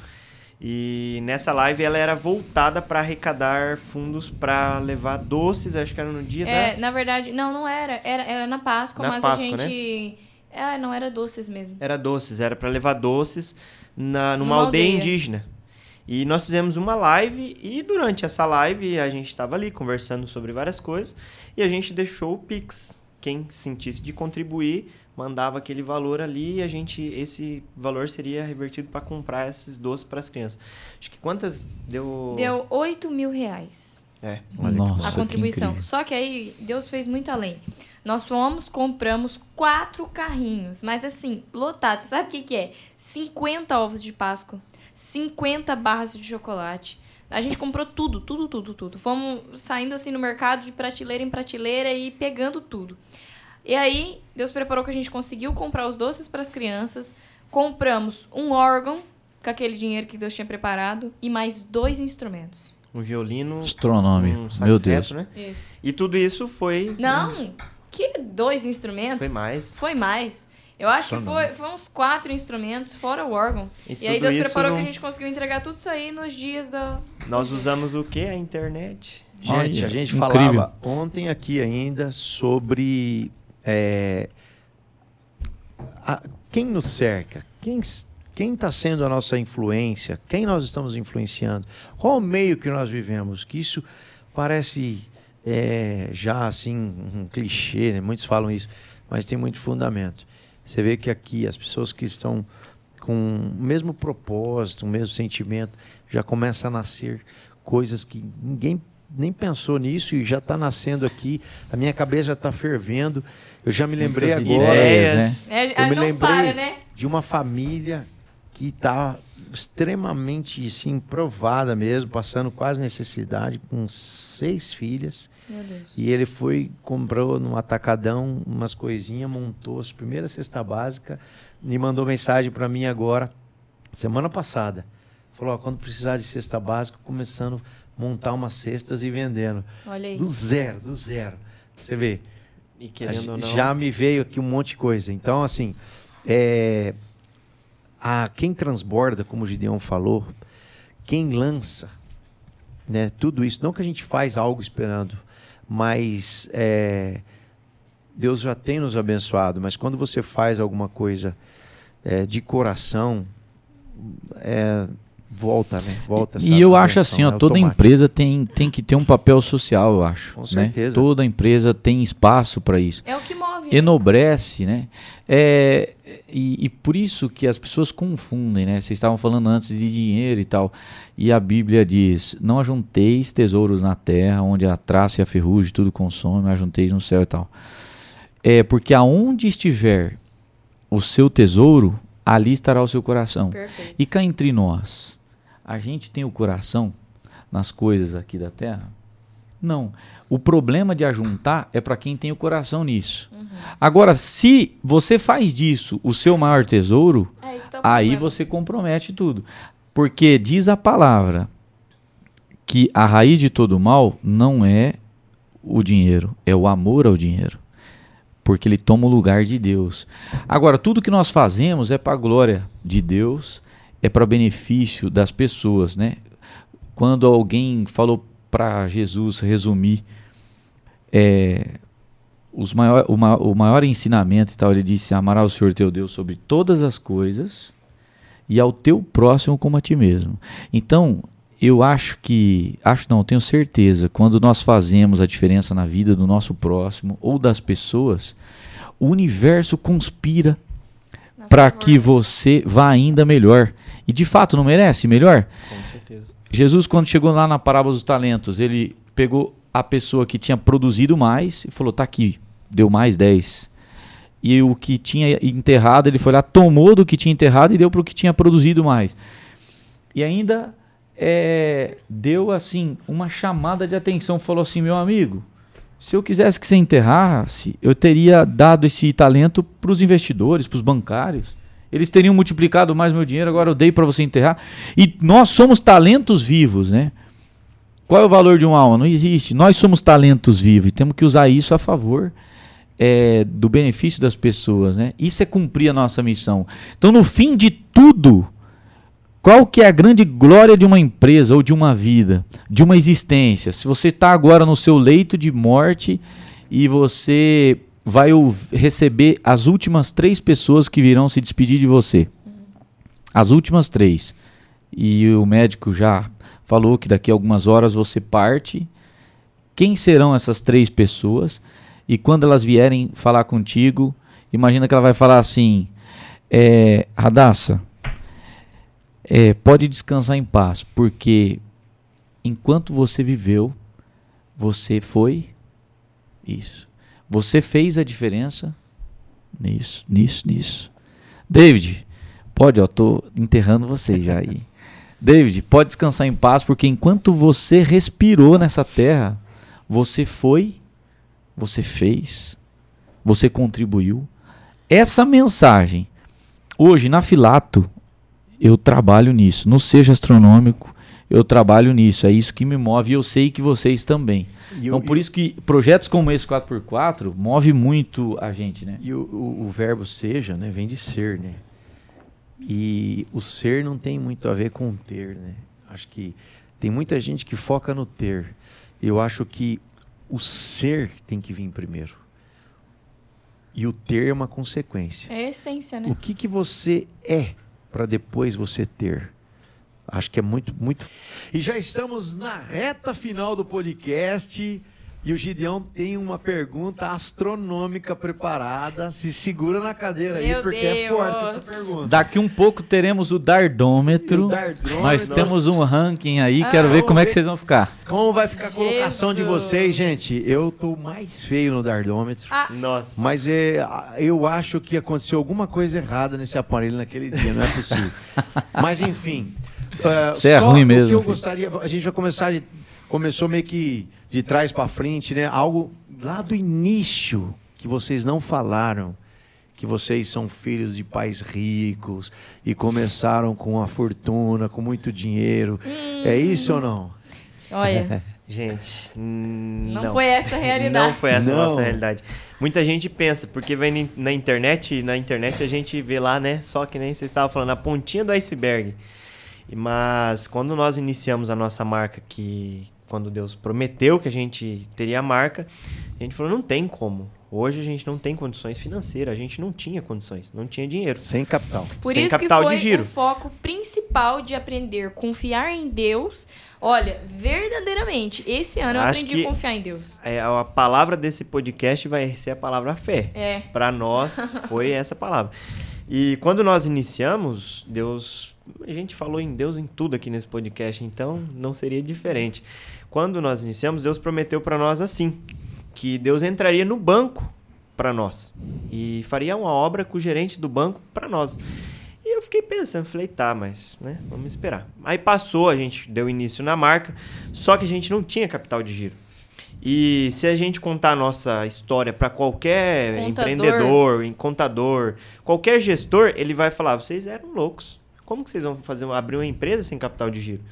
Speaker 4: E nessa live ela era voltada para arrecadar fundos para levar doces, acho que era no dia
Speaker 1: É,
Speaker 4: das...
Speaker 1: na verdade, não, não era. Era, era na Páscoa,
Speaker 4: Na
Speaker 1: mas
Speaker 4: Páscoa,
Speaker 1: a gente... É, não era doces mesmo.
Speaker 4: Era doces, era para levar doces na, numa,
Speaker 1: Numa
Speaker 4: aldeia,
Speaker 1: aldeia.
Speaker 4: indígena. E nós fizemos uma live e durante essa live a gente estava ali conversando sobre várias coisas e a gente deixou o Pix. Quem sentisse de contribuir, mandava aquele valor ali e a gente, esse valor seria revertido para comprar esses doces para as crianças. Acho que quantas deu...
Speaker 1: Deu oito mil reais
Speaker 4: É.
Speaker 3: Olha que
Speaker 2: Nossa,
Speaker 1: a
Speaker 2: que
Speaker 1: contribuição.
Speaker 2: incrível.
Speaker 1: Só que aí Deus fez muito além. Nós fomos, compramos quatro carrinhos, mas assim, lotados. Sabe o que, que é? cinquenta ovos de Páscoa, cinquenta barras de chocolate. A gente comprou tudo, tudo, tudo, tudo. Fomos saindo assim no mercado de prateleira em prateleira e pegando tudo. E aí, Deus preparou que a gente conseguiu comprar os doces para as crianças. Compramos um órgão, com aquele dinheiro que Deus tinha preparado, e mais dois instrumentos.
Speaker 4: Um violino,
Speaker 2: Astronômico,
Speaker 4: um
Speaker 2: meu
Speaker 4: sax
Speaker 2: Deus.
Speaker 4: reto, né?
Speaker 1: Isso.
Speaker 4: E tudo isso foi...
Speaker 1: Não, que dois instrumentos?
Speaker 4: Foi mais.
Speaker 1: Foi mais. Eu acho que foi,
Speaker 3: Astronômico.
Speaker 1: foi uns quatro instrumentos, fora o órgão.
Speaker 4: E
Speaker 1: E, aí
Speaker 4: tudo
Speaker 1: Deus
Speaker 4: isso
Speaker 1: preparou
Speaker 4: não-
Speaker 1: que a gente conseguiu entregar tudo isso aí nos dias da...
Speaker 4: Nós usamos o quê? A internet.
Speaker 3: Gente,
Speaker 2: Olha,
Speaker 3: a gente
Speaker 2: incrível.
Speaker 3: falava ontem aqui ainda sobre é, a- quem nos cerca, quem quem está sendo a nossa influência, quem nós estamos influenciando, qual o meio que nós vivemos, que isso parece é, já assim um clichê, né? Muitos falam isso, mas tem muito fundamento. Você vê que aqui as pessoas que estão com o mesmo propósito, o mesmo sentimento, já começa a nascer coisas que ninguém nem pensou nisso e já está nascendo aqui. A minha cabeça já está fervendo. Eu já me lembrei
Speaker 2: Muitas
Speaker 3: agora
Speaker 2: ideias, né?
Speaker 1: É,
Speaker 3: Eu me
Speaker 1: não
Speaker 3: lembrei
Speaker 1: para, né?
Speaker 3: de uma família que está extremamente assim, provada mesmo, passando quase necessidade, com seis filhas.
Speaker 1: Meu Deus.
Speaker 3: E ele foi, comprou no atacadão umas coisinhas, montou as primeiras cesta básica e mandou mensagem para mim agora, semana passada. Falou, ó, quando precisar de cesta básica, começando a montar umas cestas e vendendo.
Speaker 1: Olha aí.
Speaker 3: Do zero, do zero. Você vê,
Speaker 4: E querendo ou não...
Speaker 3: já me veio aqui um monte de coisa. Então, assim, é, a quem transborda, como o Gideão falou, quem lança, né, tudo isso, não que a gente faz algo esperando, mas é, Deus já tem nos abençoado, mas quando você faz alguma coisa é, de coração, é, volta, né? Volta essa
Speaker 2: E eu acho
Speaker 3: benção,
Speaker 2: assim, ó,
Speaker 3: é
Speaker 2: toda
Speaker 3: automático.
Speaker 2: empresa tem, tem que ter um papel social, eu acho.
Speaker 3: Com
Speaker 2: né?
Speaker 3: certeza.
Speaker 2: Toda empresa tem espaço para isso.
Speaker 1: É o que move.
Speaker 2: Enobrece, né? É, e, e por isso que as pessoas confundem, né? Vocês estavam falando antes de dinheiro e tal. E a Bíblia diz: não ajunteis tesouros na terra, onde a traça e a ferrugem tudo consome, ajunteis no céu e tal. É porque aonde estiver o seu tesouro, ali estará o seu coração.
Speaker 1: Perfeito.
Speaker 2: E cá entre nós, a gente tem o coração nas coisas aqui da terra? Não. O problema de ajuntar é para quem tem o coração nisso. Uhum. Agora, se você faz disso o seu maior tesouro,
Speaker 1: É aí que tá o
Speaker 2: aí
Speaker 1: problema.
Speaker 2: você compromete tudo. Porque diz a palavra que a raiz de todo mal não é o dinheiro, é o amor ao dinheiro. Porque ele toma o lugar de Deus. Agora, tudo que nós fazemos é para a glória de Deus, é para benefício das pessoas, né? Quando alguém falou para Jesus resumir é, os maior, o, ma, o maior ensinamento e tal, ele disse: amará o Senhor teu Deus sobre todas as coisas e ao teu próximo como a ti mesmo. Então, eu acho que, acho não, tenho certeza, quando nós fazemos a diferença na vida do nosso próximo ou das pessoas, o universo conspira para que você vá ainda melhor. E de fato, não merece melhor?
Speaker 4: Com certeza.
Speaker 2: Jesus, quando chegou lá na parábola dos talentos, ele pegou a pessoa que tinha produzido mais e falou: tá aqui, deu mais dez. E o que tinha enterrado, ele foi lá, tomou do que tinha enterrado e deu para o que tinha produzido mais. E ainda é, deu assim uma chamada de atenção, falou assim: meu amigo, se eu quisesse que você enterrasse, eu teria dado esse talento para os investidores, para os bancários. Eles teriam multiplicado mais meu dinheiro, agora eu dei para você enterrar. E nós somos talentos vivos, né? Qual é o valor de uma alma? Não existe. Nós somos talentos vivos e temos que usar isso a favor é, do benefício das pessoas, né? Isso é cumprir a nossa missão. Então, no fim de tudo, qual que é a grande glória de uma empresa ou de uma vida, de uma existência? Se você está agora no seu leito de morte e você vai receber as últimas três pessoas que virão se despedir de você. As últimas três. E o médico já falou que daqui a algumas horas você parte. Quem serão essas três pessoas? E quando elas vierem falar contigo, imagina que ela vai falar assim: é, Radassa, é, pode descansar em paz, porque enquanto você viveu, você foi isso. Você fez a diferença nisso, nisso, nisso. David, pode, ó, tô enterrando você já aí. David, pode descansar em paz, porque enquanto você respirou nessa terra, você foi, você fez, você contribuiu. Essa mensagem, hoje na Filato, eu trabalho nisso. No Seja Astronômico, eu trabalho nisso. É isso que me move e eu sei que vocês também. E então, eu, por isso que projetos como esse quatro por quatro move muito a gente, né?
Speaker 3: E o, o, o verbo seja, né, vem de ser, né? E o ser não tem muito a ver com ter, né? Acho que tem muita gente que foca no ter. Eu acho que o ser tem que vir primeiro. E o ter é uma consequência.
Speaker 1: É a essência, né?
Speaker 3: O que, que você é para depois você ter? Acho que é muito, muito... E já estamos na reta final do podcast e o Gideão tem uma pergunta astronômica preparada. Se segura na cadeira aí,
Speaker 1: Meu
Speaker 3: porque
Speaker 1: Deus.
Speaker 3: é forte essa pergunta.
Speaker 2: Daqui um pouco teremos o Dardômetro.
Speaker 3: O Dardômetro.
Speaker 2: Nós temos um ranking aí,
Speaker 1: Ah,
Speaker 2: quero ver
Speaker 3: vamos
Speaker 2: como é
Speaker 3: ver
Speaker 2: que vocês vão ficar.
Speaker 3: Como vai ficar a colocação de
Speaker 1: Jesus.
Speaker 3: vocês, gente? Eu tô mais feio no Dardômetro.
Speaker 1: Ah,
Speaker 4: Nossa.
Speaker 3: Mas é, eu acho que aconteceu alguma coisa errada nesse aparelho naquele dia, não é possível. Mas enfim... Uh,
Speaker 2: Você é
Speaker 3: só
Speaker 2: ruim
Speaker 3: o
Speaker 2: mesmo,
Speaker 3: que eu
Speaker 2: filho.
Speaker 3: gostaria, a gente vai começar de, começou meio que de trás para frente, né? Algo lá do início que vocês não falaram, que vocês são filhos de pais ricos e começaram com uma fortuna, com muito dinheiro. Hum. É isso ou não?
Speaker 1: Olha,
Speaker 4: Gente, hum,
Speaker 1: não,
Speaker 4: não
Speaker 1: foi essa a realidade.
Speaker 4: Não foi essa a
Speaker 3: Não.
Speaker 4: nossa realidade. Muita gente pensa, porque vem na internet, e na internet a gente vê lá, né? Só que nem você estava falando, a pontinha do iceberg. E- Mas quando nós iniciamos a nossa marca, que quando Deus prometeu que a gente teria a marca, a gente falou, não tem como. Hoje a gente não tem condições financeiras, a gente não tinha condições, não tinha dinheiro.
Speaker 3: Sem capital.
Speaker 1: Por
Speaker 4: Sem
Speaker 1: isso que
Speaker 4: capital
Speaker 1: foi
Speaker 4: de giro.
Speaker 1: o foco principal de aprender a confiar em Deus. Olha, verdadeiramente, esse ano eu
Speaker 4: Acho
Speaker 1: aprendi
Speaker 4: que-
Speaker 1: a confiar em Deus.
Speaker 4: É, a palavra desse podcast vai ser a palavra fé.
Speaker 1: É.
Speaker 4: Para nós foi essa palavra. E quando nós iniciamos, Deus, a gente falou em Deus em tudo aqui nesse podcast, então não seria diferente. Quando nós iniciamos, Deus prometeu para nós assim, que Deus entraria no banco para nós e faria uma obra com o gerente do banco para nós. E eu fiquei pensando, falei, tá, mas, né, vamos esperar. Aí passou, a gente deu início na marca, só que a gente não tinha capital de giro. E se a gente contar a nossa história para qualquer
Speaker 1: Contador.
Speaker 4: empreendedor, em contador, qualquer gestor, ele vai falar, vocês eram loucos. Como que vocês vão fazer, abrir uma empresa sem capital de giro?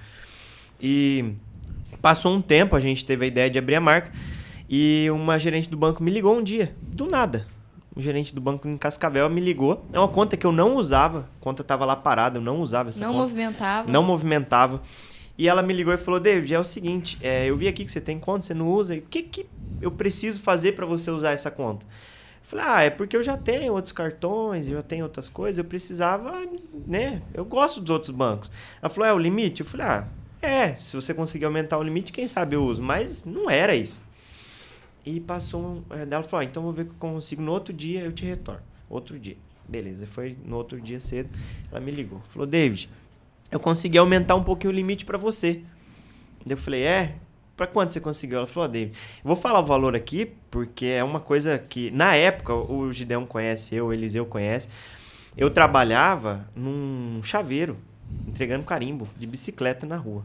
Speaker 4: E passou um tempo, a gente teve a ideia de abrir a marca e uma gerente do banco me ligou um dia, do nada. O gerente do banco em Cascavel me ligou. É uma conta que eu não usava, a conta estava lá parada, eu não usava essa
Speaker 1: Não
Speaker 4: conta.
Speaker 1: movimentava.
Speaker 4: Não movimentava. E ela me ligou e falou, David, é o seguinte, é, eu vi aqui que você tem conta, você não usa, e o que, que eu preciso fazer para você usar essa conta? Eu falei, ah, é porque eu já tenho outros cartões, eu já tenho outras coisas, eu precisava, né, eu gosto dos outros bancos. Ela falou, é o limite? Eu falei, ah, é, se você conseguir aumentar o limite, quem sabe eu uso, mas não era isso. E passou, um, ela falou, ah, então vou ver o que eu consigo, no outro dia eu te retorno, outro dia. Beleza, foi no outro dia cedo, ela me ligou, falou, David, eu consegui aumentar um pouquinho o limite para você. Eu falei, é? Para quanto você conseguiu? Ela falou, David, eu vou falar o valor aqui, porque é uma coisa que, na época, o Gideão conhece, eu, o Eliseu conhece, eu trabalhava num chaveiro, entregando carimbo de bicicleta na rua.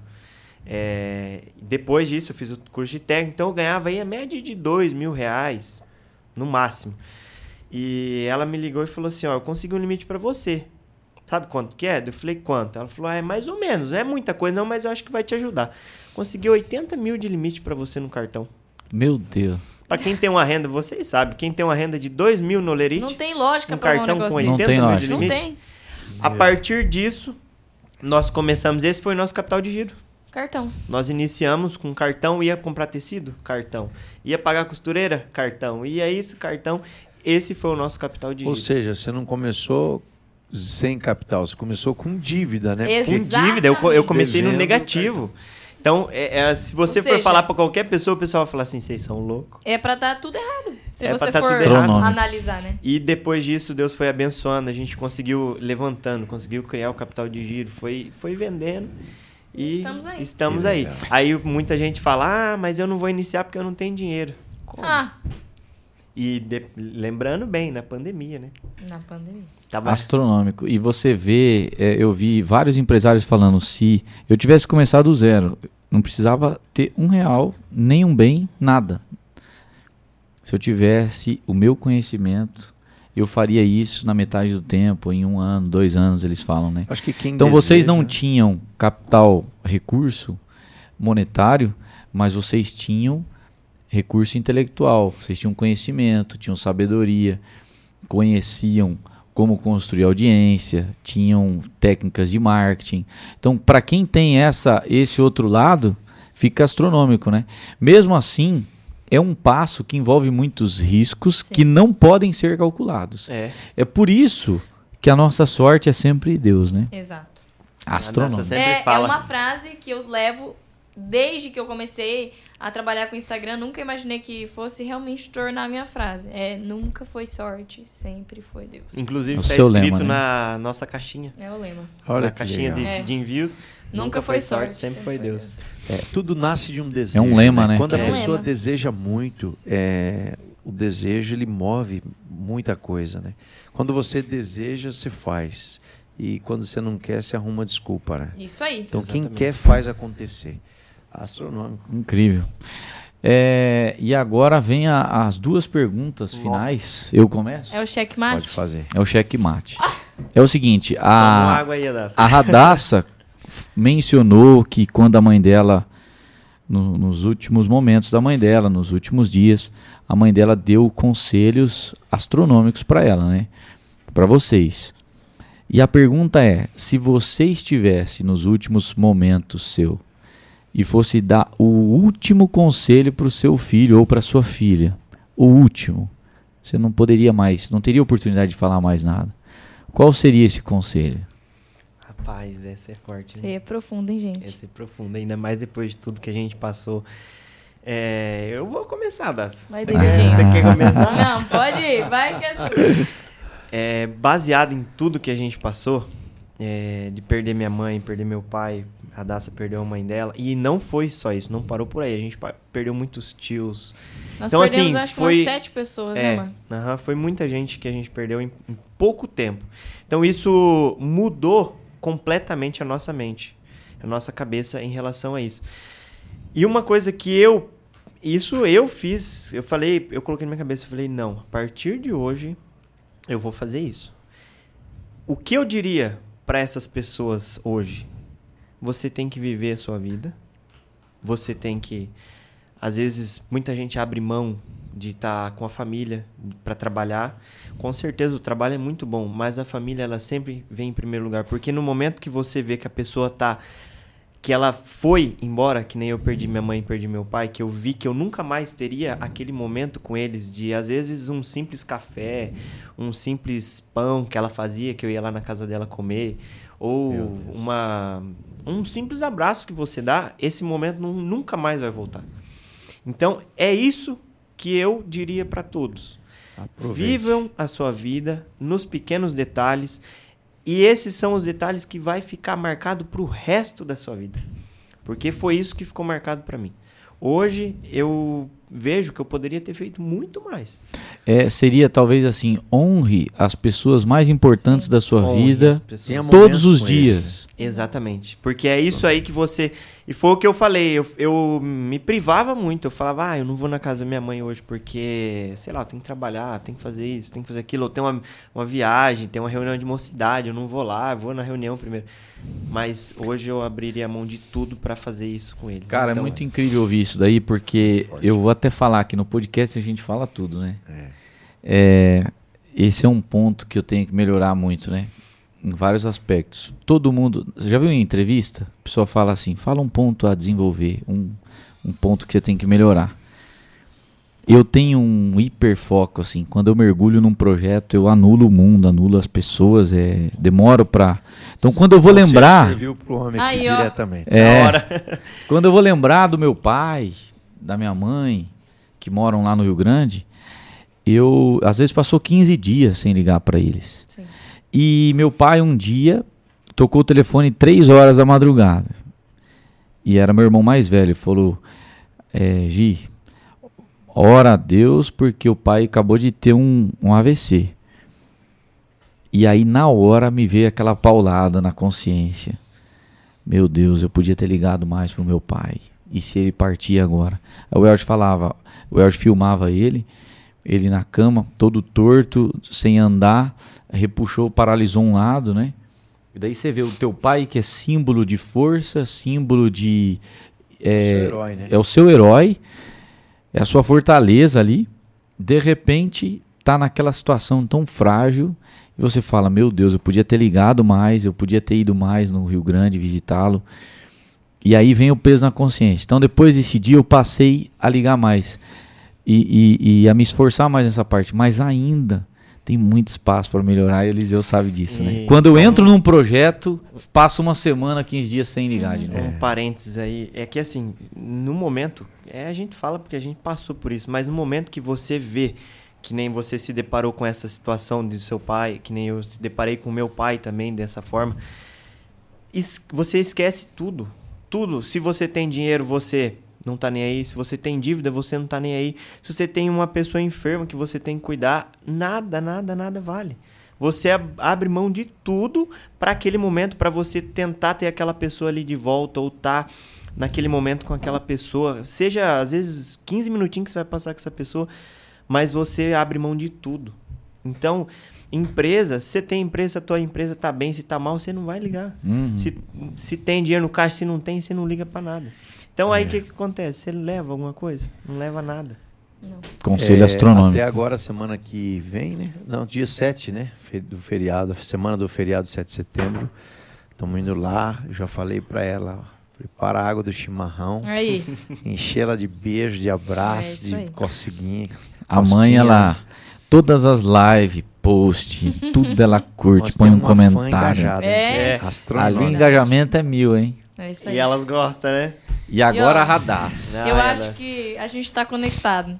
Speaker 4: É, depois disso, eu fiz o curso de técnico, então eu ganhava aí a média de dois mil reais, no máximo. E ela me ligou e falou assim, ó, eu consegui um limite para você. Sabe quanto que é? Eu falei, quanto? Ela falou, ah, é mais ou menos, não é muita coisa não, mas eu acho que vai te ajudar. Consegui oitenta mil de limite para você no cartão.
Speaker 2: Meu Deus.
Speaker 4: Para quem tem uma renda, vocês sabem, quem tem uma renda de dois mil no Lerite,
Speaker 1: Não tem lógica
Speaker 4: um
Speaker 1: pra um
Speaker 4: cartão
Speaker 1: negócio
Speaker 4: com
Speaker 1: desse.
Speaker 2: Não
Speaker 4: oitenta
Speaker 2: tem
Speaker 4: mil de
Speaker 2: lógica.
Speaker 1: Não
Speaker 4: limite.
Speaker 1: tem.
Speaker 4: A partir disso, nós começamos, esse foi o nosso capital de giro.
Speaker 1: Cartão.
Speaker 4: Nós iniciamos com cartão, ia comprar tecido? Cartão. Ia pagar costureira? Cartão. Ia isso? Cartão. Esse foi o nosso capital de
Speaker 3: Ou
Speaker 4: giro.
Speaker 3: seja, você não começou sem capital, você começou com dívida, né?
Speaker 1: Exato.
Speaker 4: Com dívida, eu, co- eu comecei no
Speaker 3: Devendo,
Speaker 4: negativo. Então, é, é, se você
Speaker 1: Ou
Speaker 4: for
Speaker 1: seja-
Speaker 4: falar pra qualquer pessoa, o pessoal vai falar assim, vocês são loucos.
Speaker 1: É pra dar tudo errado. Se
Speaker 4: É pra
Speaker 1: você
Speaker 4: tá
Speaker 1: for
Speaker 4: tudo
Speaker 2: errado.
Speaker 1: analisar, né?
Speaker 4: E depois disso, Deus foi abençoando, a gente conseguiu levantando, conseguiu criar o capital de giro, foi, foi vendendo e
Speaker 1: Estamos aí.
Speaker 4: estamos
Speaker 3: Que
Speaker 4: aí.
Speaker 3: legal.
Speaker 4: Aí muita gente fala, ah, mas eu não vou iniciar porque eu não tenho dinheiro. Como?
Speaker 1: Ah,
Speaker 4: E de- lembrando bem, na pandemia, né?
Speaker 1: na pandemia.
Speaker 4: Tava...
Speaker 2: Astronômico. E você vê, é, eu vi vários empresários falando, se eu tivesse começado do zero, não precisava ter um real, nem um bem, nada. Se eu tivesse o meu conhecimento, eu faria isso na metade do tempo, em um ano, dois anos, eles falam, né?
Speaker 3: Acho que quem
Speaker 2: Então vocês
Speaker 3: deseja-
Speaker 2: não tinham capital, recurso monetário, mas vocês tinham recurso intelectual, vocês tinham conhecimento, tinham sabedoria, conheciam como construir audiência, tinham técnicas de marketing. Então, para quem tem essa esse outro lado, fica astronômico, né? Mesmo assim, é um passo que envolve muitos riscos
Speaker 1: Sim.
Speaker 2: que não podem ser calculados.
Speaker 4: É.
Speaker 2: É por isso que a nossa sorte é sempre Deus, né?
Speaker 1: Exato.
Speaker 2: Astronômico.
Speaker 4: Sempre
Speaker 1: É, é
Speaker 4: fala.
Speaker 1: uma frase que eu levo desde que eu comecei a trabalhar com o Instagram. Nunca imaginei que fosse realmente tornar a minha frase. É, nunca foi sorte, sempre foi Deus.
Speaker 4: Inclusive,
Speaker 2: É o
Speaker 4: tá
Speaker 2: seu
Speaker 4: escrito
Speaker 2: lema, né?
Speaker 4: na nossa caixinha.
Speaker 1: É o lema.
Speaker 3: Olha
Speaker 4: na
Speaker 3: que
Speaker 4: caixinha de,
Speaker 3: legal.
Speaker 1: É.
Speaker 4: de envios.
Speaker 1: Nunca, foi sorte,
Speaker 4: sempre foi Deus.
Speaker 3: É, tudo nasce de um desejo.
Speaker 2: É um lema, né?
Speaker 3: Quando a
Speaker 1: É um
Speaker 3: pessoa
Speaker 1: lema.
Speaker 3: deseja muito, é, o desejo ele move muita coisa, né? Quando você deseja, você faz. E quando você não quer, você arruma desculpa, né?
Speaker 1: Isso aí.
Speaker 3: Então quem
Speaker 4: Exatamente.
Speaker 3: quer faz acontecer. Astronômico.
Speaker 2: Incrível. É, e agora vem a- as duas perguntas
Speaker 4: Nossa.
Speaker 2: finais. Eu começo?
Speaker 1: É o checkmate?
Speaker 3: Pode fazer.
Speaker 2: É o checkmate. É o seguinte,
Speaker 4: Toma
Speaker 2: a,
Speaker 4: água aí, Adassa.
Speaker 2: a Radassa f- mencionou que quando a mãe dela no, nos últimos momentos da mãe dela, nos últimos dias, a mãe dela deu conselhos astronômicos para ela, né? Para vocês. E a pergunta é, se você estivesse nos últimos momentos seu e fosse dar o último conselho para o seu filho ou para sua filha, o último, você não poderia mais, não teria oportunidade de falar mais nada. Qual seria esse conselho?
Speaker 4: Rapaz, essa é forte.
Speaker 1: Você é profundo, hein, gente?
Speaker 4: Essa é profunda, ainda mais depois de tudo que a gente passou. É, eu vou começar, Das.
Speaker 1: Vai, Davidinho.
Speaker 4: Você quer começar?
Speaker 1: Não, pode ir, vai que é tudo.
Speaker 4: É, baseado em tudo que a gente passou, é, de perder minha mãe, perder meu pai, a Daça perdeu a mãe dela, e não foi só isso, não parou por aí, a gente pa- perdeu muitos tios.
Speaker 1: Nós
Speaker 4: Então,
Speaker 1: perdemos,
Speaker 4: assim,
Speaker 1: acho
Speaker 4: foi-
Speaker 1: que umas sete pessoas,
Speaker 4: É,
Speaker 1: né, mano?
Speaker 4: aham, foi muita gente que a gente perdeu em, em pouco tempo. Então isso mudou completamente a nossa mente, a nossa cabeça em relação a isso. E uma coisa que eu, isso eu fiz, eu falei, eu coloquei na minha cabeça, eu falei, não, a partir de hoje eu vou fazer isso. O que eu diria para essas pessoas hoje? Você tem que viver a sua vida. Você tem que... Às vezes, muita gente abre mão de estar com a família para trabalhar. Com certeza, o trabalho é muito bom, mas a família, ela sempre vem em primeiro lugar. Porque no momento que você vê que a pessoa tá... que ela foi embora, que nem eu perdi minha mãe, perdi meu pai, que eu vi que eu nunca mais teria aquele momento com eles de, às vezes, um simples café, um simples pão que ela fazia, que eu ia lá na casa dela comer, ou uma, um simples abraço que você dá, esse momento não, nunca mais vai voltar. Então, é isso que eu diria para todos.
Speaker 3: Aproveite.
Speaker 4: Vivam a sua vida nos pequenos detalhes. E esses são os detalhes que vai ficar marcado pro resto da sua vida. Porque foi isso que ficou marcado para mim. Hoje eu vejo que eu poderia ter feito muito mais.
Speaker 2: É, seria talvez assim, honre as pessoas mais importantes
Speaker 1: Sim.
Speaker 2: da sua
Speaker 4: Honre
Speaker 2: vida
Speaker 4: as pessoas.
Speaker 3: Tenha
Speaker 2: todos
Speaker 3: momentos
Speaker 2: os
Speaker 3: com
Speaker 2: dias.
Speaker 3: eles.
Speaker 4: Exatamente. Porque é isso aí que você... E foi o que eu falei. Eu, eu me privava muito. Eu falava, ah, eu não vou na casa da minha mãe hoje porque, sei lá, eu tenho que trabalhar, tenho que fazer isso, tenho que fazer aquilo. Eu tenho uma, uma viagem, tem uma reunião de mocidade, eu não vou lá, eu vou na reunião primeiro. Mas hoje eu abriria a mão de tudo pra fazer isso com eles.
Speaker 2: Cara,
Speaker 4: Então,
Speaker 2: é muito incrível ouvir isso daí, porque
Speaker 3: forte.
Speaker 2: eu vou até falar que no podcast a gente fala tudo, né?
Speaker 3: É.
Speaker 2: É, esse é um ponto que eu tenho que melhorar muito, né? Em vários aspectos. Todo mundo... Você já viu em entrevista? A pessoa fala assim, fala um ponto a desenvolver, um, um ponto que você tem que melhorar. Eu tenho um hiperfoco, assim, quando eu mergulho num projeto, eu anulo o mundo, anulo as pessoas, é, demoro pra... Então, quando eu vou
Speaker 3: Você
Speaker 2: lembrar...
Speaker 3: serviu pro homem aqui
Speaker 1: Aí, ó.
Speaker 3: diretamente.
Speaker 2: É,
Speaker 4: Na hora.
Speaker 2: quando eu vou lembrar do meu pai, da minha mãe, que moram lá no Rio Grande, eu, às vezes, passou quinze dias sem ligar pra eles.
Speaker 1: Sim.
Speaker 2: E meu pai, um dia, tocou o telefone três horas da madrugada. E era meu irmão mais velho. Falou, é, Gi, ora a Deus porque o pai acabou de ter um, um A V C. E aí, na hora, me veio aquela paulada na consciência. Meu Deus, eu podia ter ligado mais pro meu pai. E se ele partir agora? Aí o Elge falava, o Elge filmava ele, ele na cama, todo torto, sem andar, repuxou, paralisou um lado, né? E daí você vê o teu pai, que é símbolo de força, símbolo de... É,
Speaker 3: Seu herói, né?
Speaker 2: é o seu herói, é a sua fortaleza ali. De repente, tá naquela situação tão frágil, e você fala, meu Deus, eu podia ter ligado mais, eu podia ter ido mais no Rio Grande visitá-lo. E aí vem o peso na consciência. Então, depois desse dia, eu passei a ligar mais e, e, e a me esforçar mais nessa parte. Mas ainda tem muito espaço para melhorar, e Eliseu sabe disso, né?
Speaker 4: E
Speaker 2: Quando eu
Speaker 4: só
Speaker 2: entro
Speaker 4: um-
Speaker 2: num projeto, passo uma semana, quinze dias sem ligar de novo.
Speaker 4: Um parênteses aí, é que assim, no momento, é, a gente fala porque a gente passou por isso, mas no momento que você vê, que nem você se deparou com essa situação do seu pai, que nem eu se deparei com meu pai também dessa forma, es- você esquece tudo, tudo. Se você tem dinheiro, você não tá nem aí. Se você tem dívida, você não tá nem aí. Se você tem uma pessoa enferma que você tem que cuidar, nada, nada, nada vale. Você ab- abre mão de tudo para aquele momento, para você tentar ter aquela pessoa ali de volta ou tá naquele momento com aquela pessoa. Seja, às vezes, quinze minutinhos que você vai passar com essa pessoa, mas você abre mão de tudo. Então, empresa, se você tem empresa, a tua empresa tá bem, se tá mal, você não vai ligar.
Speaker 2: Uhum.
Speaker 4: Se, se tem dinheiro no caixa, se não tem, você não liga para nada. Então aí o que, que acontece? Você leva alguma coisa? Não leva nada.
Speaker 1: Não.
Speaker 2: Conselho
Speaker 3: É,
Speaker 2: astronômico.
Speaker 3: Até agora, semana que vem, né? Não, dia sete, né? Fe- Do feriado, semana do feriado, sete de setembro. Estamos indo lá, eu já falei pra ela, ó, prepara a água do chimarrão,
Speaker 1: Aí.
Speaker 3: encher ela de beijo, de
Speaker 1: É
Speaker 3: abraço,
Speaker 1: isso
Speaker 3: de
Speaker 1: aí.
Speaker 3: coceguinha.
Speaker 2: A mãe,
Speaker 3: cosquinha,
Speaker 2: ela,
Speaker 3: né?
Speaker 2: todas as lives, post, tudo ela curte,
Speaker 3: Nós
Speaker 2: põe um
Speaker 3: temos uma fã
Speaker 2: comentário.
Speaker 3: engajada,
Speaker 1: É.
Speaker 3: hein? Astronômica.
Speaker 2: Ali o engajamento é mil, hein?
Speaker 1: É isso aí.
Speaker 4: E elas gostam, né?
Speaker 2: E agora
Speaker 1: E, ó,
Speaker 2: a Radaz.
Speaker 4: Ah,
Speaker 1: Eu
Speaker 4: ela-
Speaker 1: acho que a gente tá conectado.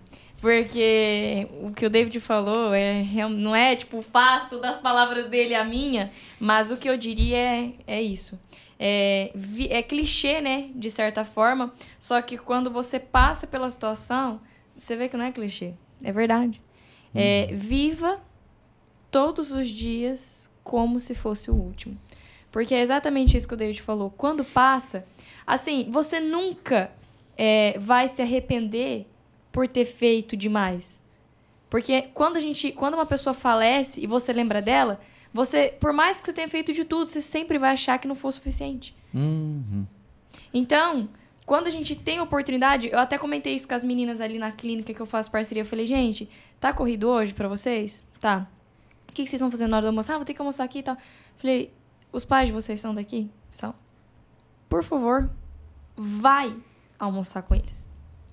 Speaker 1: Porque o que o David falou é, real- não é, tipo, fácil das palavras dele a minha, mas o que eu diria é, é isso. É, vi- é clichê, né, de certa forma, só que quando você passa pela situação, você vê que não é clichê, é verdade. É, viva todos os dias como se fosse o último. Porque é exatamente isso que o David falou. Quando passa, assim, você nunca é, vai se arrepender por ter feito demais. Porque quando a gente, quando uma pessoa falece e você lembra dela, você, por mais que você tenha feito de tudo, você sempre vai achar que não foi o suficiente.
Speaker 2: Uhum.
Speaker 1: Então, quando a gente tem oportunidade, eu até comentei isso com as meninas ali na clínica que eu faço parceria, eu falei, gente, tá corrido hoje pra vocês? Tá. O que que vocês vão fazer na hora do almoço? Ah, vou ter que almoçar aqui e tal. Falei, os pais de vocês são daqui? São. Por favor, vai almoçar com eles.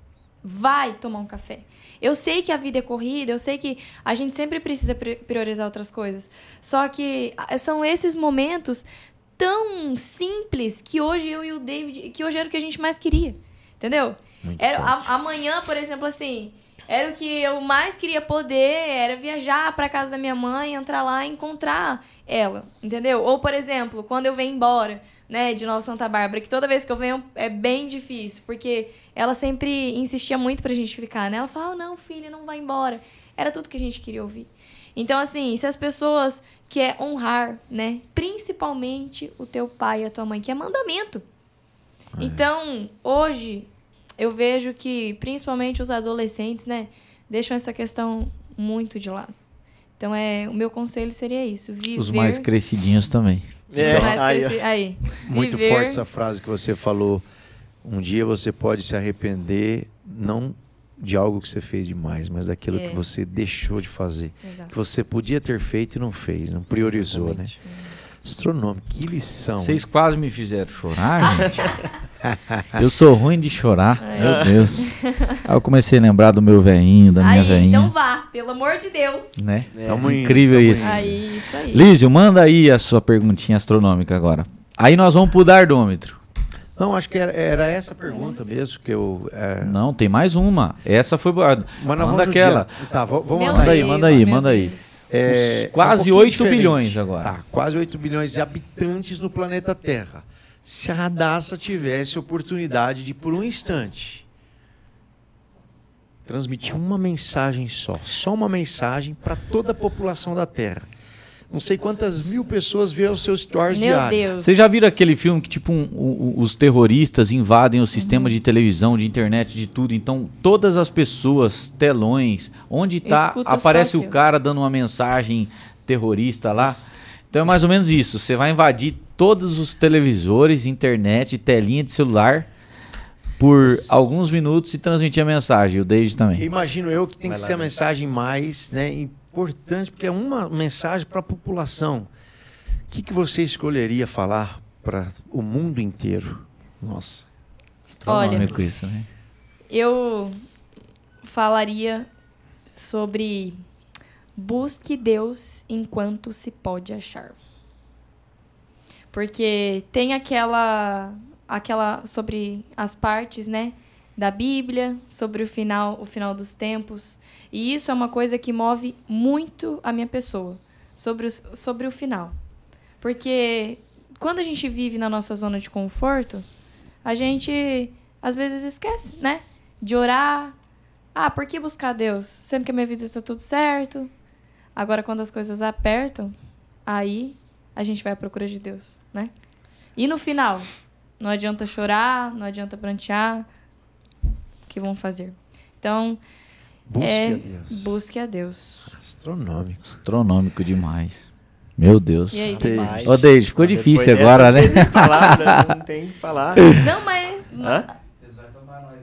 Speaker 1: Vai tomar um café. Eu sei que a vida é corrida, eu sei que a gente sempre precisa pri- priorizar outras coisas. Só que ah, são esses momentos tão simples que hoje eu e o David, que hoje era o que a gente mais queria. Entendeu?
Speaker 3: Muito
Speaker 1: Era,
Speaker 3: forte.
Speaker 1: a- amanhã, por exemplo, assim, era o que eu mais queria poder, era viajar pra casa da minha mãe, entrar lá e encontrar ela, entendeu? Ou, por exemplo, quando eu venho embora, né, de Nova Santa Bárbara, que toda vez que eu venho é bem difícil, porque ela sempre insistia muito pra gente ficar, né? Ela falava, não, filha, não vai embora. Era tudo que a gente queria ouvir. Então, assim, se as pessoas querem honrar, né, principalmente o teu pai e a tua mãe, que é mandamento. Então, hoje, eu vejo que, principalmente os adolescentes, né, deixam essa questão muito de lado. Então, é, o meu conselho seria isso, viver...
Speaker 2: Os mais crescidinhos também.
Speaker 4: É,
Speaker 1: os mais
Speaker 4: aí, ó.
Speaker 1: cresci- aí,
Speaker 3: Muito
Speaker 1: viver-
Speaker 3: forte essa frase que você falou. Um dia você pode se arrepender, não de algo que você fez demais, mas daquilo
Speaker 1: É.
Speaker 3: que você deixou de fazer.
Speaker 1: Exato.
Speaker 3: Que você podia ter feito e não fez, não priorizou,
Speaker 4: Exatamente.
Speaker 3: né? Astronômico, que lição.
Speaker 2: Vocês quase me fizeram chorar, gente. Eu sou ruim de chorar, meu Deus. Aí eu comecei a lembrar do meu velhinho, da minha
Speaker 1: Aí,
Speaker 2: velhinha.
Speaker 1: então vá, pelo amor de Deus.
Speaker 2: Né?
Speaker 4: É.
Speaker 3: Tamo indo,
Speaker 2: Incrível
Speaker 3: tamo
Speaker 2: isso.
Speaker 3: indo.
Speaker 1: Aí, isso aí.
Speaker 2: Lísio, manda aí a sua perguntinha astronômica agora. Aí nós vamos pro dardômetro.
Speaker 3: Não, acho que era, era essa pergunta mesmo que eu... é,
Speaker 2: Não, tem mais uma. Essa foi boa.
Speaker 3: Mas nós
Speaker 2: Manda
Speaker 3: vamos
Speaker 2: aquela.
Speaker 3: judiar. Tá, v- vamos
Speaker 1: Meu
Speaker 3: mandar
Speaker 2: Manda aí,
Speaker 1: Deus,
Speaker 2: manda aí,
Speaker 1: meu
Speaker 2: manda aí.
Speaker 1: Deus.
Speaker 3: É,
Speaker 2: Os quase
Speaker 3: um pouquinho
Speaker 2: oito
Speaker 3: diferente.
Speaker 2: bilhões agora.
Speaker 3: Tá, quase oito bilhões de habitantes no planeta Terra. Se a Radassa tivesse oportunidade de, por um instante, transmitir uma mensagem só, só uma mensagem para toda a população da Terra. Não sei quantas mil pessoas vê os seus stories
Speaker 1: Meu
Speaker 3: diários.
Speaker 1: Deus.
Speaker 2: Vocês já viram aquele filme que, tipo, um- um- os terroristas invadem os sistemas
Speaker 1: Uhum.
Speaker 2: de televisão, de internet, de tudo? Então, todas as pessoas, telões, onde tá,
Speaker 1: escuto só
Speaker 2: aparece o
Speaker 1: aquilo.
Speaker 2: cara dando uma mensagem terrorista lá. Então, é mais ou menos isso. Você vai invadir todos os televisores, internet, telinha de celular por alguns minutos e transmitir a mensagem. O David também.
Speaker 3: Imagino eu que tem
Speaker 4: Vai
Speaker 3: que
Speaker 4: lá,
Speaker 3: ser a
Speaker 4: Deus.
Speaker 3: mensagem mais, né, importante, porque é uma mensagem para a população. O que, que você escolheria falar para o mundo inteiro? Nossa.
Speaker 1: Olha,
Speaker 2: Astronômico isso, né?
Speaker 1: eu falaria sobre busque Deus enquanto se pode achar. Porque tem aquela aquela sobre as partes, né, da Bíblia, sobre o final, o final dos tempos, e isso é uma coisa que move muito a minha pessoa, sobre os, sobre o final. Porque quando a gente vive na nossa zona de conforto, a gente às vezes esquece, né, de orar. Ah, por que buscar Deus? Sendo que a minha vida está tudo certo. Agora, quando as coisas apertam, aí a gente vai à procura de Deus, né? E no final, não adianta chorar, não adianta prantear. O que vão fazer? Então,
Speaker 3: Busque
Speaker 1: é,
Speaker 3: a Deus.
Speaker 1: busque a Deus.
Speaker 3: Astronômico.
Speaker 2: Astronômico demais. Meu Deus.
Speaker 1: E aí?
Speaker 4: Rapaz,
Speaker 2: Ô, David, ficou
Speaker 4: depois
Speaker 2: difícil
Speaker 4: dessa
Speaker 2: agora, né?
Speaker 4: não tem palavra, não tem que falar.
Speaker 1: Não, mas...
Speaker 4: Hã?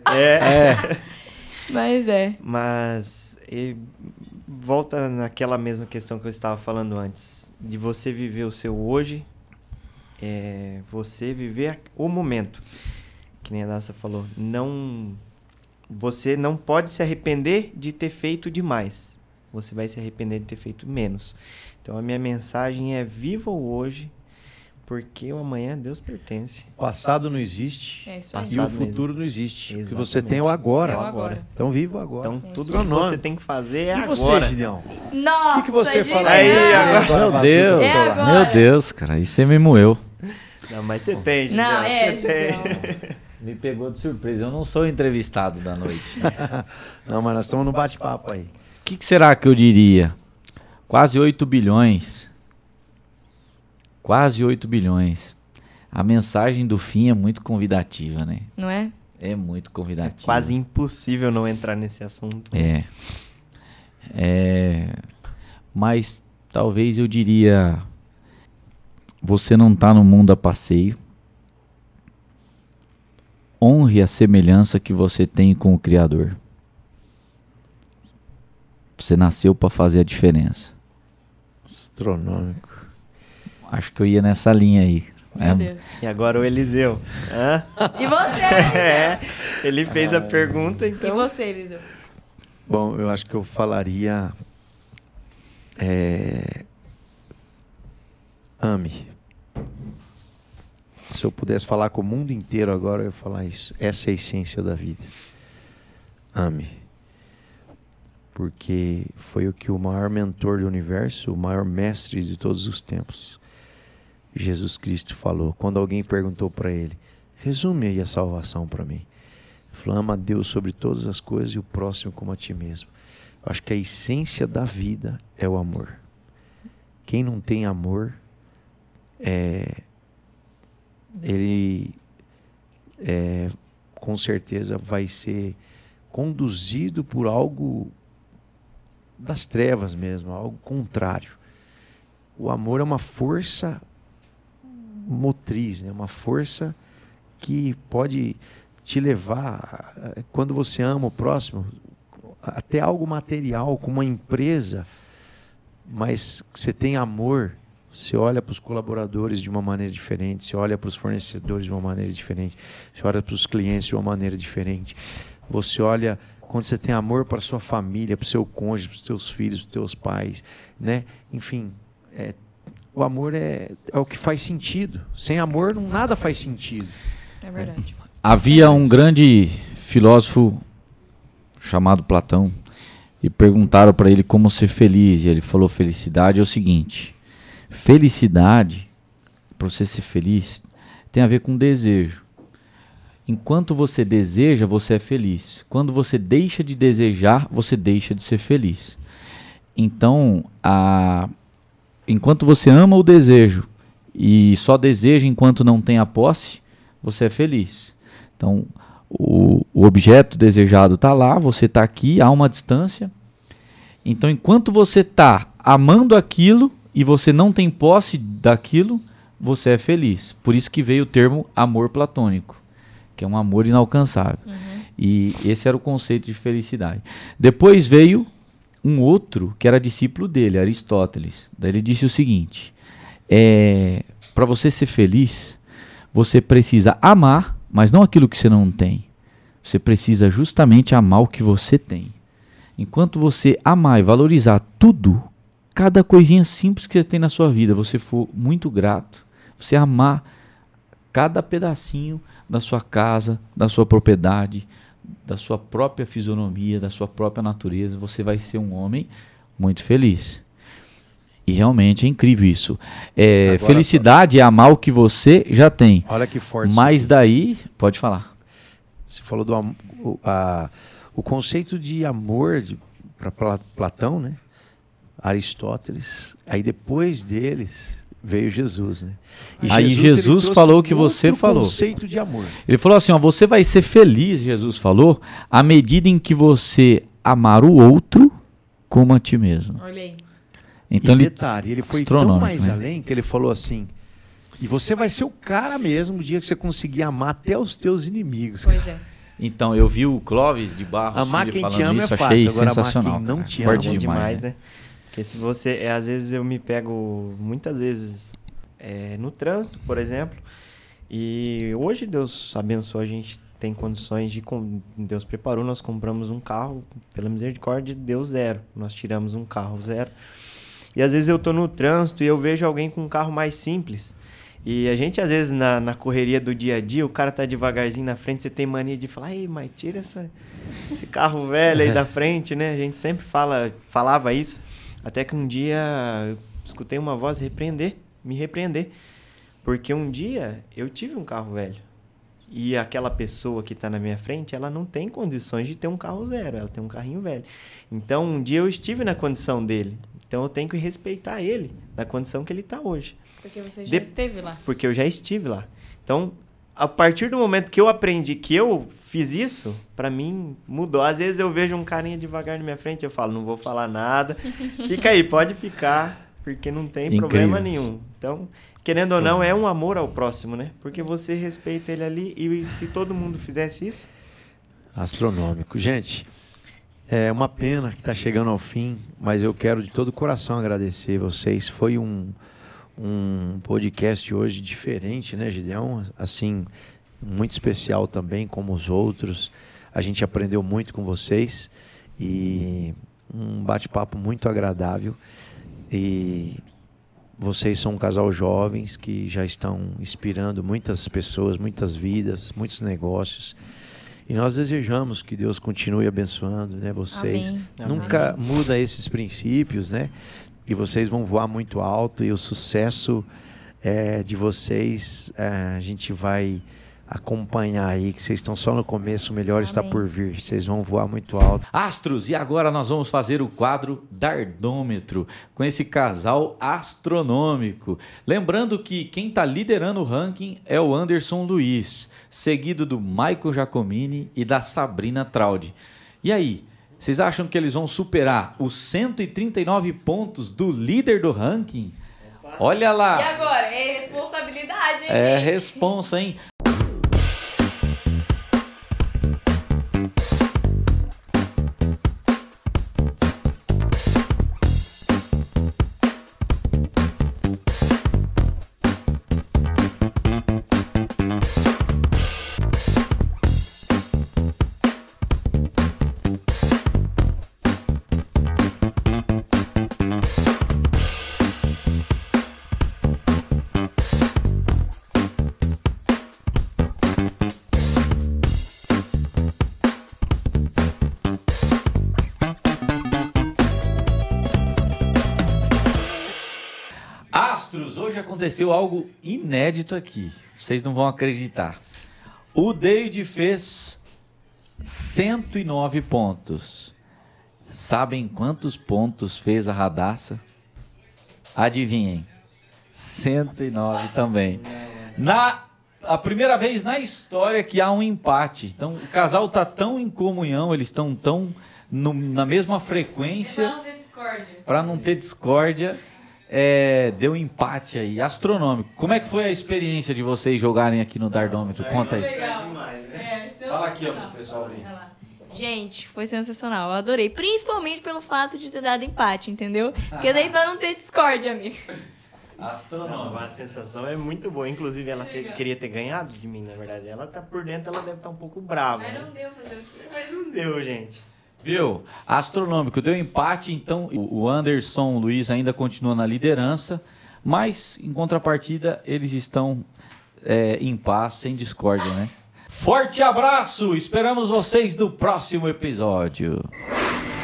Speaker 4: É.
Speaker 1: Mas é.
Speaker 4: Mas e, volta naquela mesma questão que eu estava falando antes. De você viver o seu hoje, é, você viver o momento. Que nem a Daça falou. Não, você não pode se arrepender de ter feito demais. Você vai se arrepender de ter feito menos. Então a minha mensagem é: viva o hoje, porque o amanhã a Deus pertence.
Speaker 3: O passado não existe
Speaker 1: É isso aí.
Speaker 3: e
Speaker 4: Passado
Speaker 3: o futuro não existe. O que
Speaker 4: Exatamente.
Speaker 3: você tem é o agora.
Speaker 1: É o agora.
Speaker 3: Então viva o agora.
Speaker 4: Então
Speaker 1: É
Speaker 4: tudo
Speaker 1: isso
Speaker 4: que
Speaker 3: aí.
Speaker 4: você tem que fazer é
Speaker 3: E
Speaker 4: agora.
Speaker 3: você, Gideão?
Speaker 1: Nossa,
Speaker 3: O que, que você
Speaker 1: Gideão.
Speaker 3: fala
Speaker 4: Aí, agora-
Speaker 2: Meu
Speaker 3: Bazuca,
Speaker 2: Deus,
Speaker 1: É
Speaker 3: seu lado.
Speaker 1: agora.
Speaker 2: meu Deus, cara, aí você me moeu.
Speaker 4: Não, mas você tem,
Speaker 1: Não,
Speaker 4: Gideão,
Speaker 1: é,
Speaker 4: você tem.
Speaker 1: Gideão.
Speaker 2: Me pegou de surpresa, eu não sou entrevistado da noite. né?
Speaker 3: Não, mas nós estamos no bate-papo aí.
Speaker 2: O que, que será que eu diria? Quase oito bilhões. Quase oito bilhões. A mensagem do fim é muito convidativa, né?
Speaker 1: Não é?
Speaker 2: É muito convidativa.
Speaker 4: Quase impossível não entrar nesse assunto.
Speaker 2: É. É. Mas talvez eu diria: você não está no mundo a passeio. Honre a semelhança que você tem com o Criador. Você nasceu para fazer a diferença.
Speaker 3: Astronômico.
Speaker 2: Acho que eu ia nessa linha aí.
Speaker 1: Meu
Speaker 2: É,
Speaker 1: Deus.
Speaker 4: E agora o Eliseu. Hã?
Speaker 1: E você?
Speaker 4: É, ele fez a pergunta,
Speaker 1: E
Speaker 4: então.
Speaker 1: você, Eliseu?
Speaker 3: Bom, eu acho que eu falaria... é, ame. Se eu pudesse falar com o mundo inteiro agora, eu ia falar isso. Essa é a essência da vida. Ame. Porque foi o que o maior mentor do universo, o maior mestre de todos os tempos, Jesus Cristo, falou. Quando alguém perguntou para ele: resume aí a salvação para mim. Ele falou: ama a Deus sobre todas as coisas e o próximo como a ti mesmo. Eu acho que a essência da vida é o amor. Quem não tem amor, é, ele é, com certeza vai ser conduzido por algo das trevas mesmo, algo contrário. O amor é uma força motriz, né? Uma força que pode te levar, quando você ama o próximo, até algo material, como uma empresa, mas você tem amor, você olha para os colaboradores de uma maneira diferente, você olha para os fornecedores de uma maneira diferente, você olha para os clientes de uma maneira diferente, você olha... Quando você tem amor para a sua família, para o seu cônjuge, para os teus filhos, para os teus pais, né? Enfim, é, o amor é, é o que faz sentido. Sem amor, não, nada faz sentido.
Speaker 1: É verdade.
Speaker 2: Havia um grande filósofo chamado Platão e perguntaram para ele como ser feliz. E ele falou: felicidade é o seguinte: felicidade, para você ser feliz, tem a ver com desejo. Enquanto você deseja, você é feliz. Quando você deixa de desejar, você deixa de ser feliz. Então, a... enquanto você ama o desejo e só deseja enquanto não tem a posse, você é feliz. Então, o, o objeto desejado está lá, você está aqui, há uma distância. Então, enquanto você está amando aquilo e você não tem posse daquilo, você é feliz. Por isso que veio o termo amor platônico, que é um amor inalcançável. Uhum. E esse era o conceito de felicidade. Depois veio um outro que era discípulo dele, Aristóteles. Daí ele disse o seguinte: é, para você ser feliz, você precisa amar, mas não aquilo que você não tem. Você precisa justamente amar o que você tem. Enquanto você amar e valorizar tudo, cada coisinha simples que você tem na sua vida, você for muito grato, você amar cada pedacinho da sua casa, da sua propriedade, da sua própria fisionomia, da sua própria natureza, você vai ser um homem muito feliz. E realmente é incrível isso. É,
Speaker 3: Agora,
Speaker 2: felicidade é amar o que você já tem.
Speaker 3: Olha que forte.
Speaker 2: Mas daí, pode falar.
Speaker 3: Você falou do am- o, a, o conceito de amor para Platão, né? Aristóteles. Aí depois deles veio Jesus, né? E
Speaker 2: Aí
Speaker 3: ele
Speaker 2: Jesus
Speaker 3: trouxe
Speaker 2: falou o
Speaker 3: um
Speaker 2: que você
Speaker 3: outro
Speaker 2: falou.
Speaker 3: Conceito de amor.
Speaker 2: Ele falou assim, ó, você vai ser feliz, Jesus falou, à medida em que você amar o outro como a ti mesmo.
Speaker 1: Olha aí.
Speaker 2: Então
Speaker 3: e
Speaker 2: ele
Speaker 3: detalhe, ele foi tão
Speaker 2: astronômico,
Speaker 3: mais
Speaker 2: né?
Speaker 3: além que ele falou assim: e você vai ser o cara mesmo o dia que você conseguir amar até os teus inimigos.
Speaker 1: Pois é.
Speaker 2: Então, eu vi o Clóvis de Barros
Speaker 3: Amar
Speaker 2: Filho
Speaker 3: quem te
Speaker 2: falando
Speaker 3: ama
Speaker 2: isso,
Speaker 3: é
Speaker 2: achei
Speaker 3: fácil, agora amar
Speaker 2: sensacional.
Speaker 3: quem não
Speaker 2: cara.
Speaker 3: te
Speaker 2: Forte
Speaker 3: ama
Speaker 4: Bom
Speaker 2: demais,
Speaker 4: demais,
Speaker 2: né?
Speaker 4: né? Porque se você... É, às vezes eu me pego muitas vezes é, no trânsito, por exemplo, e hoje Deus abençoou, a gente tem condições de... Deus preparou, nós compramos um carro, pela misericórdia de Deus, zero. Nós tiramos um carro zero. E às vezes eu tô no trânsito e eu vejo alguém com um carro mais simples. E a gente, às vezes, na, na correria do dia a dia, o cara tá devagarzinho na frente, você tem mania de falar, ei, mas tira essa, esse carro velho aí da frente, né? A gente sempre fala, falava isso, até que um dia eu escutei uma voz repreender, me repreender. Porque um dia eu tive um carro velho. E aquela pessoa que está na minha frente, ela não tem condições de ter um carro zero, ela tem um carrinho velho. Então, um dia eu estive na condição dele. Então, eu tenho que respeitar ele na condição que ele está hoje.
Speaker 1: Porque você já
Speaker 4: De...
Speaker 1: esteve lá.
Speaker 4: Porque eu já estive lá. Então, a partir do momento que eu aprendi que eu fiz isso, pra mim mudou. Às vezes eu vejo um carinha devagar na minha frente, eu falo, não vou falar nada. Fica aí, pode ficar, porque não tem
Speaker 2: Incrível.
Speaker 4: problema nenhum. Então, querendo ou não, é um amor ao próximo, né? Porque você respeita ele ali e se todo mundo fizesse isso...
Speaker 3: Astronômico. Gente, é uma pena que está chegando ao fim, mas eu quero de todo o coração agradecer vocês. Foi um... um podcast hoje diferente, né, Gideão? Assim, muito especial também, como os outros. A gente aprendeu muito com vocês e um bate-papo muito agradável. E vocês são um casal jovens que já estão inspirando muitas pessoas, muitas vidas, muitos negócios. E nós desejamos que Deus continue abençoando, né, vocês.
Speaker 1: Amém.
Speaker 3: Nunca
Speaker 1: Amém.
Speaker 3: muda esses princípios, né? E vocês vão voar muito alto e o sucesso é, de vocês é, a gente vai acompanhar aí, que vocês estão só no começo, o melhor está
Speaker 1: Amém.
Speaker 3: por vir. Vocês vão voar muito alto.
Speaker 2: Astros, e agora nós vamos fazer o quadro Dardômetro com esse casal astronômico. Lembrando que quem está liderando o ranking é o Anderson Luiz, seguido do Michael Giacomini e da Sabrina Traude. E aí, vocês acham que eles vão superar os cento e trinta e nove pontos do líder do ranking? Olha lá.
Speaker 1: E agora? É responsabilidade, hein,
Speaker 2: É
Speaker 1: gente?
Speaker 2: responsa, hein? Astros, hoje aconteceu algo inédito aqui. Vocês não vão acreditar. O David fez cento e nove pontos. Sabem quantos pontos fez a Radassa? Adivinhem. cento e nove também. Na a primeira vez na história que há um empate. Então, o casal está tão em comunhão, eles estão tão no, na mesma frequência.
Speaker 1: Pra não ter discórdia.
Speaker 2: Para não ter discórdia, é, deu empate aí, astronômico. Como é que foi a experiência de vocês jogarem aqui no Dardômetro? Conta aí.
Speaker 1: Legal. É, sensacional.
Speaker 2: Fala aqui, ó, pro pessoal ali.
Speaker 1: Olha lá. Gente, foi sensacional. Eu adorei. Principalmente pelo fato de ter dado empate, entendeu? Porque daí pra não ter discórdia, amigo.
Speaker 4: Não,
Speaker 2: Astronômico.
Speaker 4: a sensação é muito boa. Inclusive, ela te- queria ter ganhado de mim, na verdade. Ela tá por dentro, ela deve estar um pouco brava.
Speaker 1: Mas
Speaker 4: né?
Speaker 1: não deu fazer o quê?
Speaker 4: Mas não deu, gente.
Speaker 2: Viu? Astronômico, deu empate, então o o Anderson Luiz ainda continua na liderança, mas em contrapartida eles estão é, em paz, sem discórdia, né? Forte abraço! Esperamos vocês no próximo episódio.